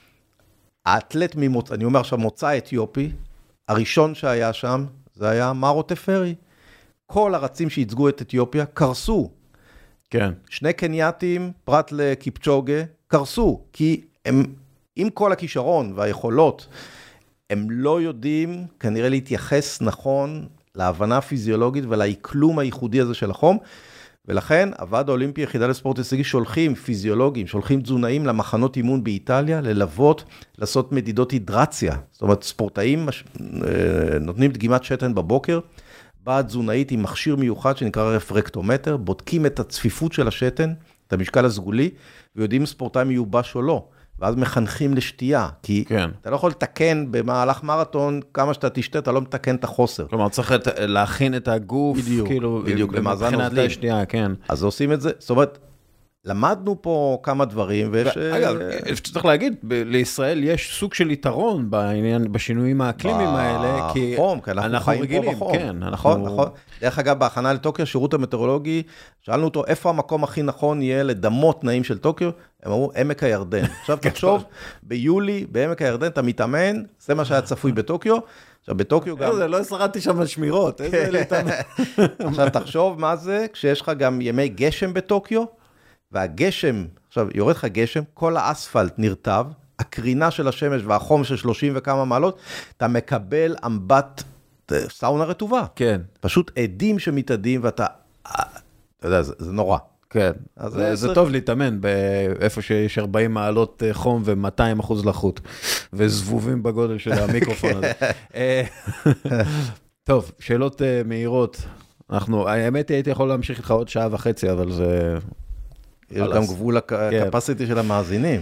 Speaker 2: האתלט אני אומר עכשיו מוצא אתיופי, הראשון שהיה שם, זה היה מרו טפרי. כל הרצים שייצגו את אתיופיה קרסו.
Speaker 1: כן.
Speaker 2: 2 קנייתים, פרט לקיפצ'וגה, קרסו, כי הם, עם כל הכישרון והיכולות, הם לא יודעים כנראה להתייחס נכון להבנה הפיזיולוגית ולאקלום הייחודי הזה של החום, ולכן הוועד האולימפי היחידה לספורט הישגי שולחים פיזיולוגים, שולחים תזונאים למחנות אימון באיטליה, ללוות, לעשות מדידות הידרציה. זאת אומרת, ספורטאים נותנים דגימת שתן בבוקר, באה תזונאית עם מכשיר מיוחד שנקרא רפרקטומטר, בודקים את הצפיפות של השתן, את המשקל הסגולי, ויודעים אם ספורטאי מיובש או לא. ואז מחנכים לשתייה, כי אתה לא יכול לתקן במהלך מרתון, כמה שאתה תשתה, אתה לא מתקן את החוסר.
Speaker 1: כלומר, צריך להכין את הגוף,
Speaker 2: בדיוק, למאזן נוזלים. אז עושים את זה, זאת אומרת, למדנו פה כמה דברים,
Speaker 1: אגב, צריך להגיד, לישראל יש סוג של יתרון בעניין, בשינויים האקלימיים האלה, כי אנחנו רגילים,
Speaker 2: נכון. דרך אגב, בהכנה לטוקיו, השירות המטאורולוגי, שאלנו אותו, איפה המקום הכי נכון יהיה לדמות תנאים של טוקיו? הם אמרו, עמק הירדן. עכשיו תחשוב, ביולי, בעמק הירדן, אתה מתאמן, זה מה שהיה צפוי בטוקיו, עכשיו בטוקיו גם...
Speaker 1: לא שרדתי שם שמירות, איזה להתאמן.
Speaker 2: עכשיו תחשוב מה זה, כשיש לך גם ימי גשם בטוקיו, והגשם, עכשיו יורד לך גשם, כל האספלט נרטב, הקרינה של השמש והחום של 30 וכמה מעלות, אתה מקבל אמבט סאונה רטובה.
Speaker 1: כן.
Speaker 2: פשוט עדים שמתעדים, ואתה, אתה יודע, זה נורא.
Speaker 1: כן, זה טוב להתאמן באיפה שיש 40 מעלות חום ו200% לחות, וזבובים בגודל של המיקרופון הזה. טוב, שאלות מהירות. האמת הייתי יכול להמשיך איתך עוד שעה וחצי, אבל זה...
Speaker 2: יש גם גבול הקפסיטי של המאזינים.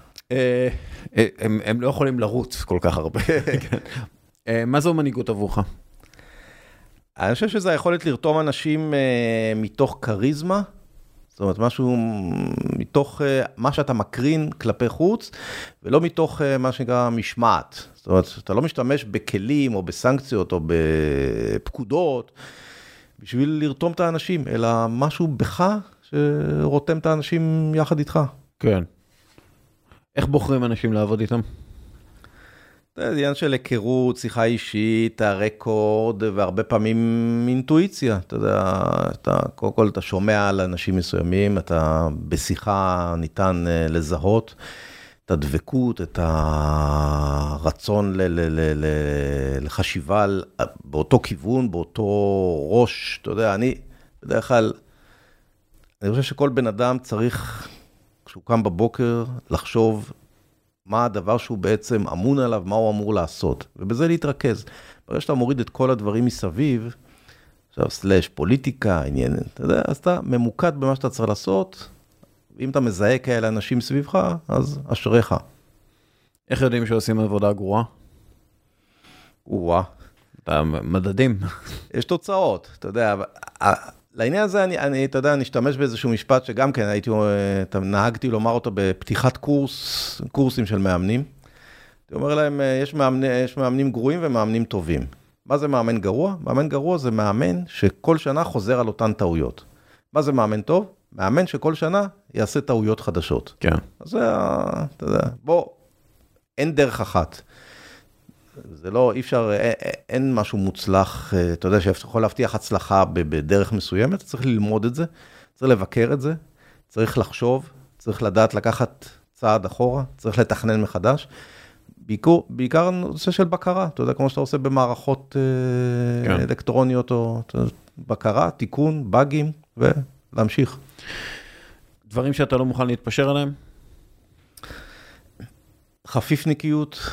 Speaker 1: הם לא יכולים לרוץ כל כך הרבה. מה זו מנהיגות עבורך?
Speaker 2: אני חושב שזה היכולת לרתום אנשים מתוך קריזמה, זאת אומרת, משהו מתוך מה שאתה מקרין כלפי חוץ, ולא מתוך מה שנקרא משמעת. זאת אומרת, אתה לא משתמש בכלים או בסנקציות או בפקודות, בשביל לרתום את האנשים, אלא משהו בך שרותם את האנשים יחד איתך.
Speaker 1: כן. איך בוחרים אנשים לעבוד איתם?
Speaker 2: זה עניין של היכרות, שיחה אישית, הרקורד, והרבה פעמים אינטואיציה. אתה יודע, קודם כל אתה שומע על אנשים מסוימים, אתה בשיחה ניתן לזהות את הדבקות, את הרצון לחשיבה באותו כיוון, באותו ראש. אתה יודע, אני בדרך כלל, אני חושב שכל בן אדם צריך, כשהוא קם בבוקר, לחשוב מה הדבר שהוא בעצם אמון עליו, מה הוא אמור לעשות, ובזה להתרכז. ברגע שאתה מוריד את כל הדברים מסביב, עכשיו סלש פוליטיקה, עניין, אתה יודע, אז אתה ממוקד במה שאתה צריך לעשות, ואם אתה מזהה כאלה אנשים סביבך, אז אשריך.
Speaker 1: איך יודעים שעושים עבודה גרועה?
Speaker 2: גרועה.
Speaker 1: מדדים.
Speaker 2: יש תוצאות, אתה יודע, לעניין הזה אתה יודע, אני אשתמש באיזשהו משפט שגם כן נהגתי לומר אותו בפתיחת קורסים של מאמנים. אני אומר להם, יש מאמנים גרועים ומאמנים טובים. מה זה מאמן גרוע? מאמן גרוע זה מאמן שכל שנה חוזר על אותן טעויות. מה זה מאמן טוב? מאמן שכל שנה יעשה טעויות חדשות.
Speaker 1: כן.
Speaker 2: אז זה, אתה יודע, אין דרך אחת. זה לא, אי אפשר, אין משהו מוצלח, אתה יודע שיכול להבטיח הצלחה בדרך מסוימת, צריך ללמוד את זה, צריך לבקר את זה, צריך לחשוב, צריך לדעת לקחת צעד אחורה, צריך לתכנן מחדש, בעיקר הנושא של בקרה, אתה יודע, כמו שאתה עושה במערכות אלקטרוניות, או בקרה, תיקון, באגים, ולהמשיך.
Speaker 1: דברים שאתה לא מוכן להתפשר עליהם?
Speaker 2: חפיפניקיות,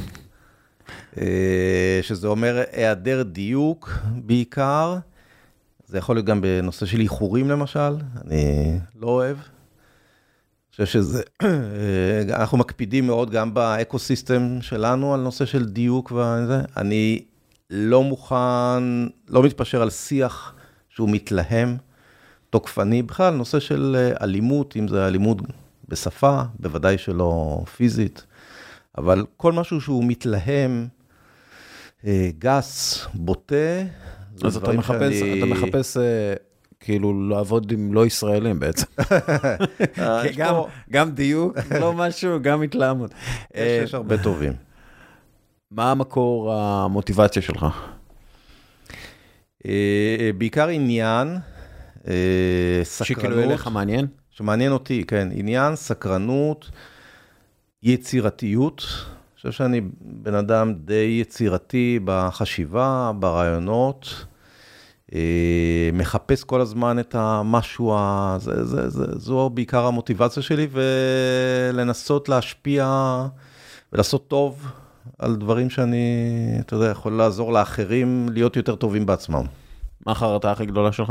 Speaker 2: שזה אומר היעדר דיוק בעיקר, זה יכול להיות גם בנושא של איחורים למשל, אני לא אוהב. אני חושב שזה, אנחנו מקפידים מאוד גם באקוסיסטם שלנו על נושא של דיוק וזה, אני לא מוכן, לא מתפשר על שיח שהוא מתלהם, תוקפני, בכלל נושא של אלימות, אם זה אלימות בשפה, בוודאי שלא פיזית, אבל כל משהו שהוא מתלהם, גס, בוטה.
Speaker 1: אז אתה מחפש כאילו לעבוד עם לא ישראלים בעצם. גם דיוק, לא משהו, גם התלהמות.
Speaker 2: יש הרבה טובים.
Speaker 1: מה המקור המוטיבציה שלך?
Speaker 2: בעיקר עניין, סקרנות.
Speaker 1: שכאילו אליך מעניין?
Speaker 2: שמעניין אותי, כן. עניין, סקרנות, יצירתיות. אני חושב שאני בן אדם די יצירתי בחשיבה, ברעיונות, מחפש כל הזמן את המשהו, זו בעיקר המוטיבציה שלי, ולנסות להשפיע ולעשות טוב על דברים שאני, אתה יודע, יכול לעזור לאחרים להיות יותר טובים בעצמם.
Speaker 1: מה החרטה הכי גדולה שלך?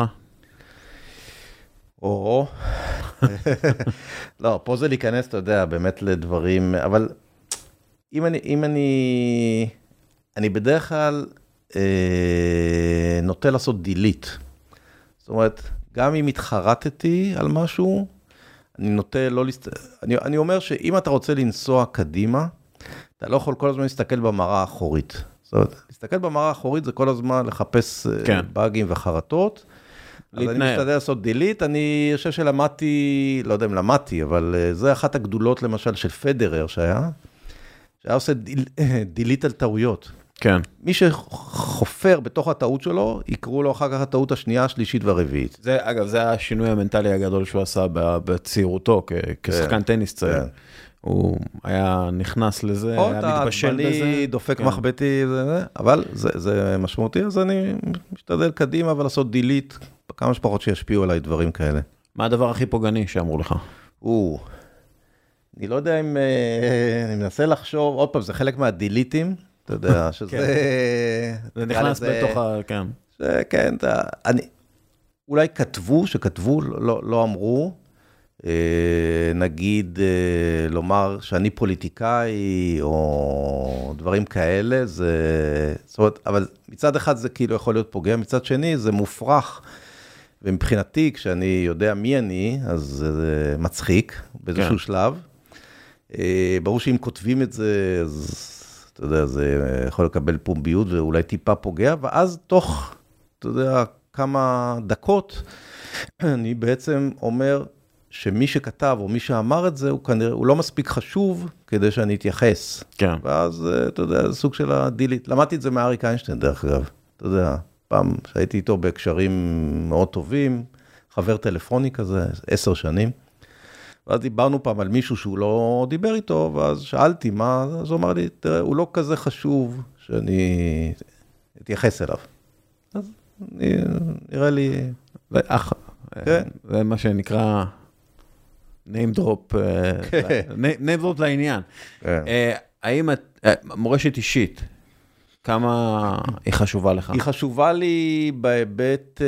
Speaker 2: לא, פה זה להיכנס, אתה יודע, באמת לדברים, אבל אם אני בדרך כלל נוטה לעשות דילית. זאת אומרת, גם אם התחרטתי על משהו, אני נוטה לא אני אומר שאם אתה רוצה לנסוע קדימה, אתה לא יכול כל הזמן להסתכל במראה האחורית. זאת אומרת, להסתכל במראה האחורית זה כל הזמן לחפש באגים וחרטות, אז אני משתדל לעשות דילית, אני חושב שלמדתי, לא יודע אם למדתי, אבל זה אחת הגדולות למשל של פדרר שהיה עושה דילית על טעויות.
Speaker 1: כן.
Speaker 2: מי שחופר בתוך הטעות שלו, יקראו לו אחר כך הטעות השנייה, השלישית והרביעית.
Speaker 1: אגב, זה השינוי המנטלי הגדול שהוא עשה בצעירותו, כשחקן טניס צעיר. הוא היה נכנס לזה, היה מתבשל בזה.
Speaker 2: דופק מחבטי, אבל זה משמעותי, אז אני משתדל קדימה ולעשות דילית, כמה שפחות שישפיעו עליי דברים כאלה.
Speaker 1: מה הדבר הכי פוגעני שאמרו לך?
Speaker 2: אני לא יודע אם אני מנסה לחשוב, עוד פעם, זה חלק מהדיליטים, אתה יודע, שזה...
Speaker 1: זה נכנס בתוך כן.
Speaker 2: כן, אולי שכתבו, לא אמרו, נגיד לומר שאני פוליטיקאי או דברים כאלה, זאת אומרת, אבל מצד אחד זה כאילו יכול להיות פוגע, מצד שני זה מופרך, ומבחינתי כשאני יודע מי אני, אז זה מצחיק באיזשהו שלב. ברור שאם כותבים את זה, אז אתה יודע, זה יכול לקבל פומביות ואולי טיפה פוגע, ואז תוך, אתה יודע, כמה דקות, אני בעצם אומר, שמי שכתב או מי שאמר את זה, הוא לא מספיק חשוב כדי שאני אתייחס.
Speaker 1: כן.
Speaker 2: ואז, אתה יודע, זה סוג של הדילית. למדתי את זה מאריק איינשטיין, דרך אגב. אתה יודע, פעם שהייתי איתו בהקשרים מאוד טובים, חבר טלפוני כזה, 10 שנים. ואז דיברנו פעם על מישהו שהוא לא דיבר איתו, ואז שאלתי מה, אז הוא אמר לי, תראה, הוא לא כזה חשוב שאני אתייחס אליו. אז נראה לי...
Speaker 1: זה מה שנקרא... name drop לעניין. האם מורשת אישית, כמה היא חשובה לך?
Speaker 2: היא חשובה לי בהיבט,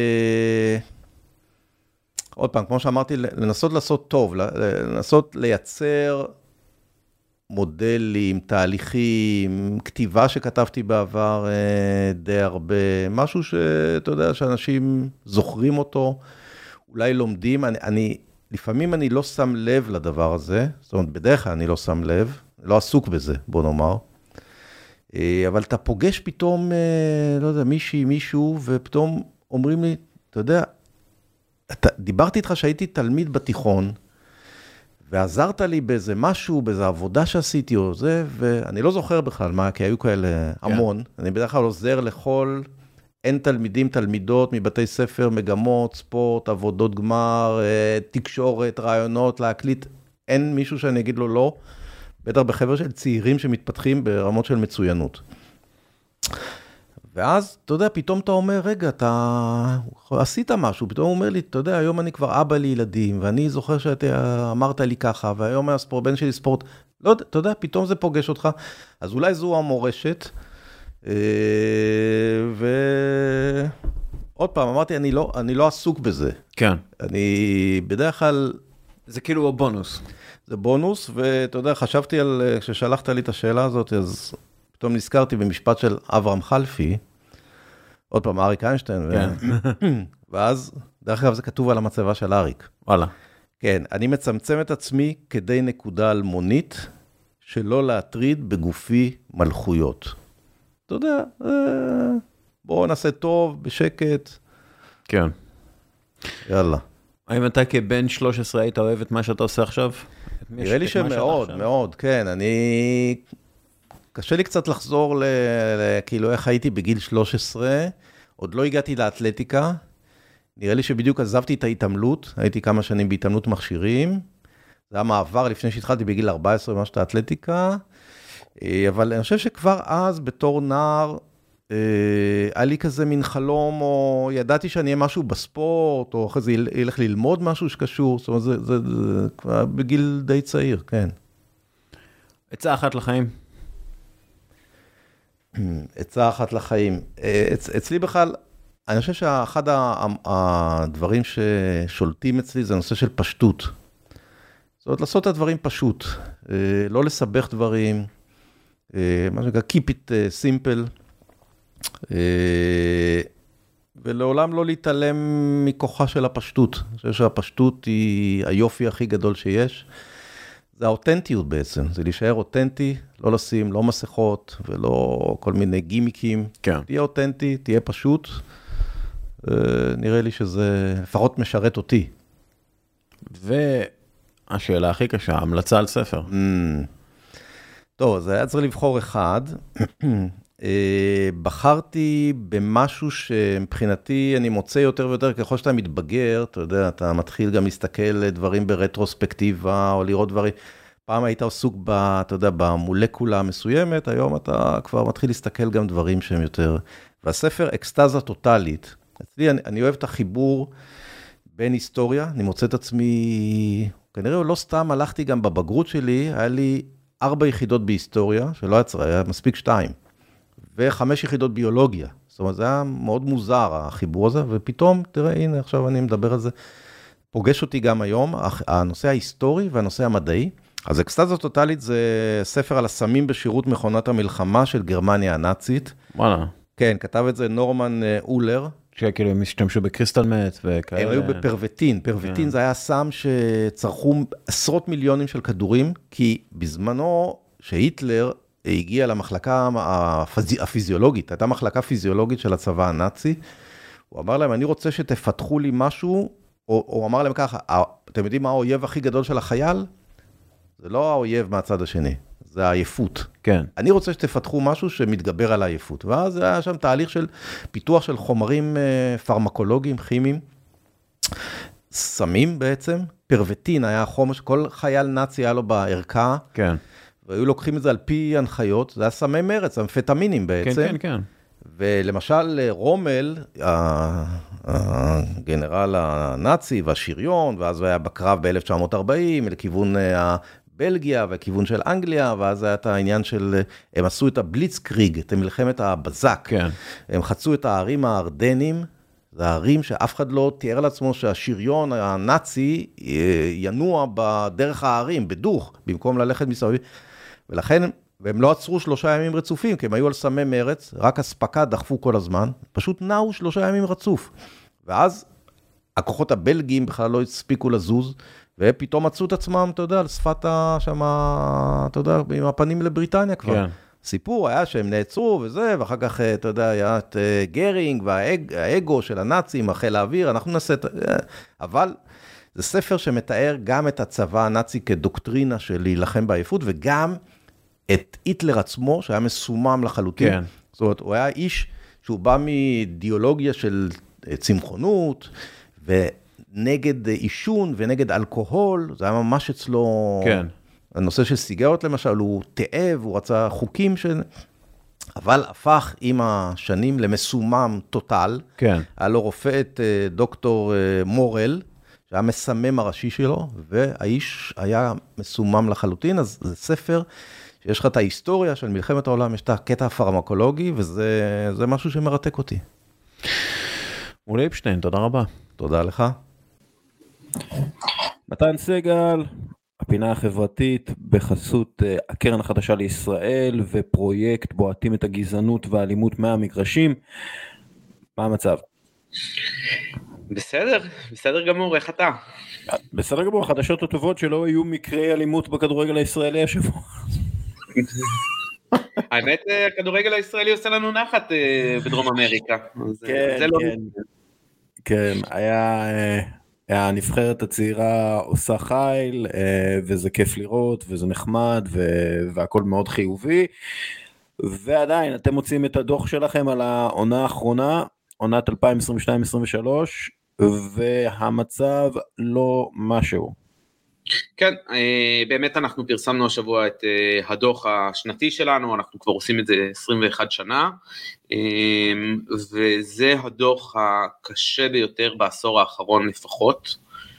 Speaker 2: עוד פעם, כמו שאמרתי, לנסות לעשות טוב, לנסות לייצר מודלים, תהליכים, כתיבה שכתבתי בעבר די הרבה, משהו שאתה יודע, שאנשים זוכרים אותו, אולי לומדים, לפעמים אני לא שם לב לדבר הזה, זאת אומרת, בדרך כלל אני לא שם לב, לא עסוק בזה, בוא נאמר, אבל אתה פוגש פתאום, לא יודע, מישהו, ופתאום אומרים לי, אתה יודע, דיברתי איתך שהייתי תלמיד בתיכון, ועזרת לי באיזה משהו, באיזה עבודה שעשיתי או זה, ואני לא זוכר בכלל מה, כי היו כאלה המון, אני בדרך כלל עוזר לכל... אין תלמידים, תלמידות מבתי ספר, מגמות, ספורט, עבודות גמר, תקשורת, רעיונות, להקליט. אין מישהו שאני אגיד לו לא, בטח בחבר של צעירים שמתפתחים ברמות של מצוינות. ואז, אתה יודע, פתאום אתה אומר, רגע, אתה עשית משהו, פתאום הוא אומר לי, אתה יודע, היום אני כבר אבא לילדים, ואני זוכר שאתה אמרת לי ככה, והיום בן שלי ספורט, לא יודע, אתה יודע, פתאום זה פוגש אותך, אז אולי זו המורשת, ועוד פעם, אמרתי, אני לא עסוק בזה.
Speaker 1: כן.
Speaker 2: אני בדרך כלל...
Speaker 1: זה כאילו בונוס.
Speaker 2: זה בונוס, ואתה יודע, חשבתי על, כששלחת לי את השאלה הזאת, אז פתאום נזכרתי במשפט של אברהם חלפי, עוד פעם, אריק איינשטיין,
Speaker 1: כן.
Speaker 2: ואז, דרך אגב, זה כתוב על המצבה של אריק.
Speaker 1: וואלה.
Speaker 2: כן, אני מצמצם את עצמי כדי נקודה אלמונית, שלא להטריד בגופי מלכויות. אתה יודע, בואו נעשה טוב, בשקט.
Speaker 1: כן.
Speaker 2: יאללה.
Speaker 1: האם אתה כבן 13 היית אוהב את מה שאתה עושה עכשיו?
Speaker 2: נראה לי שמאוד, מאוד, כן. קשה לי קצת לחזור כאילו איך הייתי בגיל 13, עוד לא הגעתי לאתלטיקה, נראה לי שבדיוק עזבתי את ההתעמלות, הייתי כמה שנים בהתעמלות מכשירים, זה היה מעבר לפני שהתחלתי בגיל 14 ממש את האתלטיקה, אבל אני חושב שכבר אז בתור נער, היה לי כזה מין חלום, או ידעתי שאני אהיה משהו בספורט, או אחרי זה ילך ללמוד משהו שקשור, זאת אומרת, זה כבר בגיל די צעיר, כן.
Speaker 1: עצה אחת לחיים.
Speaker 2: עצה אחת לחיים. אצלי בכלל, אני חושב שאחד הדברים ששולטים אצלי זה הנושא של פשטות. זאת אומרת, לעשות את הדברים פשוט, לא לסבך דברים, מה שנקרא, keep it simple, ולעולם לא להתעלם מכוחה של הפשטות. אני חושב שהפשטות היא היופי הכי גדול שיש. זה האותנטיות בעצם, זה להישאר אותנטי, לא לשים, לא מסכות, ולא כל מיני גימיקים.
Speaker 1: כן.
Speaker 2: תהיה אותנטי, תהיה פשוט. נראה לי שזה לפחות משרת אותי.
Speaker 1: והשאלה הכי קשה, המלצה על ספר.
Speaker 2: טוב, אז היה צריך לבחור אחד. בחרתי במשהו שמבחינתי אני מוצא יותר ויותר, ככל שאתה מתבגר, אתה יודע, אתה מתחיל גם להסתכל דברים ברטרוספקטיבה, או לראות דברים, פעם היית עסוק אתה יודע, במולקולה המסוימת, היום אתה כבר מתחיל להסתכל גם דברים שהם יותר, והספר אקסטזה טוטלית, אצלי אני אוהב את החיבור בין היסטוריה, אני מוצא את עצמי, כנראה לא סתם הלכתי גם בבגרות שלי, היה לי 4 יחידות בהיסטוריה, שלא היה מספיק 2. ו5 יחידות ביולוגיה. זאת זאת אומרת, זה היה מאוד מוזר, החיבור הזה, ופתאום, תראה, הנה, עכשיו אני מדבר על זה, פוגש אותי גם היום, הנושא ההיסטורי והנושא המדעי. אז אקסטזה טוטלית זה ספר על הסמים בשירות מכונת המלחמה של גרמניה הנאצית.
Speaker 1: וואלה.
Speaker 2: כן, כתב את זה נורמן אולר.
Speaker 1: שכאילו הם השתמשו בקריסטל מט וכאלה.
Speaker 2: הם היו בפרווטין. פרווטין זה היה סם שצרכו עשרות מיליונים של כדורים, כי בזמנו שהיטלר הגיע למחלקה הפיזיולוגית, הייתה מחלקה פיזיולוגית של הצבא הנאצי, הוא אמר להם, אני רוצה שתפתחו לי משהו, הוא אמר להם ככה, אתם יודעים מה האויב הכי גדול של החייל? זה לא האויב מהצד השני, זה העייפות.
Speaker 1: כן.
Speaker 2: אני רוצה שתפתחו משהו שמתגבר על העייפות. ואז היה שם תהליך של פיתוח של חומרים פרמקולוגיים, כימיים, סמים בעצם. פרווטין היה חומר שכל חייל נאצי היה לו בערכה.
Speaker 1: כן.
Speaker 2: והיו לוקחים את זה על פי הנחיות, זה היה סמי מרץ, אמפטמינים בעצם.
Speaker 1: כן, כן, כן.
Speaker 2: ולמשל רומל, הגנרל הנאצי והשריון, ואז הוא היה בקרב ב-1940, לכיוון בלגיה וכיוון של אנגליה, ואז היה את העניין של, הם עשו את הבליצקריג, את מלחמת הבזק.
Speaker 1: כן.
Speaker 2: הם חצו את הערים הארדנים, זה הערים שאף אחד לא תיאר לעצמו שהשריון הנאצי ינוע בדרך הערים, בדוך, במקום ללכת מסביב. ולכן, והם לא עצרו 3 ימים רצופים, כי הם היו על סמי מרץ, רק הספקה דחפו כל הזמן, פשוט נעו 3 ימים רצוף. ואז הכוחות הבלגיים בכלל לא הספיקו לזוז, ופתאום מצאו את עצמם, אתה יודע, על שפת שמה, אתה יודע, עם הפנים לבריטניה כבר. כן. סיפור היה שהם נעצרו וזה, ואחר כך, אתה יודע, היה את גרינג והאגו של הנאצים, החיל האוויר, אנחנו נעשה את... אבל זה ספר שמתאר גם את הצבא הנאצי כדוקטרינה של להילחם בעייפות, וגם את היטלר עצמו, שהיה מסומם לחלוטין. כן. זאת אומרת, הוא היה איש שהוא בא מאידיאולוגיה של צמחונות, ונגד עישון ונגד אלכוהול, זה היה ממש אצלו... כן. הנושא של סיגרות למשל, הוא תאב, הוא רצה חוקים אבל הפך עם השנים למסומם טוטל. כן. היה לו רופא את דוקטור מורל, שהיה מסמם הראשי שלו, והאיש היה מסומם לחלוטין, אז זה ספר שיש לך את ההיסטוריה של מלחמת העולם, יש את הקטע הפרמקולוגי, וזה משהו שמרתק אותי.
Speaker 1: אולי אפשטיין, תודה רבה.
Speaker 2: תודה לך.
Speaker 1: מתן סגל, הפינה החברתית בחסות הקרן החדשה לישראל, ופרויקט בועטים את הגזענות והאלימות מהמגרשים. מה המצב?
Speaker 3: בסדר גמור, איך אתה?
Speaker 1: בסדר גמור, החדשות הטובות שלא היו מקרי אלימות בכדורגל הישראלי השבוע.
Speaker 3: האמת, הכדורגל הישראלי עושה לנו נחת בדרום אמריקה.
Speaker 1: כן, היה הנבחרת הצעירה עושה חיל, וזה כיף לראות, וזה נחמד, והכל מאוד חיובי, ועדיין, אתם מוצאים את הדוח שלכם על העונה האחרונה, עונת 2022-2023, והמצב לא משהו.
Speaker 3: כן, באמת אנחנו פרסמנו השבוע את הדוח השנתי שלנו, אנחנו כבר עושים את זה 21 שנה, וזה הדוח הקשה ביותר בעשור האחרון לפחות.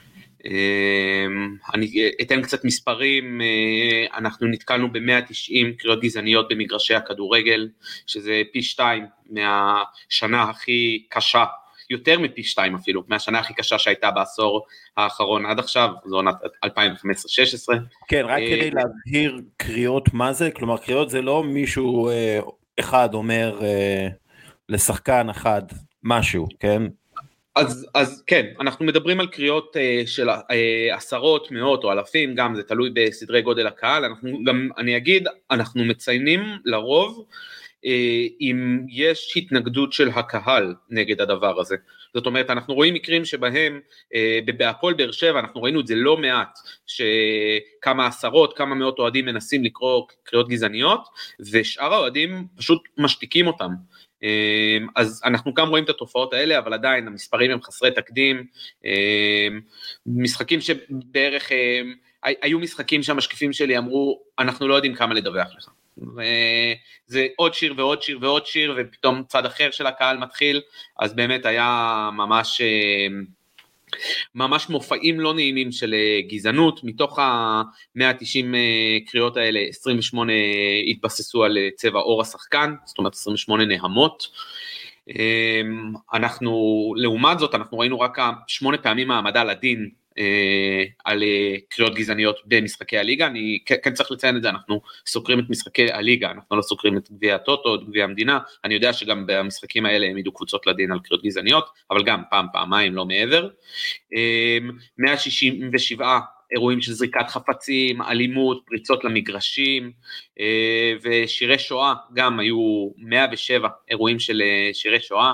Speaker 3: אני אתן קצת מספרים, אנחנו נתקלנו ב-190 קריאות גזעניות במגרשי הכדורגל, שזה פי 2 מהשנה הכי קשה, יותר מפי 2 אפילו, מהשנה הכי קשה שהייתה בעשור האחרון עד עכשיו, זו עונת 2015-2016.
Speaker 1: כן, רק כדי להבהיר קריאות מה זה, כלומר קריאות זה לא מישהו אחד אומר לשחקן אחד משהו, כן?
Speaker 3: אז כן, אנחנו מדברים על קריאות של עשרות, מאות או אלפים, גם זה תלוי בסדרי גודל הקהל, אני אגיד, אנחנו מציינים לרוב, אם יש התנגדות של הקהל נגד הדבר הזה. זאת אומרת, אנחנו רואים מקרים שבהם, בהפועל באר שבע, אנחנו ראינו את זה לא מעט, שכמה עשרות, כמה מאות אוהדים מנסים לקרוא קריאות גזעניות, ושאר האוהדים פשוט משתיקים אותם. אז אנחנו גם רואים את התופעות האלה, אבל עדיין המספרים הם חסרי תקדים, משחקים שבערך, היו משחקים שהמשקיפים שלי אמרו, אנחנו לא יודעים כמה לדווח לך. זה עוד שיר ועוד שיר ועוד שיר, ופתאום צד אחר של הקהל מתחיל, אז באמת היה ממש מופעים לא נעימים של גזענות, מתוך ה-190 קריאות האלה, 28 התבססו על צבע אור השחקן, זאת אומרת 28 נהמות, אנחנו, לעומת זאת, אנחנו ראינו רק 8 פעמים העמדה לדין על קריאות גזעניות במשחקי הליגה. אני כן צריך לציין את זה, אנחנו סוקרים את משחקי הליגה, אנחנו לא סוקרים את גביע הטוטו, את גביע המדינה. אני יודע שגם במשחקים האלה הם ידעו קבוצות לדין על קריאות גזעניות, אבל גם פעמיים, לא מעבר. 167 אירועים של זריקת חפצים, אלימות, פריצות למגרשים, ושירי שואה, גם היו 107 אירועים של שירי שואה,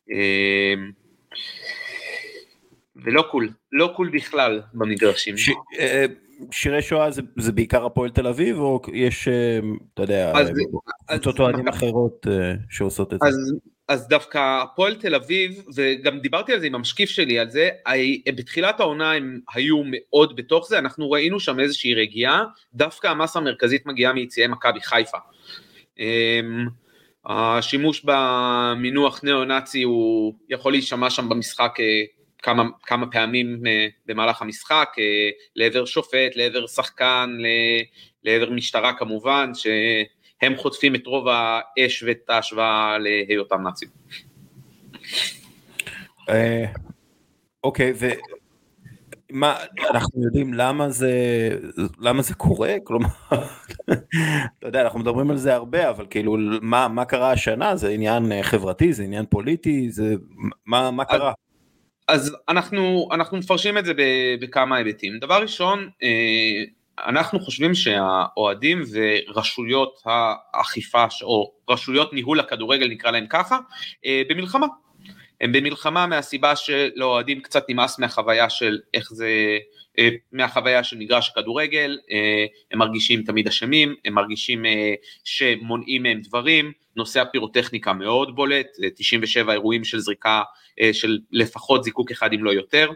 Speaker 3: ולא קול בכלל במגרשים.
Speaker 1: שירי שואה זה בעיקר הפועל תל אביב, או יש, אתה יודע, קבוצות אוהדים אחרות שעושות את זה?
Speaker 3: אז דווקא הפועל תל אביב, וגם דיברתי על זה עם המשקיף שלי על זה, בתחילת העונה הם היו מאוד בתוך זה, אנחנו ראינו שם איזושהי רגיעה, דווקא המסה המרכזית מגיעה מיציאי מכבי חיפה. השימוש במינוח ניאו-נאצי הוא יכול להישמע שם במשחק כמה פעמים במהלך המשחק, לעבר שופט, לעבר שחקן, לעבר משטרה כמובן, שהם חוטפים את רוב האש ואת ההשוואה להיותם נאצים.
Speaker 1: אוקיי, ומה, אנחנו יודעים למה זה קורה? כלומר, אתה יודע, אנחנו מדברים על זה הרבה, אבל כאילו, מה קרה השנה? זה עניין חברתי, זה עניין פוליטי, מה קרה?
Speaker 3: אז אנחנו מפרשים את זה בכמה היבטים. דבר ראשון, אנחנו חושבים שהאוהדים ורשויות האכיפה, או רשויות ניהול הכדורגל, נקרא להם ככה, במלחמה. הם במלחמה מהסיבה שלאוהדים קצת נמאס מהחוויה של איך זה, מהחוויה של מגרש הכדורגל, הם מרגישים תמיד אשמים, הם מרגישים שמונעים מהם דברים, נושא הפירוטכניקה מאוד בולט, 97 אירועים של זריקה, של לפחות זיקוק אחד אם לא יותר,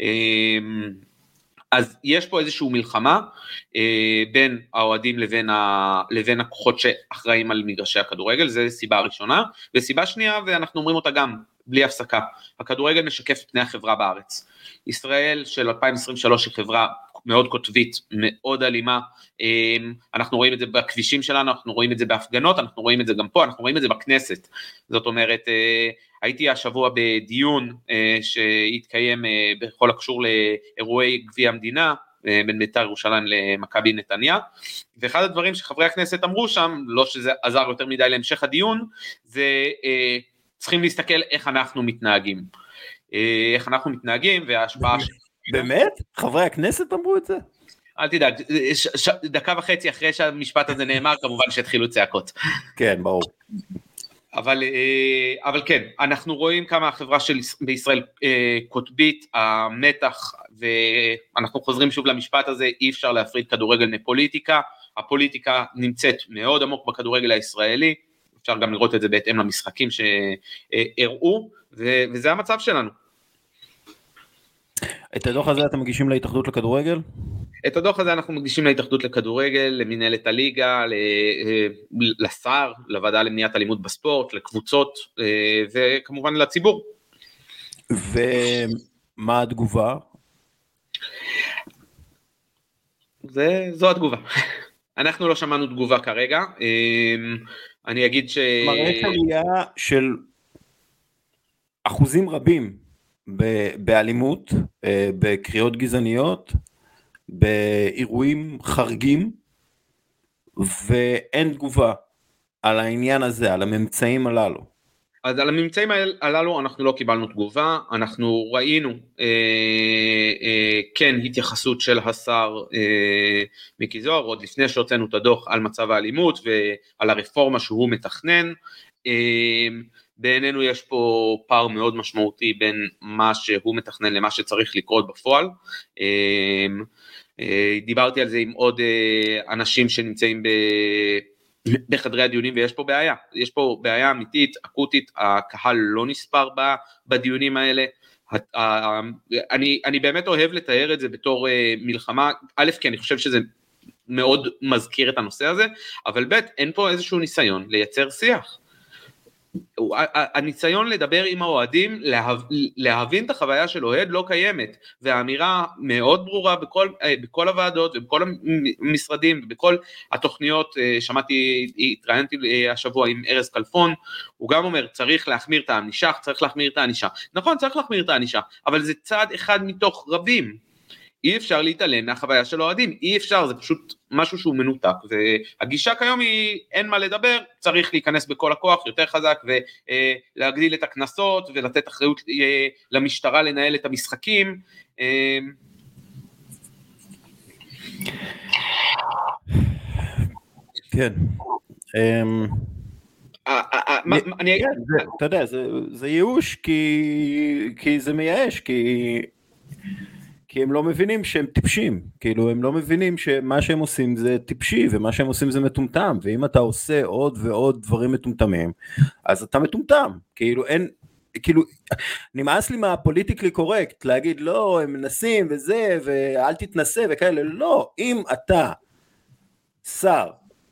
Speaker 3: אז יש פה איזושהי מלחמה בין האוהדים לבין הכוחות שאחראים על מגרשי הכדורגל, זה סיבה ראשונה, וסיבה שנייה, ואנחנו אומרים אותה גם בלי הפסקה, הכדורגל משקף את פני החברה בארץ. ישראל של 2023 היא חברה מאוד קוטבית, מאוד אלימה, אנחנו רואים את זה בכבישים שלנו, אנחנו רואים את זה בהפגנות, אנחנו רואים את זה גם פה, אנחנו רואים את זה בכנסת, זאת אומרת, הייתי השבוע בדיון שהתקיים בכל הקשור לאירועי גביע המדינה, בין בית"ר ירושלים למכבי נתניה, ואחד הדברים שחברי הכנסת אמרו שם, לא שזה עזר יותר מדי להמשך הדיון, זה צריכים להסתכל איך אנחנו מתנהגים, וההשפעה...
Speaker 1: באמת? חברי הכנסת אמרו את זה?
Speaker 3: אל תדאג, דקה וחצי אחרי שהמשפט הזה נאמר, כמובן שהתחילו צעקות.
Speaker 1: כן, ברור.
Speaker 3: אבל כן, אנחנו רואים כמה החברה בישראל קוטבית, המתח, ואנחנו חוזרים שוב למשפט הזה, אי אפשר להפריד כדורגל מפוליטיקה, הפוליטיקה נמצאת מאוד עמוק בכדורגל הישראלי, אפשר גם לראות את זה בהתאם למשחקים שהראו, וזה המצב שלנו.
Speaker 1: את הדוח הזה אתם מגישים להתאחדות לכדורגל?
Speaker 3: את הדוח הזה אנחנו מגישים להתאחדות לכדורגל, למנהלת הליגה, לשר, לוועדה למניעת אלימות בספורט, לקבוצות, וכמובן לציבור.
Speaker 1: ומה התגובה?
Speaker 3: זו התגובה. אנחנו לא שמענו תגובה כרגע, אני אגיד
Speaker 1: מראה עלייה של אחוזים רבים באלימות, בקריאות גזעניות, באירועים חרגים, ואין תגובה על העניין הזה, על הממצאים הללו.
Speaker 3: אז על הממצאים הללו אנחנו לא קיבלנו תגובה, אנחנו ראינו כן התייחסות של השר מיקי זוהר, עוד לפני שהוצאנו את הדוח על מצב האלימות ועל הרפורמה שהוא מתכנן, בעינינו יש פה פער מאוד משמעותי בין מה שהוא מתכנן למה שצריך לקרות בפועל, דיברתי על זה עם עוד אנשים שנמצאים בחדרי הדיונים, ויש פה בעיה, יש פה בעיה אמיתית, אקוטית, הקהל לא נספר בדיונים האלה, אני באמת אוהב לתאר את זה בתור מלחמה, א', כי אני חושב שזה מאוד מזכיר את הנושא הזה, אבל ב', אין פה איזשהו ניסיון לייצר שיח. הניסיון לדבר עם האוהדים, להבין את החוויה של אוהד לא קיימת, והאמירה מאוד ברורה בכל הוועדות ובכל המשרדים ובכל התוכניות. שמעתי, התראיינתי השבוע עם ארז כלפון, הוא גם אומר צריך להחמיר את הענישה, צריך להחמיר את הענישה. נכון, צריך להחמיר את הענישה, אבל זה צעד אחד מתוך רבים. אי אפשר להתעלם מהחוויה של אוהדים, אי אפשר, זה פשוט משהו שהוא מנותק, והגישה כיום היא אין מה לדבר, צריך להיכנס בכל הכוח יותר חזק, ולהגדיל את הכנסות, ולתת אחריות למשטרה לנהל את המשחקים.
Speaker 1: כן.
Speaker 3: אני אגיד,
Speaker 1: אתה יודע, זה ייאוש, כי זה מייאש, כי הם לא מבינים שהם טיפשים, כאילו הם לא מבינים שמה שהם עושים זה טיפשי, ומה שהם עושים זה מטומטם, ואם אתה עושה עוד ועוד דברים מטומטמים, אז אתה מטומטם, כאילו אין, כאילו, נמאס לי מהפוליטיקלי קורקט, להגיד לא, הם מנסים וזה, ואל תתנסה וכאלה, לא, אם אתה שר,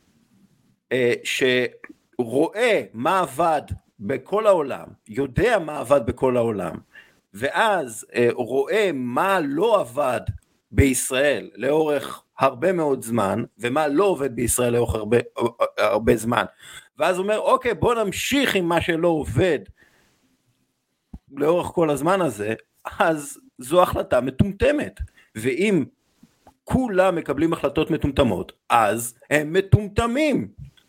Speaker 1: שרואה מה עבד בכל העולם, יודע מה עבד בכל העולם, ואז רואה מה לא עבד בישראל לאורך הרבה מאוד זמן, ומה לא עובד בישראל לאורך הרבה זמן, ואז אומר אוקיי, בוא נמשיך עם מה שלא עובד לאורך כל הזמן הזה, אז זו החלטה מטומטמת, ואם כולם מקבלים החלטות מטומטמות, אז הם מטומטמים.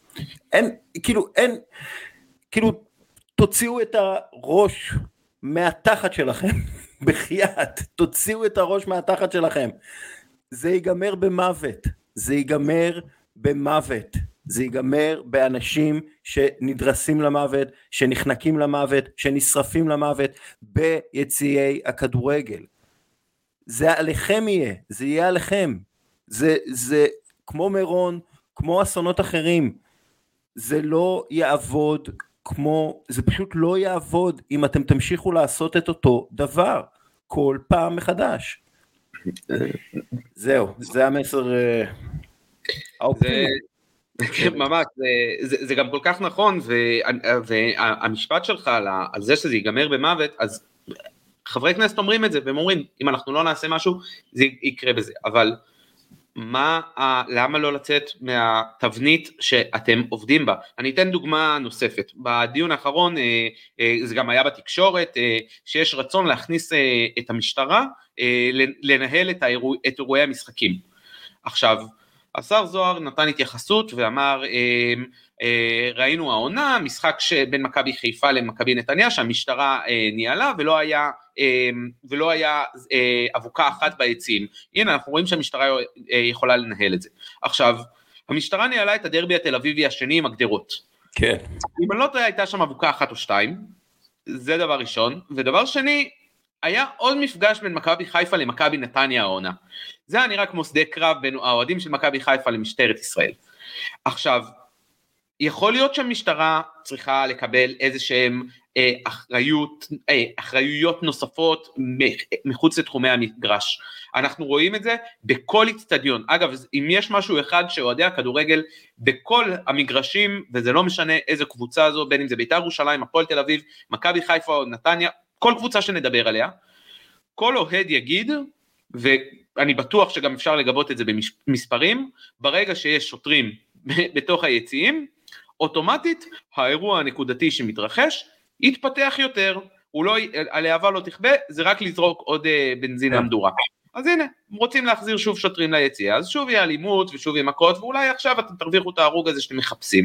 Speaker 1: כאילו, תוציאו את הראש מהתחת שלכם, בחייאת, תוציאו את הראש מהתחת שלכם, זה ייגמר במוות, זה ייגמר במוות, זה ייגמר באנשים שנדרסים למוות, שנחנקים למוות, שנשרפים למוות, ביציעי הכדורגל. זה עליכם יהיה, זה יהיה עליכם, זה כמו מירון, כמו אסונות אחרים, זה לא יעבוד זה פשוט לא יעבוד אם אתם תמשיכו לעשות את אותו דבר כל פעם מחדש. זהו, זה המסר האופטימי.
Speaker 3: ממש, זה גם כל כך נכון, והמשפט שלך על זה שזה ייגמר במוות, אז חברי כנסת אומרים את זה, והם אומרים, אם אנחנו לא נעשה משהו, זה יקרה בזה, אבל למה לא לצאת מהתבנית שאתם עובדים בה? אני אתן דוגמה נוספת, בדיון האחרון, זה גם היה בתקשורת, שיש רצון להכניס את המשטרה, לנהל את אירועי המשחקים. עכשיו, השר זוהר נתן התייחסות ואמר, ראינו העונה, משחק בין מכבי חיפה למכבי נתניה, שהמשטרה ניהלה, ולא היה אבוקה אחת ביציעים. הנה, אנחנו רואים שהמשטרה יכולה לנהל את זה. עכשיו, המשטרה ניהלה את הדרבי התל אביבי השני עם הגדרות.
Speaker 1: כן.
Speaker 3: אם אני לא טועה, הייתה שם אבוקה אחת או שתיים, זה דבר ראשון, ודבר שני, היה עוד מפגש בין מכבי חיפה למכבי נתניה העונה. זה היה נראה כמו שדה קרב בין האוהדים של מכבי חיפה למשטרת ישראל. עכשיו, יכול להיות שהמשטרה צריכה לקבל איזשהם אחריויות נוספות מחוץ לתחומי המגרש. אנחנו רואים את זה בכל אצטדיון. אגב, אם יש משהו אחד שאוהדי הכדורגל בכל המגרשים, וזה לא משנה איזה קבוצה זו, בין אם זה בית"ר ירושלים, הפועל תל אביב, מכבי חיפה או נתניה, כל קבוצה שנדבר עליה, כל אוהד יגיד, ואני בטוח שגם אפשר לגבות את זה במספרים, ברגע שיש שוטרים בתוך היציעים, אוטומטית האירוע הנקודתי שמתרחש, יתפתח יותר, הלהבה לא תכבה, זה רק לזרוק עוד בנזין למדורה. אז הנה, רוצים להחזיר שוב שוטרים ליציאה, אז שוב יהיה אלימות ושוב יהיה מכות, ואולי עכשיו אתם תרוויחו את ההרוג הזה שאתם מחפשים.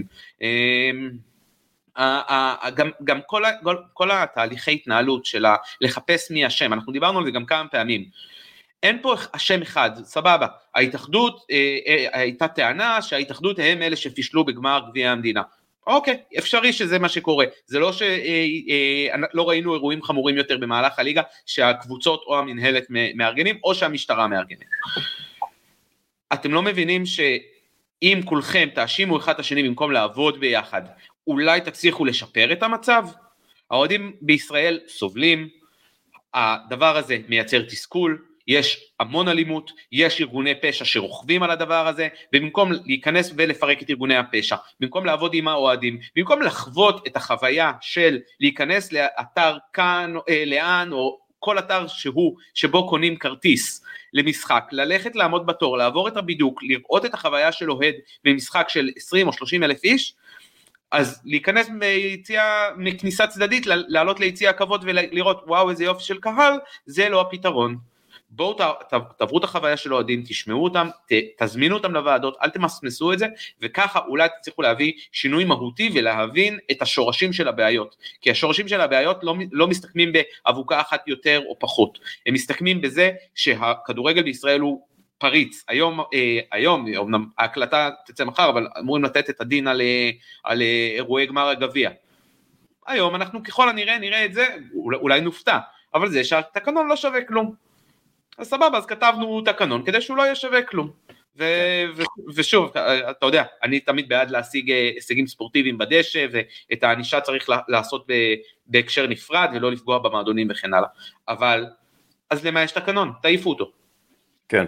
Speaker 3: גם כל התהליכי התנהלות של לחפש מי השם, אנחנו דיברנו על זה גם כמה פעמים, אין פה השם אחד, סבבה, ההתאחדות, הייתה טענה שההתאחדות הם אלה שפישלו בגמר גביע המדינה, אוקיי, אפשרי שזה מה שקורה, זה לא שלא ראינו אירועים חמורים יותר במהלך הליגה, שהקבוצות או המנהלת מארגנים, או שהמשטרה מארגנת. אתם לא מבינים שאם כולכם תאשימו אחד את השני במקום לעבוד ביחד, אולי תצליחו לשפר את המצב? האוהדים בישראל סובלים, הדבר הזה מייצר תסכול, יש המון אלימות, יש ארגוני פשע שרוכבים על הדבר הזה, ובמקום להיכנס ולפרק את ארגוני הפשע, במקום לעבוד עם האוהדים, במקום לחוות את החוויה של להיכנס לאתר כאן, לאן, או כל אתר שבו קונים כרטיס למשחק, ללכת לעמוד בתור, לעבור את הבידוק, לראות את החוויה של אוהד במשחק של 20 או 30 אלף איש, אז להיכנס מכניסה צדדית, לעלות ליציאה הכבוד ולראות וואו איזה יופי של קהל, זה לא הפתרון. בואו תעברו את החוויה של אוהדים, תשמעו אותם, תזמינו אותם לוועדות, אל תמסמסו את זה, וככה אולי תצליחו להביא שינוי מהותי ולהבין את השורשים של הבעיות, כי השורשים של הבעיות לא מסתכמים באבוקה אחת יותר או פחות, הם מסתכמים בזה שהכדורגל בישראל הוא פריץ. היום אומנם ההקלטה תצא מחר, אבל אמורים לתת את הדין על אירועי גמר הגביע. היום אנחנו ככל הנראה נראה את זה, אולי נופתע, אבל זה שהתקנון לא שווה כלום. אז סבבה, אז כתבנו תקנון כדי שהוא לא יהיה שווה כלום. ושוב, אתה יודע, אני תמיד בעד להשיג הישגים ספורטיביים בדשא, ואת הענישה צריך לעשות בהקשר נפרד, ולא לפגוע במועדונים וכן הלאה. אבל, אז למה יש תקנון? תעיפו אותו.
Speaker 4: כן.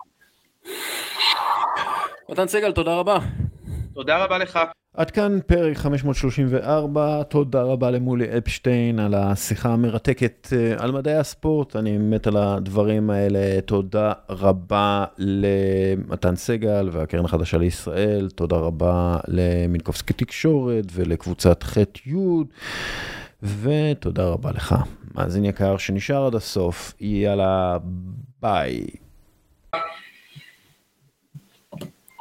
Speaker 4: מתן סגל, תודה רבה.
Speaker 3: תודה רבה לך.
Speaker 1: עד כאן פרק 534, תודה רבה למולי אפשטיין על השיחה המרתקת על מדעי הספורט, אני מת על הדברים האלה, תודה רבה למתן סגל והקרן החדשה לישראל, תודה רבה למינקובסקי תקשורת ולקבוצת ח' י' ותודה רבה לך, מאזין יקר שנשאר עד הסוף, יאללה ביי.